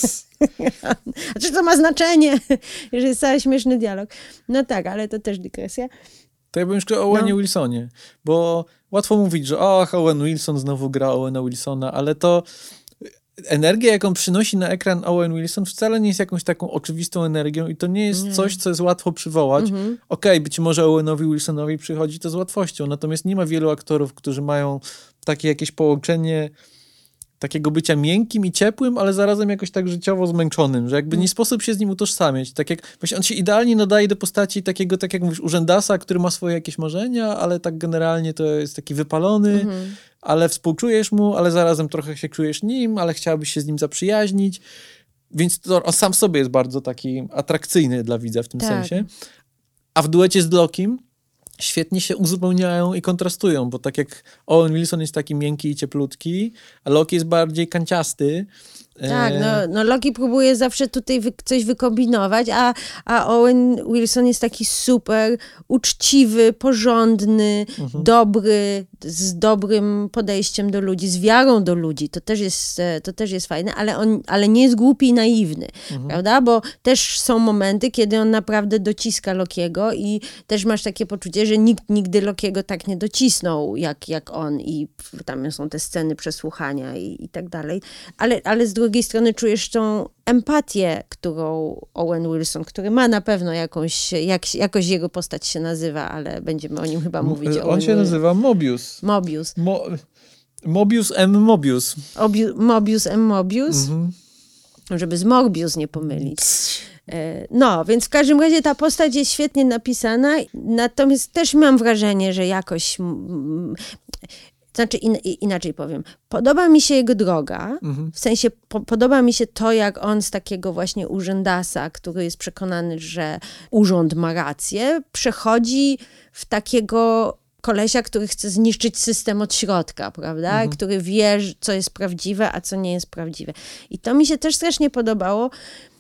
A czy to ma znaczenie? Że jest cały śmieszny dialog. No tak, ale to też dygresja. To ja bym jeszcze o Owenie No. Wilsonie, bo łatwo mówić, że ach, Owen Wilson znowu gra Owena Wilsona, ale to energia, jaką przynosi na ekran Owen Wilson, wcale nie jest jakąś taką oczywistą energią i to nie jest Nie. coś, co jest łatwo przywołać. Mhm. Okej, okay, być może Owenowi Wilsonowi przychodzi to z łatwością, natomiast nie ma wielu aktorów, którzy mają takie jakieś połączenie takiego bycia miękkim i ciepłym, ale zarazem jakoś tak życiowo zmęczonym, że jakby nie sposób się z nim utożsamiać. Tak jak, właśnie on się idealnie nadaje do postaci takiego, tak jak mówisz, urzędasa, który ma swoje jakieś marzenia, ale tak generalnie to jest taki wypalony, Mhm. ale współczujesz mu, ale zarazem trochę się czujesz nim, ale chciałabyś się z nim zaprzyjaźnić. Więc to on sam w sobie jest bardzo taki atrakcyjny dla widza w tym Tak. sensie. A w duecie z Lokim świetnie się uzupełniają i kontrastują, bo tak jak Owen Wilson jest taki miękki i cieplutki, a Loki jest bardziej kanciasty. Tak, no, no Loki próbuje zawsze tutaj wy, coś wykombinować, a, a Owen Wilson jest taki super uczciwy, porządny, Mhm. dobry, z dobrym podejściem do ludzi, z wiarą do ludzi. To też jest, to też jest fajne, ale on ale nie jest głupi i naiwny, Mhm. prawda? Bo też są momenty, kiedy on naprawdę dociska Lokiego i też masz takie poczucie, że nikt nigdy Lokiego tak nie docisnął jak, jak on i tam są te sceny przesłuchania i, i tak dalej. Ale, ale z drugiej strony czujesz tą empatię, którą Owen Wilson, który ma na pewno jakąś, jak, jakoś jego postać się nazywa, ale będziemy o nim chyba mówić. On Owen się Wilson. nazywa Mobius. Mobius. Mo Mobius M. Mobius. Obiu Mobius M. Mobius, Mhm. żeby z Morbius nie pomylić. No, więc w każdym razie ta postać jest świetnie napisana, natomiast też mam wrażenie, że jakoś... Znaczy in, inaczej powiem. Podoba mi się jego droga, Mhm. w sensie po, podoba mi się to, jak on z takiego właśnie urzędasa, który jest przekonany, że urząd ma rację, przechodzi w takiego kolesia, który chce zniszczyć system od środka, prawda? Mhm. Który wie, co jest prawdziwe, a co nie jest prawdziwe. I to mi się też strasznie podobało,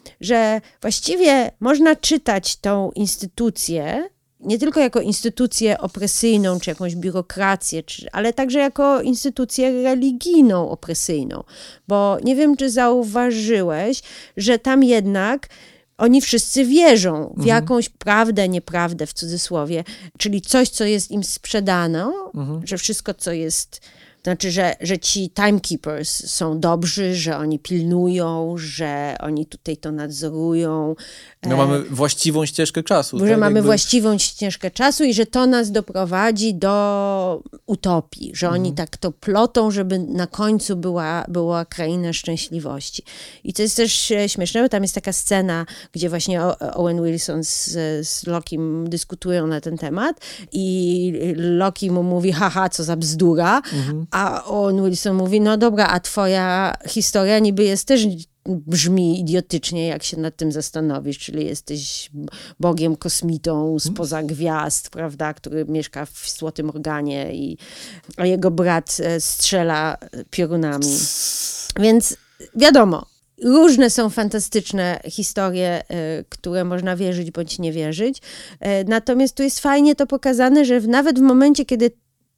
że właściwie można czytać tą instytucję nie tylko jako instytucję opresyjną, czy jakąś biurokrację, czy, ale także jako instytucję religijną opresyjną. Bo nie wiem, czy zauważyłeś, że tam jednak oni wszyscy wierzą w Mhm. jakąś prawdę, nieprawdę w cudzysłowie, czyli coś, co jest im sprzedano, Mhm. że wszystko, co jest... Znaczy, że, że ci timekeepers są dobrzy, że oni pilnują, że oni tutaj to nadzorują. No, mamy właściwą ścieżkę czasu. Że tak? mamy Jakby... właściwą ścieżkę czasu i że to nas doprowadzi do utopii, że oni Mhm. tak to plotą, żeby na końcu była, była kraina szczęśliwości. I to jest też śmieszne, bo tam jest taka scena, gdzie właśnie Owen Wilson z, z Lokim dyskutują na ten temat i Loki mu mówi, haha, co za bzdura, Mhm. a Owen Wilson mówi, no dobra, a twoja historia niby jest też, brzmi idiotycznie, jak się nad tym zastanowisz, czyli jesteś bogiem kosmitą spoza gwiazd, prawda, który mieszka w Złotym Organie, i, a jego brat strzela piorunami. Więc wiadomo, różne są fantastyczne historie, które można wierzyć bądź nie wierzyć. Natomiast tu jest fajnie to pokazane, że nawet w momencie, kiedy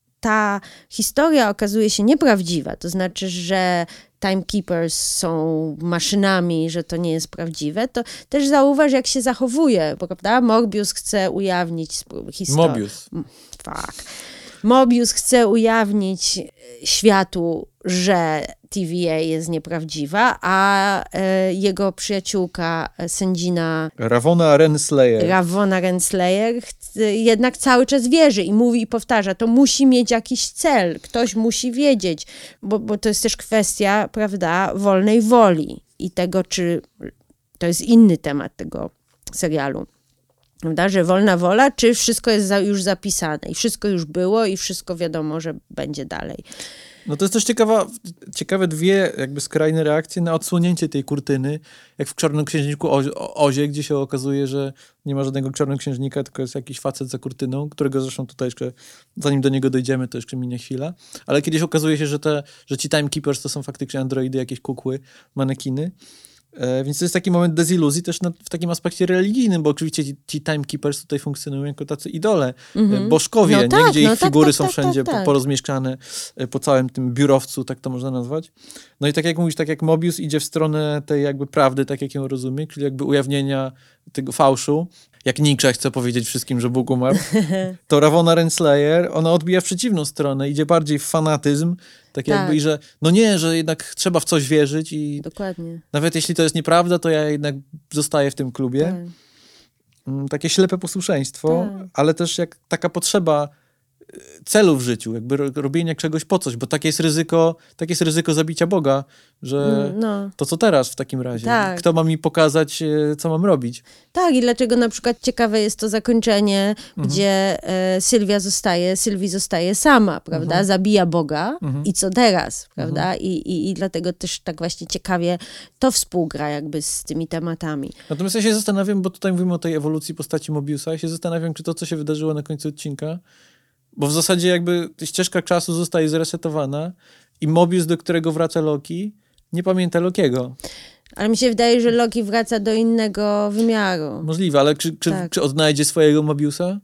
ta historia okazuje się nieprawdziwa, to znaczy, że timekeepers są maszynami, że to nie jest prawdziwe, to też zauważ, jak się zachowuje, prawda? Morbius chce ujawnić historię. Mobius. Fuck. Mobius chce ujawnić światu, że T V A jest nieprawdziwa, a e, jego przyjaciółka, sędzina Ravonna Renslayer. Ravonna Renslayer jednak cały czas wierzy i mówi i powtarza, to musi mieć jakiś cel, ktoś musi wiedzieć, bo, bo to jest też kwestia, prawda, wolnej woli i tego, czy to jest inny temat tego serialu. Prawda, że wolna wola, czy wszystko jest za, już zapisane i wszystko już było i wszystko wiadomo, że będzie dalej. No to jest też ciekawa, ciekawe dwie jakby skrajne reakcje na odsłonięcie tej kurtyny, jak w Czarnoksiężniku Ozie, Ozie, gdzie się okazuje, że nie ma żadnego czarnoksiężnika, tylko jest jakiś facet za kurtyną, którego zresztą tutaj jeszcze, zanim do niego dojdziemy, to jeszcze minie chwila. Ale kiedyś okazuje się, że, te, że ci timekeepers to są faktycznie androidy, jakieś kukły, manekiny. E, więc to jest taki moment deziluzji też na, w takim aspekcie religijnym, bo oczywiście ci, ci timekeepers tutaj funkcjonują jako tacy idole, mm-hmm. bożkowie, no nie? Tak, Gdzie no ich tak, figury tak, są tak, wszędzie tak, tak. porozmieszkane po całym tym biurowcu, tak to można nazwać. No i tak jak mówisz, tak jak Mobius idzie w stronę tej jakby prawdy, tak jak ją rozumie, czyli jakby ujawnienia tego fałszu, jak Nietzsche chce powiedzieć wszystkim, że Bóg umarł, to Ravonna Renslayer, ona odbija w przeciwną stronę, idzie bardziej w fanatyzm, tak jakby, Tak. i że no nie, że jednak trzeba w coś wierzyć i Dokładnie. nawet jeśli to jest nieprawda, to ja jednak zostaję w tym klubie. Tak. Takie ślepe posłuszeństwo, Tak. ale też jak taka potrzeba celu w życiu, jakby robienia czegoś po coś, bo takie jest ryzyko, takie jest ryzyko zabicia Boga, że no. to co teraz w takim razie? Tak. Kto ma mi pokazać, co mam robić? Tak, i dlaczego na przykład ciekawe jest to zakończenie, mhm. gdzie e, Sylwia zostaje, Sylwii zostaje sama, prawda? Mhm. Zabija Boga mhm. i co teraz, prawda? Mhm. I, i, I dlatego też tak właśnie ciekawie to współgra jakby z tymi tematami. Natomiast ja się zastanawiam, bo tutaj mówimy o tej ewolucji postaci Mobiusa, ja się zastanawiam, czy to, co się wydarzyło na końcu odcinka, bo w zasadzie jakby ścieżka czasu zostaje zresetowana i Mobius, do którego wraca Loki, nie pamięta Lokiego. Ale mi się wydaje, że Loki wraca do innego wymiaru. Możliwe, ale czy, czy, tak. czy odnajdzie swojego Mobiusa?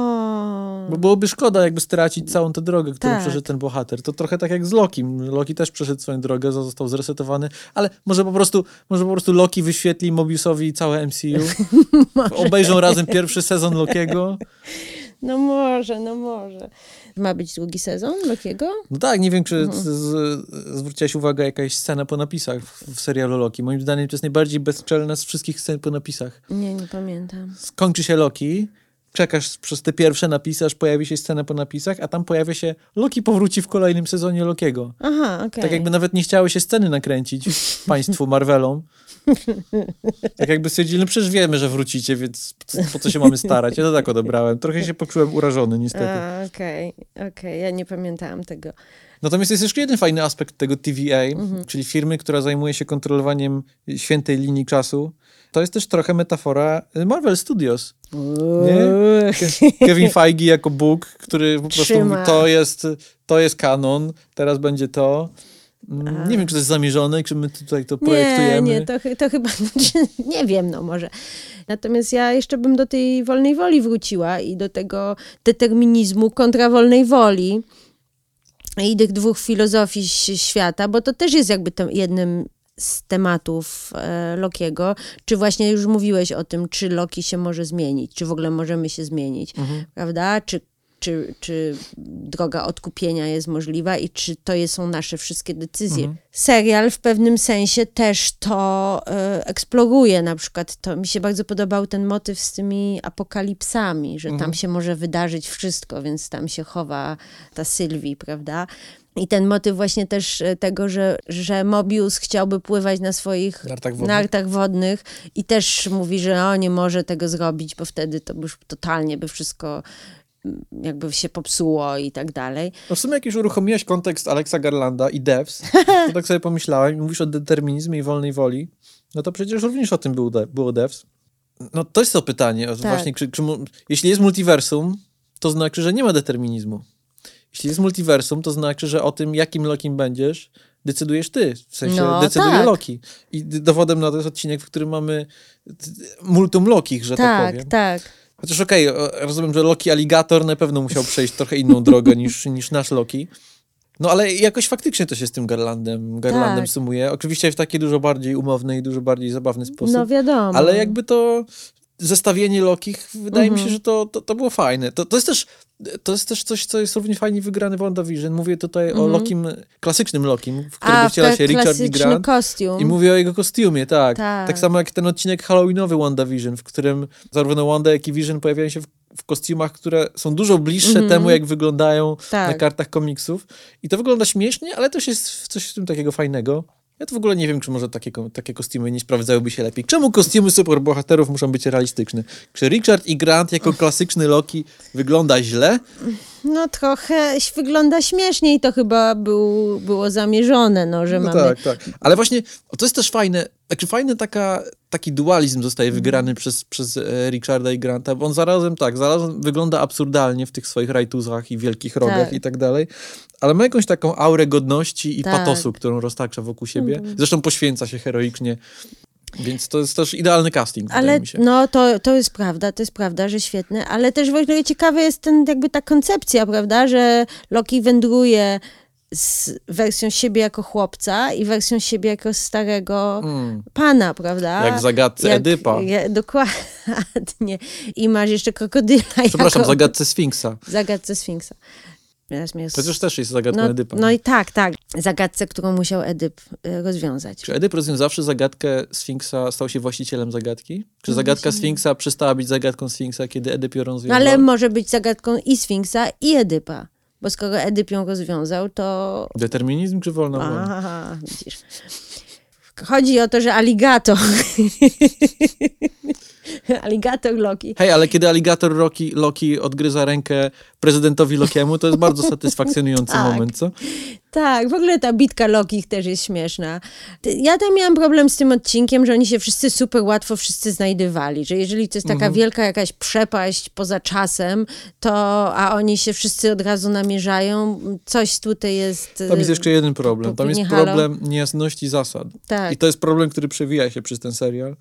O. Bo byłoby szkoda jakby stracić całą tę drogę, którą tak. przeszedł ten bohater. To trochę tak jak z Lokim. Loki też przeszedł swoją drogę, został zresetowany, ale może po prostu, może po prostu Loki wyświetli Mobiusowi całe M C U. Obejrzą razem pierwszy sezon Lokiego. No może, no może. Ma być drugi sezon Lokiego? No tak, nie wiem, czy mhm. z, z, zwróciłaś uwagę jakaś scena po napisach w, w serialu Loki. Moim zdaniem to jest najbardziej bezczelna z wszystkich scen po napisach. Nie, nie pamiętam. Skończy się Loki, czekasz przez te pierwsze napisy, aż pojawi się scena po napisach, a tam pojawia się Loki powróci w kolejnym sezonie Lokiego. Aha, okej. Okay. Tak jakby nawet nie chciały się sceny nakręcić państwu Marvelom. Tak jakby stwierdzili, no przecież wiemy, że wrócicie, więc po co się mamy starać? Ja to tak odebrałem. Trochę się poczułem urażony, niestety. Okej, okej, okay. Ja nie pamiętałam tego. Natomiast jest jeszcze jeden fajny aspekt tego T V A, mhm. czyli firmy, która zajmuje się kontrolowaniem świętej linii czasu. To jest też trochę metafora Marvel Studios. Nie? Kevin Feige jako Bóg, który po prostu mówi, to jest, to jest kanon, teraz będzie to. A. Nie wiem, czy to jest zamierzone, czy my tutaj to projektujemy. Nie, nie, to, to chyba, nie wiem, no może. Natomiast ja jeszcze bym do tej wolnej woli wróciła i do tego determinizmu kontra wolnej woli i tych dwóch filozofii świata, bo to też jest jakby tym jednym z tematów e, Lokiego. Czy właśnie już mówiłeś o tym, czy Loki się może zmienić, czy w ogóle możemy się zmienić, mhm. prawda? Czy Czy, czy droga odkupienia jest możliwa i czy to są nasze wszystkie decyzje. Mhm. Serial w pewnym sensie też to y, eksploruje. Na przykład to mi się bardzo podobał ten motyw z tymi apokalipsami, że mhm. tam się może wydarzyć wszystko, więc tam się chowa ta Sylwii, prawda? I ten motyw właśnie też tego, że, że Mobius chciałby pływać na swoich nartach wodnych. nartach wodnych i też mówi, że o, nie może tego zrobić, bo wtedy to już totalnie by wszystko jakby się popsuło i tak dalej. No w sumie jak już uruchomiłeś kontekst Alexa Garlanda i Devs, to tak sobie pomyślałem, mówisz o determinizmie i wolnej woli, no to przecież również o tym było, było Devs. No to jest to pytanie, tak. właśnie, czy, czy, jeśli jest multiversum, to znaczy, że nie ma determinizmu. Jeśli jest multiversum, to znaczy, że o tym, jakim Lokim będziesz, decydujesz ty. W sensie no, decyduje tak. Loki. I dowodem na to jest odcinek, w którym mamy multum Lokich, że tak, tak powiem. Tak, tak. Chociaż okej, okay, rozumiem, że Loki Alligator na pewno musiał przejść trochę inną drogę niż, niż nasz Loki. No ale jakoś faktycznie to się z tym Garlandem, Garlandem tak. sumuje. Oczywiście w taki dużo bardziej umowny i dużo bardziej zabawny sposób. No wiadomo. Ale jakby to zestawienie Lokich, wydaje mhm. mi się, że to, to, to było fajne. To, to, jest też, to jest też coś, co jest równie fajnie wygrane w WandaVision. Mówię tutaj mhm. o Lokim, klasycznym Lokim, w którym A, wciela się Richard E. Grant. Kostium. I mówię o jego kostiumie, tak. tak. Tak samo jak ten odcinek Halloweenowy WandaVision, w którym zarówno Wanda, jak i Vision pojawiają się w, w kostiumach, które są dużo bliższe mhm. temu, jak wyglądają tak. na kartach komiksów. I to wygląda śmiesznie, ale też jest coś w tym takiego fajnego. Ja to w ogóle nie wiem, czy może takie, takie kostiumy nie sprawdzałyby się lepiej. Czemu kostiumy superbohaterów muszą być realistyczne? Czy Richard E. Grant jako klasyczny Loki wygląda źle? No trochę wygląda śmiesznie i to chyba był, było zamierzone, no, że no mamy... Tak, tak. Ale właśnie to jest też fajne, znaczy fajny taka, taki dualizm zostaje wygrany mm. przez, przez Richarda i Granta, bo on zarazem tak, zarazem wygląda absurdalnie w tych swoich rajtuzach i wielkich rogach tak. i tak dalej, ale ma jakąś taką aurę godności i tak. patosu, którą roztacza wokół siebie. Mm. Zresztą poświęca się heroicznie. Więc to jest też idealny casting, ale, wydaje mi się. No, to, to jest prawda, to jest prawda, że świetne, ale też w ogóle ciekawa jest ten, jakby ta koncepcja, prawda, że Loki wędruje z wersją siebie jako chłopca i wersją siebie jako starego mm. pana, prawda? Jak w zagadce Jak, Edypa. Je, dokładnie. I masz jeszcze krokodyla. Przepraszam, jako... zagadce Sfinksa. Zagadce Sfinksa. To też też jest zagadka no, Edypa. No i tak, tak. Zagadce, którą musiał Edyp rozwiązać. Czy Edyp rozwiązawszy zagadkę Sfinksa stał się właścicielem zagadki? Czy no zagadka właśnie. Sfinksa przestała być zagadką Sfinksa, kiedy Edyp ją rozwiązał? No ale może być zagadką i Sfinksa, i Edypa. Bo skoro Edyp ją rozwiązał, to... Determinizm czy wolna wola? Aha, widzisz. Chodzi o to, że aligator... Aligator Loki. Hej, ale kiedy aligator Loki, Loki odgryza rękę prezydentowi Lokiemu, to jest bardzo satysfakcjonujący tak, moment, co? Tak, w ogóle ta bitka Lokich też jest śmieszna. Ja tam miałam problem z tym odcinkiem, że oni się wszyscy super łatwo wszyscy znajdywali, że jeżeli to jest taka mhm. wielka jakaś przepaść poza czasem, to a oni się wszyscy od razu namierzają, coś tutaj jest... Tam jest jeszcze jeden problem, tam jest problem niejasności zasad. Tak. I to jest problem, który przewija się przez ten serial.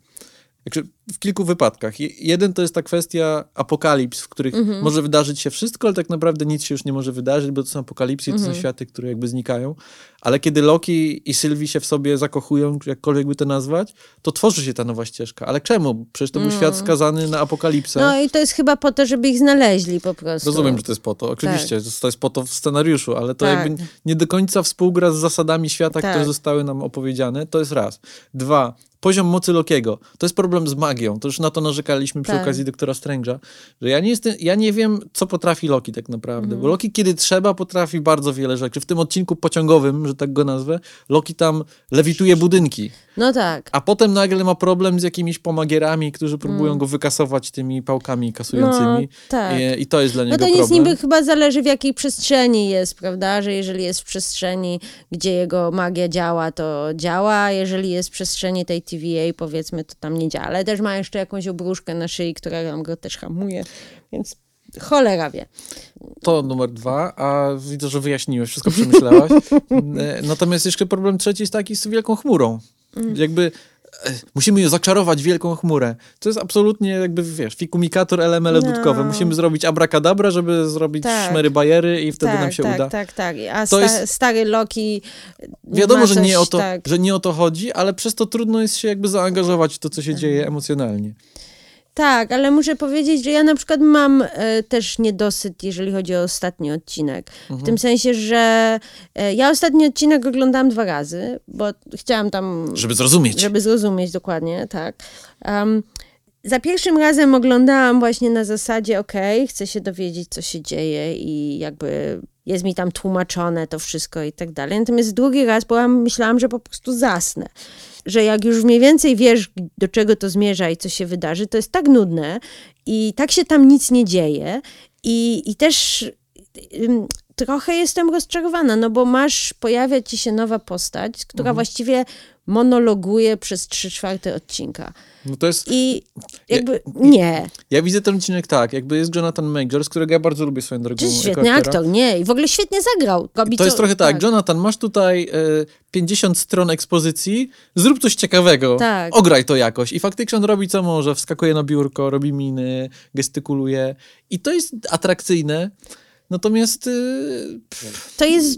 W kilku wypadkach. Jeden to jest ta kwestia apokalips, w których mm-hmm. może wydarzyć się wszystko, ale tak naprawdę nic się już nie może wydarzyć, bo to są apokalipsy i to mm-hmm. są światy, które jakby znikają. Ale kiedy Loki i Sylwii się w sobie zakochują, jakkolwiek by to nazwać, to tworzy się ta nowa ścieżka. Ale czemu? Przecież to był mm. świat skazany na apokalipsę. No i to jest chyba po to, żeby ich znaleźli po prostu. Rozumiem, że to jest po to. Oczywiście, tak. to jest po to w scenariuszu, ale to tak. jakby nie do końca współgra z zasadami świata, tak. które zostały nam opowiedziane. To jest raz. Dwa. Poziom mocy Lokiego. To jest problem z magią. To już na to narzekaliśmy przy tak. okazji Doktora Strange'a, że ja nie jestem, ja nie wiem, co potrafi Loki tak naprawdę. Mm. Bo Loki, kiedy trzeba, potrafi bardzo wiele rzeczy. W tym odcinku pociągowym, że tak go nazwę, Loki tam lewituje budynki. No tak. A potem nagle ma problem z jakimiś pomagierami, którzy próbują mm. go wykasować tymi pałkami kasującymi. No, tak. I, I to jest dla niego problem. No to nic niby chyba zależy, w jakiej przestrzeni jest, prawda? Że jeżeli jest w przestrzeni, gdzie jego magia działa, to działa. A jeżeli jest w przestrzeni tej T V A, powiedzmy, to tam nie działa. Ale też ma jeszcze jakąś obruszkę na szyi, która tam go też hamuje. Więc cholera wie. To numer dwa, a widzę, że wyjaśniłeś, wszystko przemyślałaś. Natomiast jeszcze problem trzeci jest taki z wielką chmurą. Mm. Jakby musimy je zaczarować wielką chmurę. To jest absolutnie jakby, wiesz, fikumikator L M L ludkowe. No. Musimy zrobić abracadabra, żeby zrobić tak. szmery bajery i wtedy tak, nam się tak, uda. Tak, tak, tak. A sta- jest... stary Loki Wiadomo, że, coś, nie o to, tak. że nie o to chodzi, ale przez to trudno jest się jakby zaangażować w to, co się tak. dzieje emocjonalnie. Tak, ale muszę powiedzieć, że ja na przykład mam e, też niedosyt, jeżeli chodzi o ostatni odcinek. Mhm. W tym sensie, że e, ja ostatni odcinek oglądałam dwa razy, bo chciałam tam... Żeby zrozumieć. Żeby zrozumieć, dokładnie, tak. Um, za pierwszym razem oglądałam właśnie na zasadzie, okej, okay, chcę się dowiedzieć, co się dzieje i jakby jest mi tam tłumaczone to wszystko i tak dalej. Natomiast drugi raz byłam, myślałam, że po prostu zasnę. Że jak już mniej więcej wiesz, do czego to zmierza i co się wydarzy, to jest tak nudne i tak się tam nic nie dzieje i, i też ym, trochę jestem rozczarowana, no bo masz, pojawia ci się nowa postać, która mhm. właściwie monologuje przez trzy czwarte odcinka. No to jest... I jakby ja, nie. Ja widzę ten odcinek tak, jakby jest Jonathan Majors, którego ja bardzo lubię swoją drogą. To jest świetny aktor, nie. I w ogóle świetnie zagrał. Robi to jest co, trochę tak, tak, Jonathan, masz tutaj y, pięćdziesiąt stron ekspozycji, zrób coś ciekawego, tak. ograj to jakoś. I faktycznie on robi co może, wskakuje na biurko, robi miny, gestykuluje. I to jest atrakcyjne. Natomiast... Y, to jest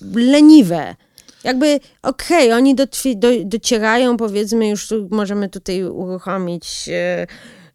leniwe. Jakby, okej, okay, oni do, do, docierają, powiedzmy, już tu możemy tutaj uruchomić e,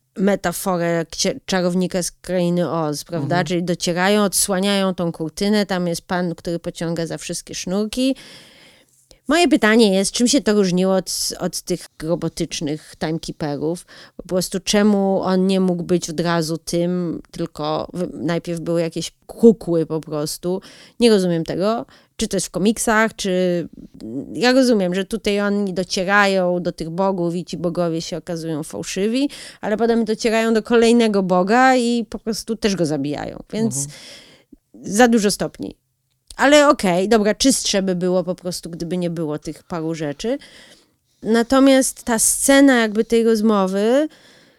metaforę czarownika z krainy Oz, prawda? Mhm. Czyli docierają, odsłaniają tą kurtynę, tam jest pan, który pociąga za wszystkie sznurki. Moje pytanie jest, czym się to różniło od, od tych robotycznych timekeeperów? Po prostu czemu on nie mógł być od razu tym, tylko najpierw były jakieś kukły po prostu. Nie rozumiem tego. Czy to jest w komiksach, czy... Ja rozumiem, że tutaj oni docierają do tych bogów i ci bogowie się okazują fałszywi, ale potem docierają do kolejnego boga i po prostu też go zabijają. Więc mhm. za dużo stopni. Ale okej, okay, dobra, czystsze by było po prostu, gdyby nie było tych paru rzeczy. Natomiast ta scena jakby tej rozmowy,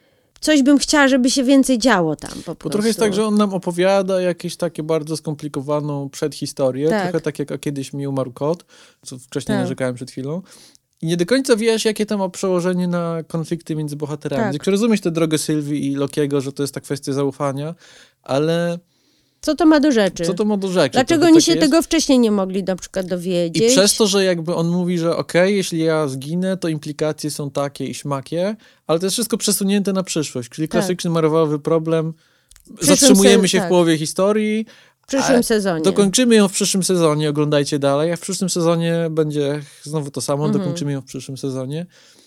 coś bym chciała, żeby się więcej działo tam po prostu. Bo trochę jest tak, że on nam opowiada jakieś takie bardzo skomplikowaną przedhistorię, tak. Trochę tak jak kiedyś mi umarł kot, co wcześniej tak. narzekałem przed chwilą. I nie do końca wiesz, jakie to ma przełożenie na konflikty między bohaterami. Tak. Rozumiesz tę drogę Sylwii i Lokiego, że to jest ta kwestia zaufania, ale... Co to ma do rzeczy? Co to ma do rzeczy? Dlaczego oni się jest? tego wcześniej nie mogli na przykład dowiedzieć? I przez to, że jakby on mówi, że okej, okay, jeśli ja zginę, to implikacje są takie i śmakie, ale to jest wszystko przesunięte na przyszłość, czyli tak. klasyczny Marvelowy problem. Zatrzymujemy se- się tak. w połowie historii. W przyszłym sezonie. Dokończymy ją w przyszłym sezonie, oglądajcie dalej, a w przyszłym sezonie będzie znowu to samo, mhm. dokończymy ją w przyszłym sezonie.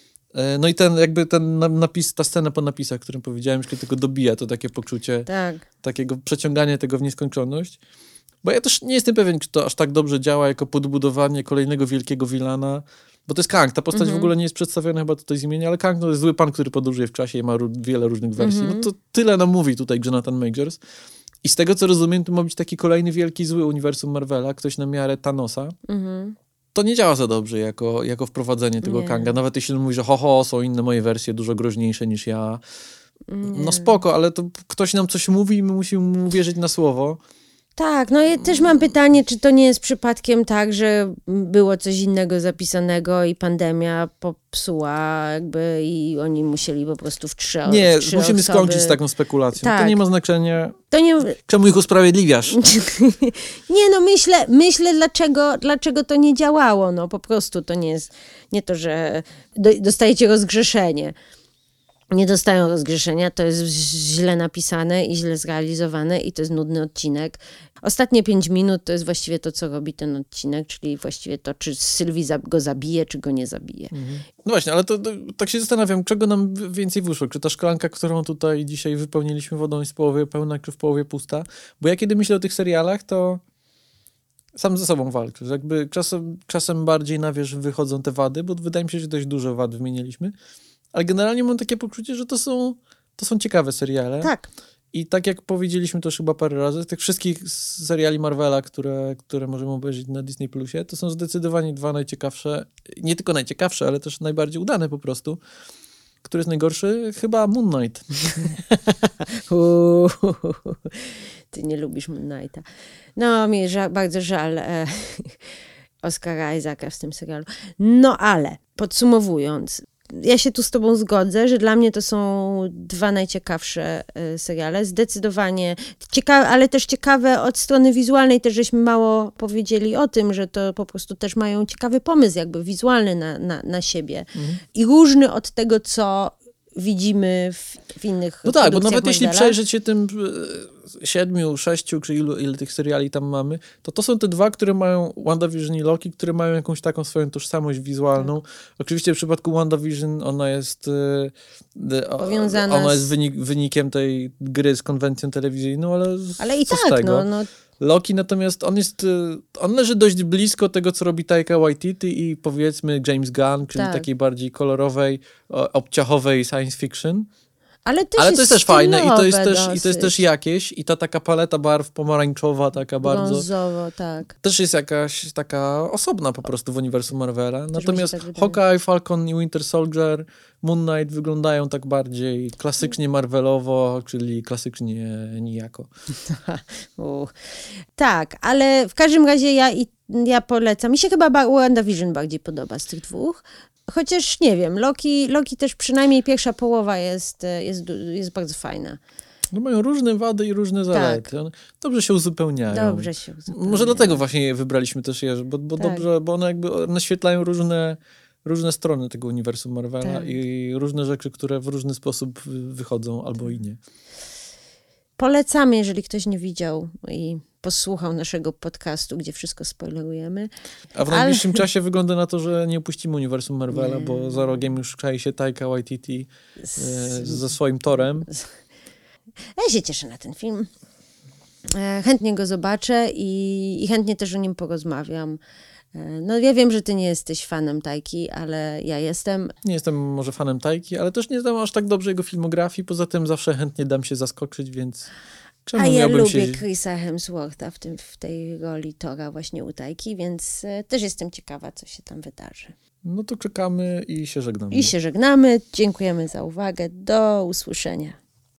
No i ten jakby ten napis, ta scena po napisach, o którym powiedziałem, jeśli tylko dobija to takie poczucie tak. takiego przeciągania tego w nieskończoność. Bo ja też nie jestem pewien, czy to aż tak dobrze działa jako podbudowanie kolejnego wielkiego wilana, bo to jest Kang. Ta postać mm-hmm. w ogóle nie jest przedstawiona chyba tutaj z imienia, ale Kang to jest zły pan, który podróżuje w czasie i ma ró- wiele różnych wersji. Mm-hmm. No to tyle nam mówi tutaj Jonathan Majors. I z tego, co rozumiem, to ma być taki kolejny wielki zły uniwersum Marvela, ktoś na miarę Thanosa. Mm-hmm. To nie działa za dobrze jako, jako wprowadzenie tego nie. Kanga. Nawet jeśli on mówi, że ho, ho, są inne moje wersje, dużo groźniejsze niż ja. Nie. No spoko, ale to ktoś nam coś mówi i my musimy mu wierzyć na słowo. Tak, no ja też mam pytanie, czy to nie jest przypadkiem tak, że było coś innego zapisanego i pandemia popsuła jakby i oni musieli po prostu w trzy osoby. Nie, trzy musimy osoby... skończyć z taką spekulacją. Tak. To nie ma znaczenia. To nie... Czemu ich usprawiedliwiasz? Nie, no myślę, myślę dlaczego, dlaczego to nie działało. No po prostu to nie jest, nie to, że do, dostajecie rozgrzeszenie. Nie dostają rozgrzeszenia, to jest źle napisane i źle zrealizowane i to jest nudny odcinek. Ostatnie pięć minut to jest właściwie to, co robi ten odcinek, czyli właściwie to, czy Sylwii go zabije, czy go nie zabije. Mhm. No właśnie, ale to, to tak się zastanawiam, czego nam więcej wyszło? Czy ta szklanka, którą tutaj dzisiaj wypełniliśmy wodą, jest w połowie pełna, czy w połowie pusta? Bo ja kiedy myślę o tych serialach, to sam ze sobą walczę. Że jakby czasem, czasem bardziej na wierzch wychodzą te wady, bo wydaje mi się, że dość dużo wad wymieniliśmy. Ale generalnie mam takie poczucie, że to są, to są ciekawe seriale. Tak. I tak jak powiedzieliśmy to już chyba parę razy, z tych wszystkich seriali Marvela, które, które możemy obejrzeć na Disney Plusie, to są zdecydowanie dwa najciekawsze, nie tylko najciekawsze, ale też najbardziej udane po prostu. Który jest najgorszy? Chyba Moon Knight. Ty nie lubisz Moon Knighta. No, mi ża- bardzo żal e, Oscara Isaaca w tym serialu. No ale, podsumowując, ja się tu z tobą zgodzę, że dla mnie to są dwa najciekawsze y, seriale. Zdecydowanie ciekawe, ale też ciekawe od strony wizualnej. Też żeśmy mało powiedzieli o tym, że to po prostu też mają ciekawy pomysł jakby wizualny na, na, na siebie. Mhm. I różny od tego, co widzimy w, w innych No tak, bo nawet Marvela. jeśli przejrzeć się tym e, siedmiu, sześciu, czy ilu, ile tych seriali tam mamy, to to są te dwa, które mają WandaVision i Loki, które mają jakąś taką swoją tożsamość wizualną. Tak. Oczywiście w przypadku WandaVision ona jest e, powiązana ona z... jest wynik, wynikiem tej gry z konwencją telewizyjną, ale Ale i co tak, z tego? no... no... Loki natomiast, on jest, on leży dość blisko tego, co robi Taika Waititi i powiedzmy James Gunn, czyli tak. takiej bardziej kolorowej, obciachowej science fiction. Ale, też Ale jest to jest też fajne i to jest też, dosyć. i to jest też jakieś i ta taka paleta barw pomarańczowa, taka bardzo... Brązowo, tak. Też jest jakaś taka osobna po prostu w uniwersum Marvela. Też Natomiast tak Hawkeye, Falcon i Winter Soldier, Moon Knight wyglądają tak bardziej klasycznie Marvelowo, czyli klasycznie nijako. Tak, ale w każdym razie ja, i, ja polecam. Mi się chyba WandaVision bardziej podoba z tych dwóch. Chociaż nie wiem, Loki, Loki też przynajmniej pierwsza połowa jest, jest, jest bardzo fajna. No mają różne wady i różne zalety. Tak. Dobrze się uzupełniają. Dobrze się uzupełniają. Może dlatego właśnie je wybraliśmy też je, bo, bo, tak. dobrze, bo one jakby naświetlają różne, różne strony tego uniwersum Marvela tak. i różne rzeczy, które w różny sposób wychodzą albo i nie. Polecamy, jeżeli ktoś nie widział i posłuchał naszego podcastu, gdzie wszystko spoilerujemy. A w najbliższym Ale... czasie wygląda na to, że nie opuścimy uniwersum Marvela, nie. Bo za rogiem już czai się Taika Waititi z... ze swoim Torem. Ja się cieszę na ten film. Chętnie go zobaczę i, i chętnie też o nim porozmawiam. No ja wiem, że ty nie jesteś fanem Taiki, ale ja jestem. Nie jestem może fanem Taiki, ale też nie znam aż tak dobrze jego filmografii, poza tym zawsze chętnie dam się zaskoczyć, więc czemu A ja lubię się... Chrisa Hemswortha w, tym, w tej roli Tora właśnie u Taiki, więc też jestem ciekawa, co się tam wydarzy. No to czekamy i się żegnamy. I się żegnamy. Dziękujemy za uwagę. Do usłyszenia.